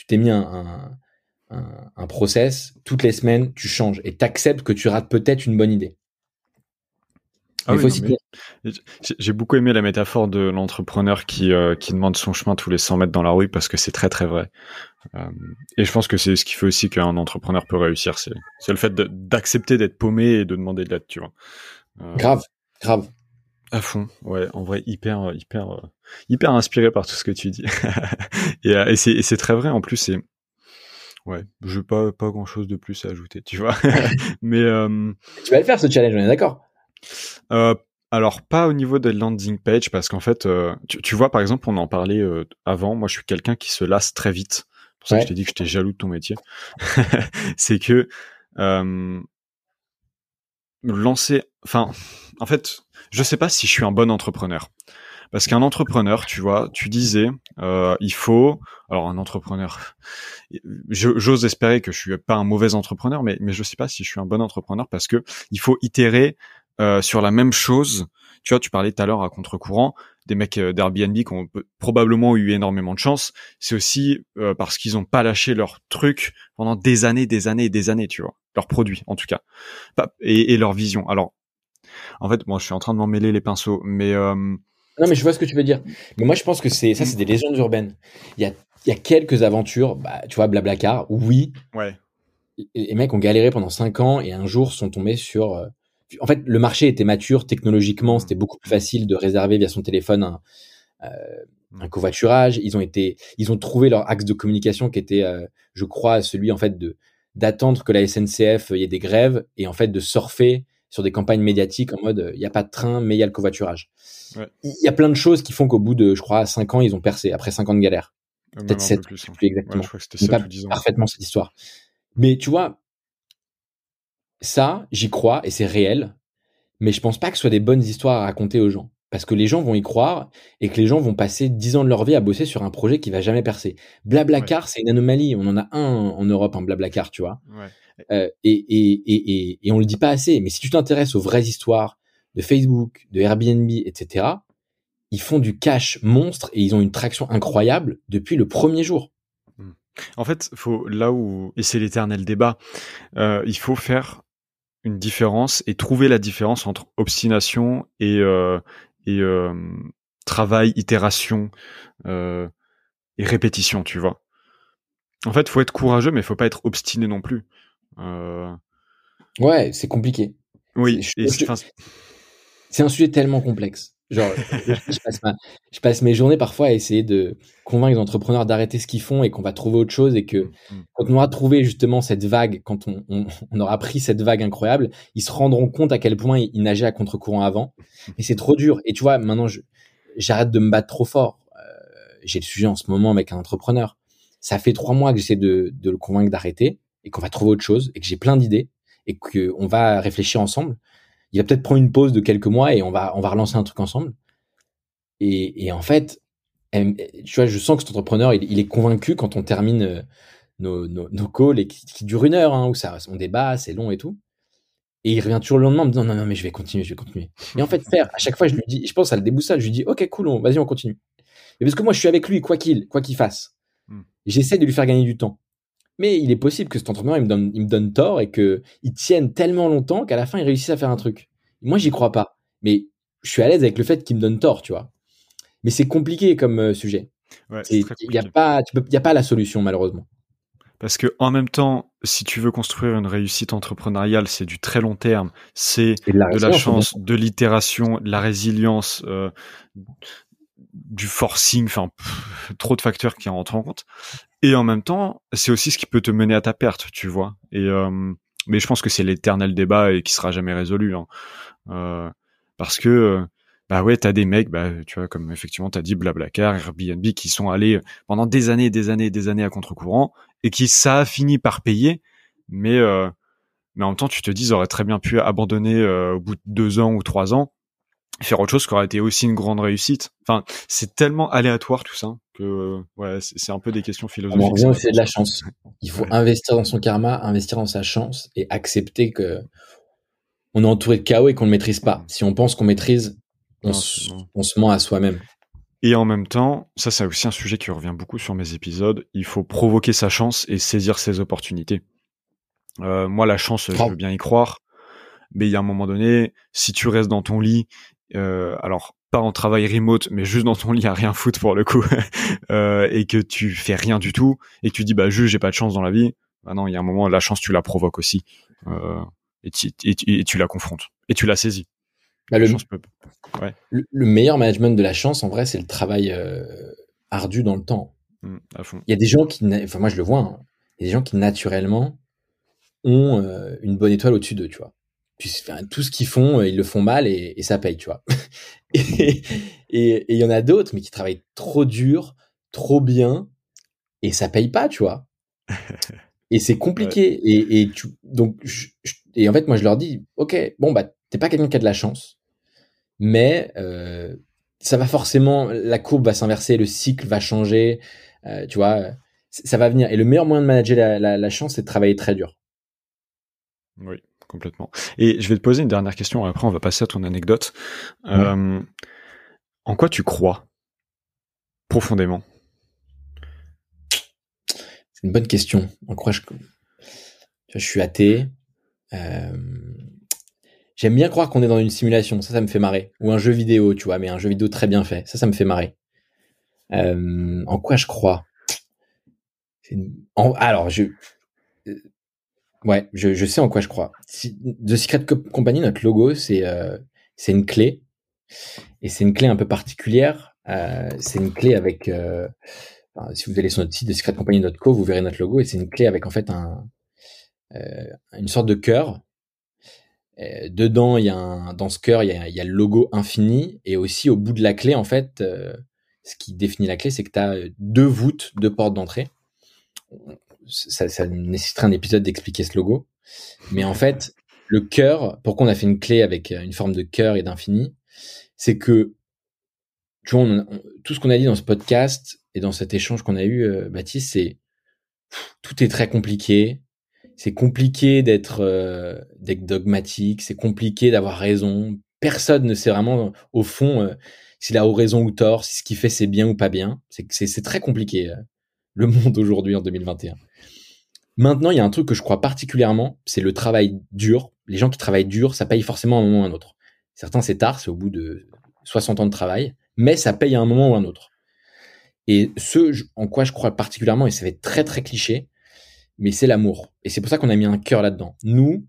S1: process. Toutes les semaines, tu changes. Et t'acceptes que tu rates peut-être une bonne idée.
S2: Ah oui, j'ai beaucoup aimé la métaphore de l'entrepreneur qui demande son chemin tous les 100 mètres dans la rue, parce que c'est très très vrai. Et je pense que c'est ce qui fait aussi qu'un entrepreneur peut réussir, c'est le fait d'accepter d'être paumé et de demander de l'aide, tu vois.
S1: Grave.
S2: À fond, ouais, en vrai, hyper inspiré par tout ce que tu dis. et c'est très vrai, en plus, ouais, je n'ai pas grand chose de plus à ajouter, tu vois. Mais
S1: tu vas le faire, ce challenge, on est d'accord?
S2: Alors pas au niveau de landing page, parce qu'en fait, tu vois, par exemple, on en parlait avant. Moi, je suis quelqu'un qui se lasse très vite. C'est pour ça que je t'ai dit que j'étais jaloux de ton métier. C'est que lancer, enfin, en fait, je sais pas si je suis un bon entrepreneur, Parce qu'un entrepreneur, tu vois, tu disais, il faut, alors un entrepreneur, j'ose espérer que je suis pas un mauvais entrepreneur, mais je sais pas si je suis un bon entrepreneur parce que il faut itérer sur la même chose. Tu vois, tu parlais tout à l'heure à contre-courant des mecs d'Airbnb qui ont probablement eu énormément de chance. C'est aussi parce qu'ils ont pas lâché leur truc pendant des années, tu vois, leurs produits en tout cas, et leur vision. Alors, en fait, moi, je suis en train de m'emmêler les pinceaux, mais
S1: Non, mais je vois ce que tu veux dire. Mais moi, je pense que c'est des légendes urbaines. Il y a quelques aventures, bah, tu vois, Blablacar, oui,
S2: ouais.
S1: les mecs ont galéré pendant 5 ans et un jour sont tombés sur. En fait, le marché était mature technologiquement, c'était beaucoup plus facile de réserver via son téléphone un covoiturage. Ils ont trouvé leur axe de communication qui était, je crois, celui en fait d'attendre que la SNCF y ait des grèves et en fait de surfer sur des campagnes médiatiques en mode il n'y a pas de train mais il y a le covoiturage.
S2: Ouais.
S1: Il y a plein de choses qui font qu'au bout de, je crois, 5 ans, ils ont percé après 5 ans de galère. Peut-être 7,
S2: plus,
S1: je sais plus exactement.
S2: Ouais, je crois que c'était 7 ou 10 ans.
S1: Parfaitement cette histoire. Mais tu vois, ça, j'y crois et c'est réel, mais je pense pas que ce soit des bonnes histoires à raconter aux gens. Parce que les gens vont y croire et que les gens vont passer 10 ans de leur vie à bosser sur un projet qui va jamais percer. Blablacar, c'est une anomalie. On en a un en Europe, un Blablacar, tu vois.
S2: Ouais.
S1: Et on le dit pas assez. Mais si tu t'intéresses aux vraies histoires de Facebook, de Airbnb, etc., ils font du cash monstre et ils ont une traction incroyable depuis le premier jour.
S2: En fait, et c'est l'éternel débat, il faut faire une différence et trouver la différence entre obstination et travail, itération et répétition, tu vois. En fait, faut être courageux, mais faut pas être obstiné non plus.
S1: Ouais, c'est compliqué.
S2: Oui,
S1: c'est un sujet tellement complexe. Genre, je passe mes journées parfois à essayer de convaincre les entrepreneurs d'arrêter ce qu'ils font et qu'on va trouver autre chose et que quand on aura trouvé justement cette vague, quand on aura pris cette vague incroyable, ils se rendront compte à quel point ils nageaient à contre-courant avant. Et c'est trop dur. Et tu vois, maintenant, j'arrête de me battre trop fort. J'ai le sujet en ce moment avec un entrepreneur. Ça fait 3 mois que j'essaie de le convaincre d'arrêter et qu'on va trouver autre chose et que j'ai plein d'idées et qu'on va réfléchir ensemble. Il va peut-être prendre une pause de quelques mois et on va relancer un truc ensemble. Et en fait, tu vois, je sens que cet entrepreneur, il est convaincu quand on termine nos calls et qui durent 1 heure, hein, où on débat, c'est long et tout. Et il revient toujours le lendemain en me disant non, mais je vais continuer. Et en fait, à chaque fois, je lui dis, je pense à le déboussole, je lui dis ok, cool, vas-y, on continue. Et parce que moi, je suis avec lui, quoi qu'il fasse. J'essaie de lui faire gagner du temps. Mais il est possible que cet entrepreneur, il me donne tort et qu'il tienne tellement longtemps qu'à la fin, il réussisse à faire un truc. Moi, j'y crois pas. Mais je suis à l'aise avec le fait qu'il me donne tort, tu vois. Mais c'est compliqué comme sujet.
S2: Ouais, c'est très compliqué.
S1: Il y a pas la solution, malheureusement.
S2: Parce que en même temps, si tu veux construire une réussite entrepreneuriale, c'est du très long terme. C'est de la chance, de l'itération, de la résilience, du forcing, enfin trop de facteurs qui rentrent en compte. Et en même temps, c'est aussi ce qui peut te mener à ta perte, tu vois. Et mais je pense que c'est l'éternel débat et qui sera jamais résolu, hein. Parce que bah ouais, t'as des mecs, bah tu vois, comme effectivement t'as dit Blablacar, Airbnb, qui sont allés pendant des années à contre-courant et qui ça a fini par payer, mais en même temps tu te dis, ils auraient très bien pu abandonner au bout de 2 ans ou 3 ans, faire autre chose qui aurait été aussi une grande réussite. Enfin, c'est tellement aléatoire tout ça que ouais, c'est un peu des questions philosophiques.
S1: On revient aussi à de la chance. Il faut investir dans son karma, investir dans sa chance et accepter que on est entouré de chaos et qu'on ne maîtrise pas. Si on pense qu'on maîtrise, on se ment à soi-même.
S2: Et en même temps, ça c'est aussi un sujet qui revient beaucoup sur mes épisodes, il faut provoquer sa chance et saisir ses opportunités. Moi, la chance, je veux bien y croire, mais il y a un moment donné, si tu restes dans ton lit, alors pas en travail remote, mais juste dans ton lit à rien foutre pour le coup, et que tu fais rien du tout, et que tu dis bah j'ai pas de chance dans la vie, bah non, il y a un moment, la chance tu la provoques aussi, et tu la confrontes, et tu la saisis.
S1: Bah, le meilleur management de la chance, en vrai, c'est le travail ardu dans le temps.
S2: À fond.
S1: Il y a des gens enfin moi je le vois, hein, il y a des gens qui naturellement ont une bonne étoile au-dessus d'eux, tu vois. Puis tout ce qu'ils font, ils le font mal et ça paye, tu vois. Et il y en a d'autres, mais qui travaillent trop dur, trop bien, et ça paye pas, tu vois. Et c'est compliqué. Ouais. Et en fait, moi, je leur dis, ok, bon, bah, t'es pas quelqu'un qui a de la chance, mais ça va forcément, la courbe va s'inverser, le cycle va changer, tu vois, ça va venir. Et le meilleur moyen de manager la chance, c'est de travailler très dur.
S2: Oui, complètement. Et je vais te poser une dernière question, après on va passer à ton anecdote. En quoi tu crois profondément?
S1: C'est une bonne question. En quoi je suis athée. J'aime bien croire qu'on est dans une simulation, ça me fait marrer. Ou un jeu vidéo, tu vois, mais un jeu vidéo très bien fait. Ça me fait marrer. En quoi je crois? Alors, je sais en quoi je crois. The Secret Company, notre logo, c'est une clé. Et c'est une clé un peu particulière. C'est une clé avec... si vous allez sur notre site de secretcompany.co, vous verrez notre logo. Et c'est une clé avec en fait une sorte de cœur. Dedans, dans ce cœur, il y a le logo infini. Et aussi, au bout de la clé, en fait, ce qui définit la clé, c'est que tu as deux voûtes, deux portes d'entrée. Ça nécessiterait un épisode d'expliquer ce logo. Mais en fait, le cœur, pourquoi on a fait une clé avec une forme de cœur et d'infini, c'est que, tu vois, tout ce qu'on a dit dans ce podcast et dans cet échange qu'on a eu, Baptiste, c'est tout est très compliqué. C'est compliqué d'être dogmatique. C'est compliqué d'avoir raison. Personne ne sait vraiment, au fond, s'il a raison ou tort, si ce qu'il fait c'est bien ou pas bien. C'est très compliqué, le monde aujourd'hui en 2021. Maintenant, il y a un truc que je crois particulièrement, c'est le travail dur. Les gens qui travaillent dur, ça paye forcément à un moment ou à un autre. Certains, c'est tard, c'est au bout de 60 ans de travail, mais ça paye à un moment ou à un autre. Et en quoi je crois particulièrement, et ça va être très très cliché, mais c'est l'amour. Et c'est pour ça qu'on a mis un cœur là-dedans. Nous,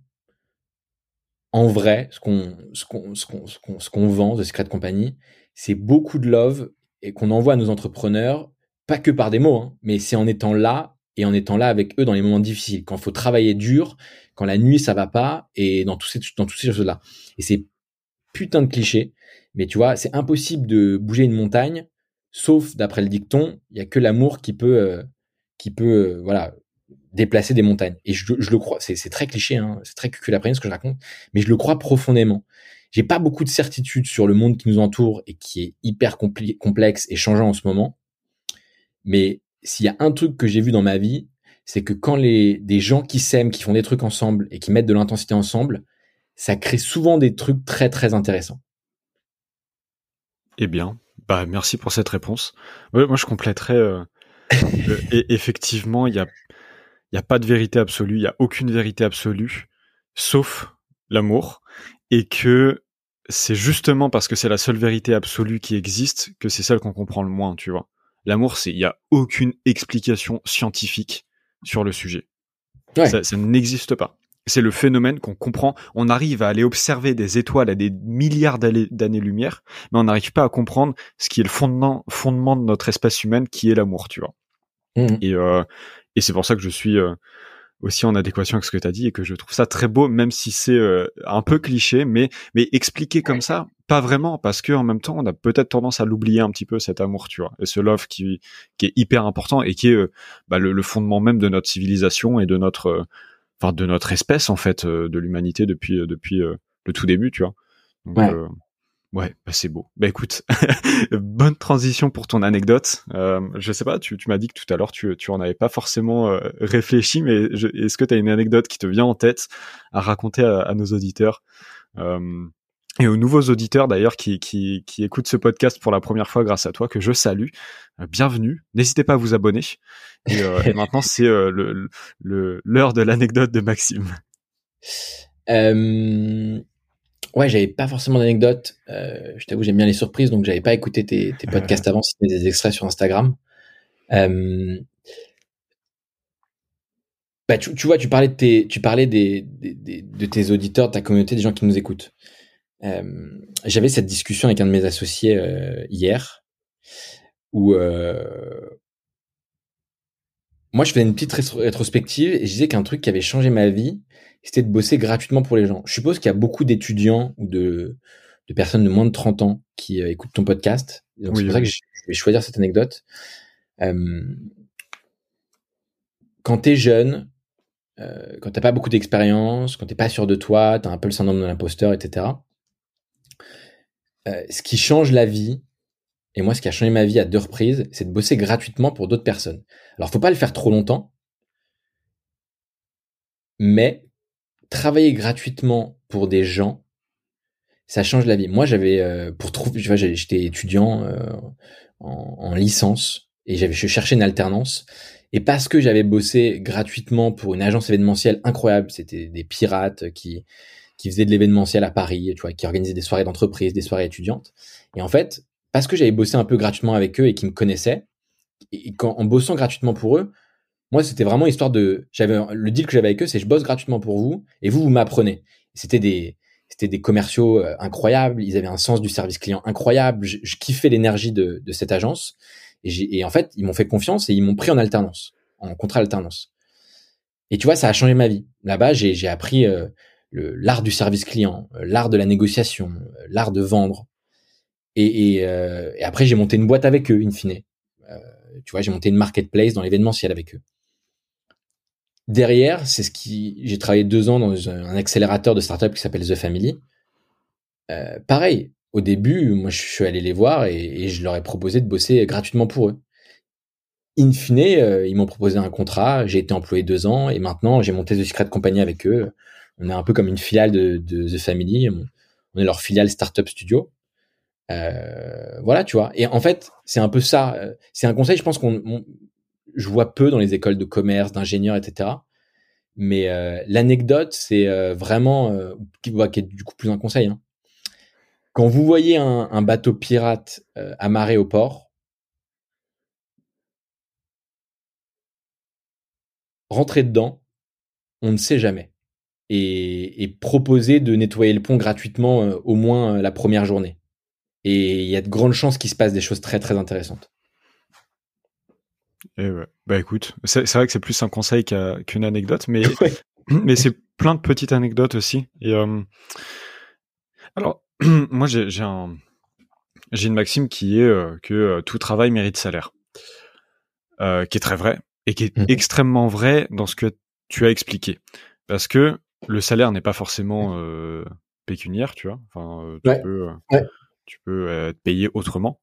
S1: en vrai, ce qu'on vend de Secret Company, c'est beaucoup de love et qu'on envoie à nos entrepreneurs, pas que par des mots, hein, mais c'est en étant là et en étant là avec eux dans les moments difficiles, quand il faut travailler dur, quand la nuit ça va pas, et dans toutes ces choses-là. Et c'est putain de cliché, mais tu vois, c'est impossible de bouger une montagne, sauf d'après le dicton, il y a que l'amour qui peut, voilà, déplacer des montagnes. Et je le crois, c'est très cliché, hein, c'est très cuculaprien ce que je raconte, mais je le crois profondément. J'ai pas beaucoup de certitude sur le monde qui nous entoure et qui est hyper complexe et changeant en ce moment. Mais s'il y a un truc que j'ai vu dans ma vie, c'est que quand des gens qui s'aiment, qui font des trucs ensemble et qui mettent de l'intensité ensemble, ça crée souvent des trucs très très intéressants.
S2: Eh bien, bah merci pour cette réponse. Ouais, moi je compléterais et effectivement, il y a pas de vérité absolue, il y a aucune vérité absolue sauf l'amour, et que c'est justement parce que c'est la seule vérité absolue qui existe que c'est celle qu'on comprend le moins, tu vois. L'amour, il y a aucune explication scientifique sur le sujet.
S1: Ouais.
S2: Ça n'existe pas. C'est le phénomène qu'on comprend. On arrive à aller observer des étoiles à des milliards d'années-lumière, mais on n'arrive pas à comprendre ce qui est le fondement de notre espèce humaine, qui est l'amour, tu vois. Et c'est pour ça que je suis aussi en adéquation avec ce que tu as dit, et que je trouve ça très beau, même si c'est un peu cliché, mais expliqué comme ça, pas vraiment, parce que en même temps, on a peut-être tendance à l'oublier un petit peu, cet amour, tu vois, et ce love qui est hyper important et qui est le fondement même de notre civilisation et de notre espèce, en fait, de l'humanité depuis le tout début, tu vois. Donc, ouais, bah c'est beau. Bah écoute, bonne transition pour ton anecdote. Je sais pas, tu m'as dit que tout à l'heure tu en avais pas forcément réfléchi, mais est-ce que tu as une anecdote qui te vient en tête à raconter à nos auditeurs, et aux nouveaux auditeurs d'ailleurs qui écoutent ce podcast pour la première fois grâce à toi, que je salue. Bienvenue. N'hésitez pas à vous abonner. Et maintenant c'est l'heure de l'anecdote de Maxime.
S1: Ouais, j'avais pas forcément d'anecdote. Je t'avoue, j'aime bien les surprises, donc j'avais pas écouté tes podcasts avant, c'était des extraits sur Instagram. Bah, tu vois, tu parlais de tes auditeurs, de ta communauté, des gens qui nous écoutent. J'avais cette discussion avec un de mes associés hier, où moi je faisais une petite rétrospective et je disais qu'un truc qui avait changé ma vie, c'était de bosser gratuitement pour les gens. Je suppose qu'il y a beaucoup d'étudiants ou de personnes de moins de 30 ans qui écoutent ton podcast. Donc c'est pour ça que je vais choisir cette anecdote. Quand t'es jeune, quand t'as pas beaucoup d'expérience, quand t'es pas sûr de toi, t'as un peu le syndrome de l'imposteur, etc. Ce qui change la vie, Et moi, ce qui a changé ma vie à 2 reprises, c'est de bosser gratuitement pour d'autres personnes. Alors, faut pas le faire trop longtemps, mais travailler gratuitement pour des gens, ça change la vie. Moi, j'avais pour trouver, tu vois, j'étais étudiant en licence et je cherchais une alternance. Et parce que j'avais bossé gratuitement pour une agence événementielle incroyable, c'était des pirates qui faisaient de l'événementiel à Paris, tu vois, qui organisaient des soirées d'entreprise, des soirées étudiantes. Et en fait, parce que j'avais bossé un peu gratuitement avec eux et qu'ils me connaissaient, et en bossant gratuitement pour eux, moi, c'était vraiment histoire le deal que j'avais avec eux, c'est je bosse gratuitement pour vous et vous m'apprenez. C'était des commerciaux incroyables. Ils avaient un sens du service client incroyable. Je kiffais l'énergie de cette agence. Et en fait, ils m'ont fait confiance et ils m'ont pris en alternance, en contrat alternance. Et tu vois, ça a changé ma vie. Là-bas, j'ai appris l'art du service client, l'art de la négociation, l'art de vendre. Et après, j'ai monté une boîte avec eux, in fine. Tu vois, j'ai monté une marketplace dans l'événementiel avec eux. Derrière, j'ai travaillé 2 ans dans un accélérateur de startup qui s'appelle The Family. Pareil, au début, moi, je suis allé les voir et je leur ai proposé de bosser gratuitement pour eux. In fine, ils m'ont proposé un contrat. J'ai été employé 2 ans et maintenant, j'ai monté The Secret Company avec eux. On est un peu comme une filiale de The Family. On est leur filiale startup studio. Voilà, tu vois. Et en fait, c'est un peu ça. C'est un conseil, je pense je vois peu dans les écoles de commerce, d'ingénieurs, etc. Mais l'anecdote, c'est vraiment qui est du coup plus un conseil. Hein. Quand vous voyez un bateau pirate amarré au port, rentrez dedans, on ne sait jamais. Et proposez de nettoyer le pont gratuitement au moins la première journée. Et il y a de grandes chances qu'il se passe des choses très très intéressantes.
S2: Et ouais. Bah écoute, c'est vrai que c'est plus un conseil qu'une anecdote, mais
S1: Ouais.
S2: mais c'est plein de petites anecdotes aussi. Et alors, moi j'ai une maxime qui est que tout travail mérite salaire, qui est très vrai et qui est extrêmement vrai dans ce que tu as expliqué, parce que le salaire n'est pas forcément pécuniaire, tu vois. Enfin,
S1: Ouais.
S2: Tu peux être payé autrement.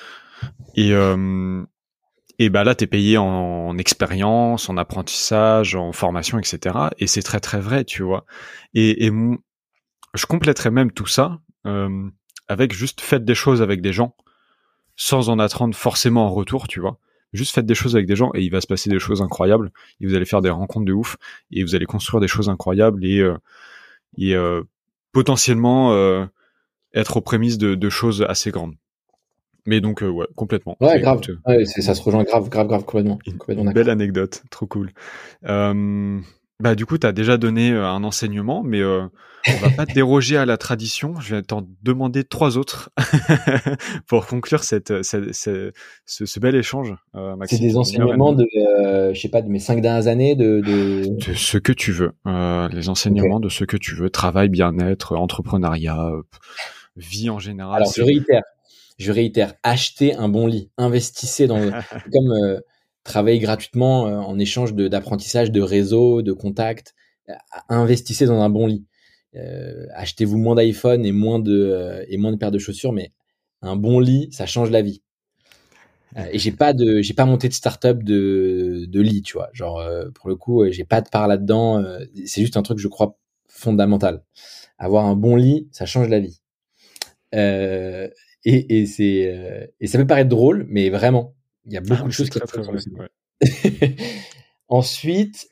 S2: Et bah là, t'es payé en expérience, en apprentissage, en formation, etc. Et c'est très très vrai, tu vois. Et je compléterais même tout ça avec juste faites des choses avec des gens sans en attendre forcément en retour, tu vois. Juste faites des choses avec des gens et il va se passer des choses incroyables. Et vous allez faire des rencontres de ouf et vous allez construire des choses incroyables et potentiellement être aux prémices de choses assez grandes. Mais donc ouais, complètement.
S1: Ouais,
S2: Mais
S1: grave.
S2: écoute,
S1: Ouais, ça se rejoint grave, complètement. Complètement
S2: une belle
S1: d'accord.
S2: anecdote, trop cool. Bah du coup, t'as déjà donné un enseignement, mais on va pas déroger à la tradition. Je vais t'en demander 3 autres pour conclure ce bel échange,
S1: C'est
S2: Maxime.
S1: des
S2: Ça fait 1 heure et
S1: enseignements
S2: demie.
S1: je sais pas, de mes 5 dernières années
S2: De ce que tu veux, les
S1: Ok.
S2: enseignements de ce que tu veux, travail, bien-être, entrepreneuriat, vie en général.
S1: Alors,
S2: C'est
S1: je réitère, achetez un bon lit, investissez c'est comme travailler gratuitement en échange d'apprentissage, de réseau, de contacts. Investissez dans un bon lit. Achetez-vous moins d'iPhone et moins de paires de chaussures, mais un bon lit, ça change la vie. Et j'ai pas monté de start-up de lit, tu vois. Genre, pour le coup, j'ai pas de part là-dedans. C'est juste un truc, je crois, fondamental. Avoir un bon lit, ça change la vie. Euh, et ça peut paraître drôle, mais vraiment, il y a
S2: ah
S1: beaucoup
S2: mais
S1: de
S2: c'est
S1: choses qui
S2: très très
S1: sont
S2: vrai. Ouais.
S1: Ensuite,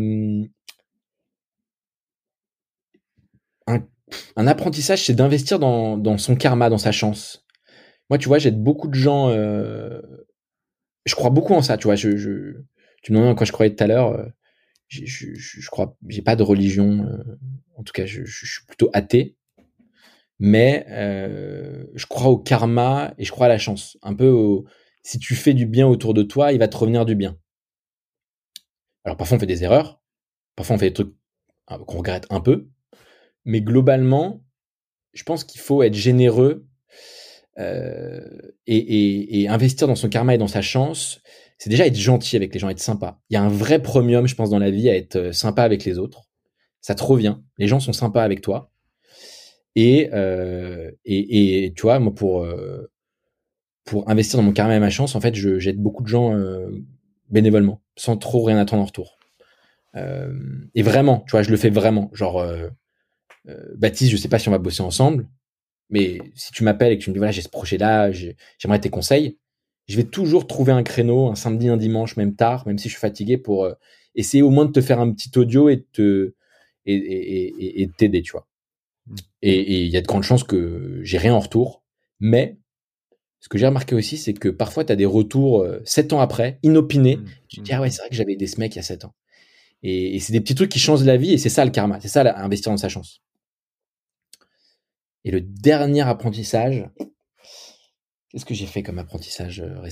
S1: un, un apprentissage, c'est d'investir dans son karma, dans sa chance. Moi, tu vois, j'aide beaucoup de gens. Je crois beaucoup en ça, tu vois. Tu me demandais en quoi je croyais tout à l'heure. Je crois, j'ai pas de religion. En tout cas, je suis plutôt athée. Mais je crois au karma et je crois à la chance. Si tu fais du bien autour de toi, il va te revenir du bien. Alors parfois on fait des erreurs, parfois on fait des trucs qu'on regrette un peu, mais globalement, je pense qu'il faut être généreux et investir dans son karma et dans sa chance. C'est déjà être gentil avec les gens, être sympa. Il y a un vrai premium, je pense, dans la vie à être sympa avec les autres. Ça te revient. Les gens sont sympas avec toi. Et tu vois, moi pour investir dans mon karma et ma chance, en fait, j'aide beaucoup de gens bénévolement, sans trop rien attendre en retour. Et vraiment, tu vois, je le fais vraiment. Genre, Baptiste, je sais pas si on va bosser ensemble, mais si tu m'appelles et que tu me dis, voilà, j'ai ce projet-là, j'aimerais tes conseils, je vais toujours trouver un créneau, un samedi, un dimanche, même tard, même si je suis fatigué, pour essayer au moins de te faire un petit audio et de t'aider, tu vois. Et il y a de grandes chances que j'ai rien en retour, mais ce que j'ai remarqué aussi, c'est que parfois, tu as des retours 7 ans après, inopinés. Tu te dis, ah ouais, c'est vrai que j'avais aidé ce mec il y a 7 ans. Et c'est des petits trucs qui changent la vie, et c'est ça le karma, c'est ça investir dans sa chance. Et le dernier apprentissage, qu'est-ce que j'ai fait comme apprentissage récemment ?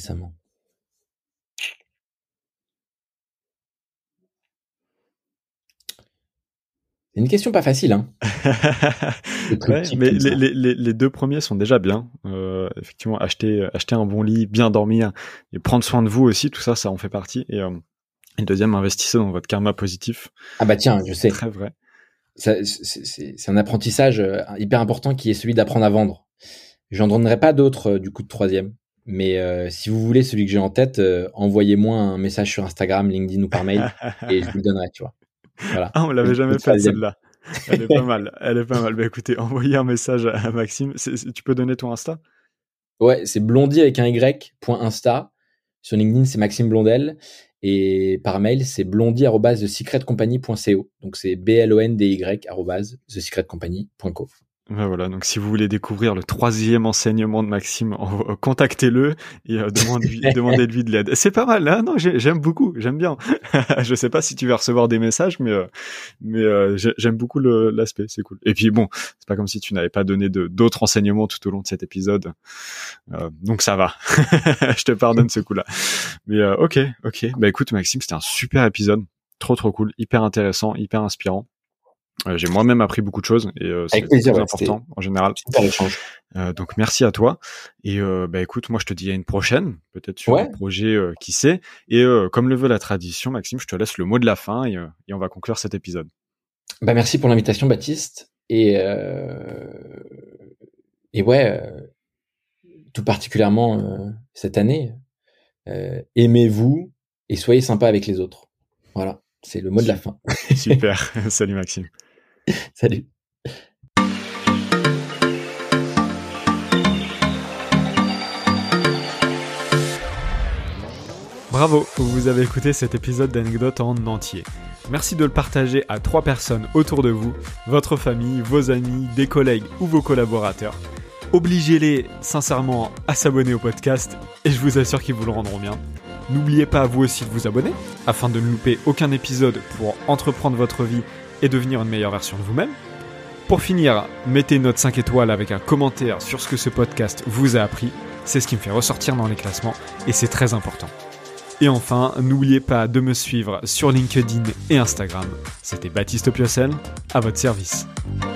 S1: C'est une question pas facile, hein.
S2: Ouais, mais les 2 premiers sont déjà bien. Effectivement, acheter un bon lit, bien dormir et prendre soin de vous aussi, tout ça, ça en fait partie. Et le deuxième, investissez dans votre karma positif.
S1: Ah bah tiens, je sais.
S2: Très vrai.
S1: C'est un apprentissage hyper important qui est celui d'apprendre à vendre. J'en donnerai pas d'autres du coup de troisième. Mais si vous voulez celui que j'ai en tête, envoyez-moi un message sur Instagram, LinkedIn ou par mail et je vous le donnerai, tu vois. Voilà.
S2: Ah, on l'avait jamais fait celle-là. Elle est pas mal. Bah écoutez, envoyez un message à Maxime. Tu peux donner ton Insta ?
S1: Ouais, c'est blondie avec un y.insta. Sur LinkedIn, c'est Maxime Blondel. Et par mail, c'est blondie@thesecretcompany.co. Donc c'est blondy@thesecretcompany.co.
S2: Ben voilà, donc si vous voulez découvrir le 3e enseignement de Maxime, contactez-le et demandez-lui de l'aide. C'est pas mal, hein. Non, j'aime beaucoup, j'aime bien. Je sais pas si tu vas recevoir des messages, mais j'aime beaucoup l'aspect, c'est cool. Et puis bon, c'est pas comme si tu n'avais pas donné d'autres enseignements tout au long de cet épisode, donc ça va. Je te pardonne ce coup-là. Mais ok. Bah écoute Maxime, c'était un super épisode, trop cool, hyper intéressant, hyper inspirant. J'ai moi-même appris beaucoup de choses et c'est très important en général. Donc merci à toi et bah écoute, moi je te dis à une prochaine, peut-être sur un projet qui sait. Et comme le veut la tradition, Maxime, je te laisse le mot de la fin et on va conclure cet épisode.
S1: Bah merci pour l'invitation, Baptiste. Et tout particulièrement cette année, aimez-vous et soyez sympa avec les autres. Voilà, c'est le mot de la fin.
S2: Super, salut Maxime.
S1: Salut.
S2: Bravo, vous avez écouté cet épisode d'Anecdote en entier. Merci de le partager à 3 personnes autour de vous, votre famille, vos amis, des collègues ou vos collaborateurs. Obligez-les sincèrement à s'abonner au podcast et je vous assure qu'ils vous le rendront bien. N'oubliez pas vous aussi de vous abonner afin de ne louper aucun épisode pour entreprendre votre vie et devenir une meilleure version de vous-même. Pour finir, mettez une note 5 étoiles avec un commentaire sur ce que ce podcast vous a appris. C'est ce qui me fait ressortir dans les classements et c'est très important. Et enfin, n'oubliez pas de me suivre sur LinkedIn et Instagram. C'était Baptiste Piocel, à votre service.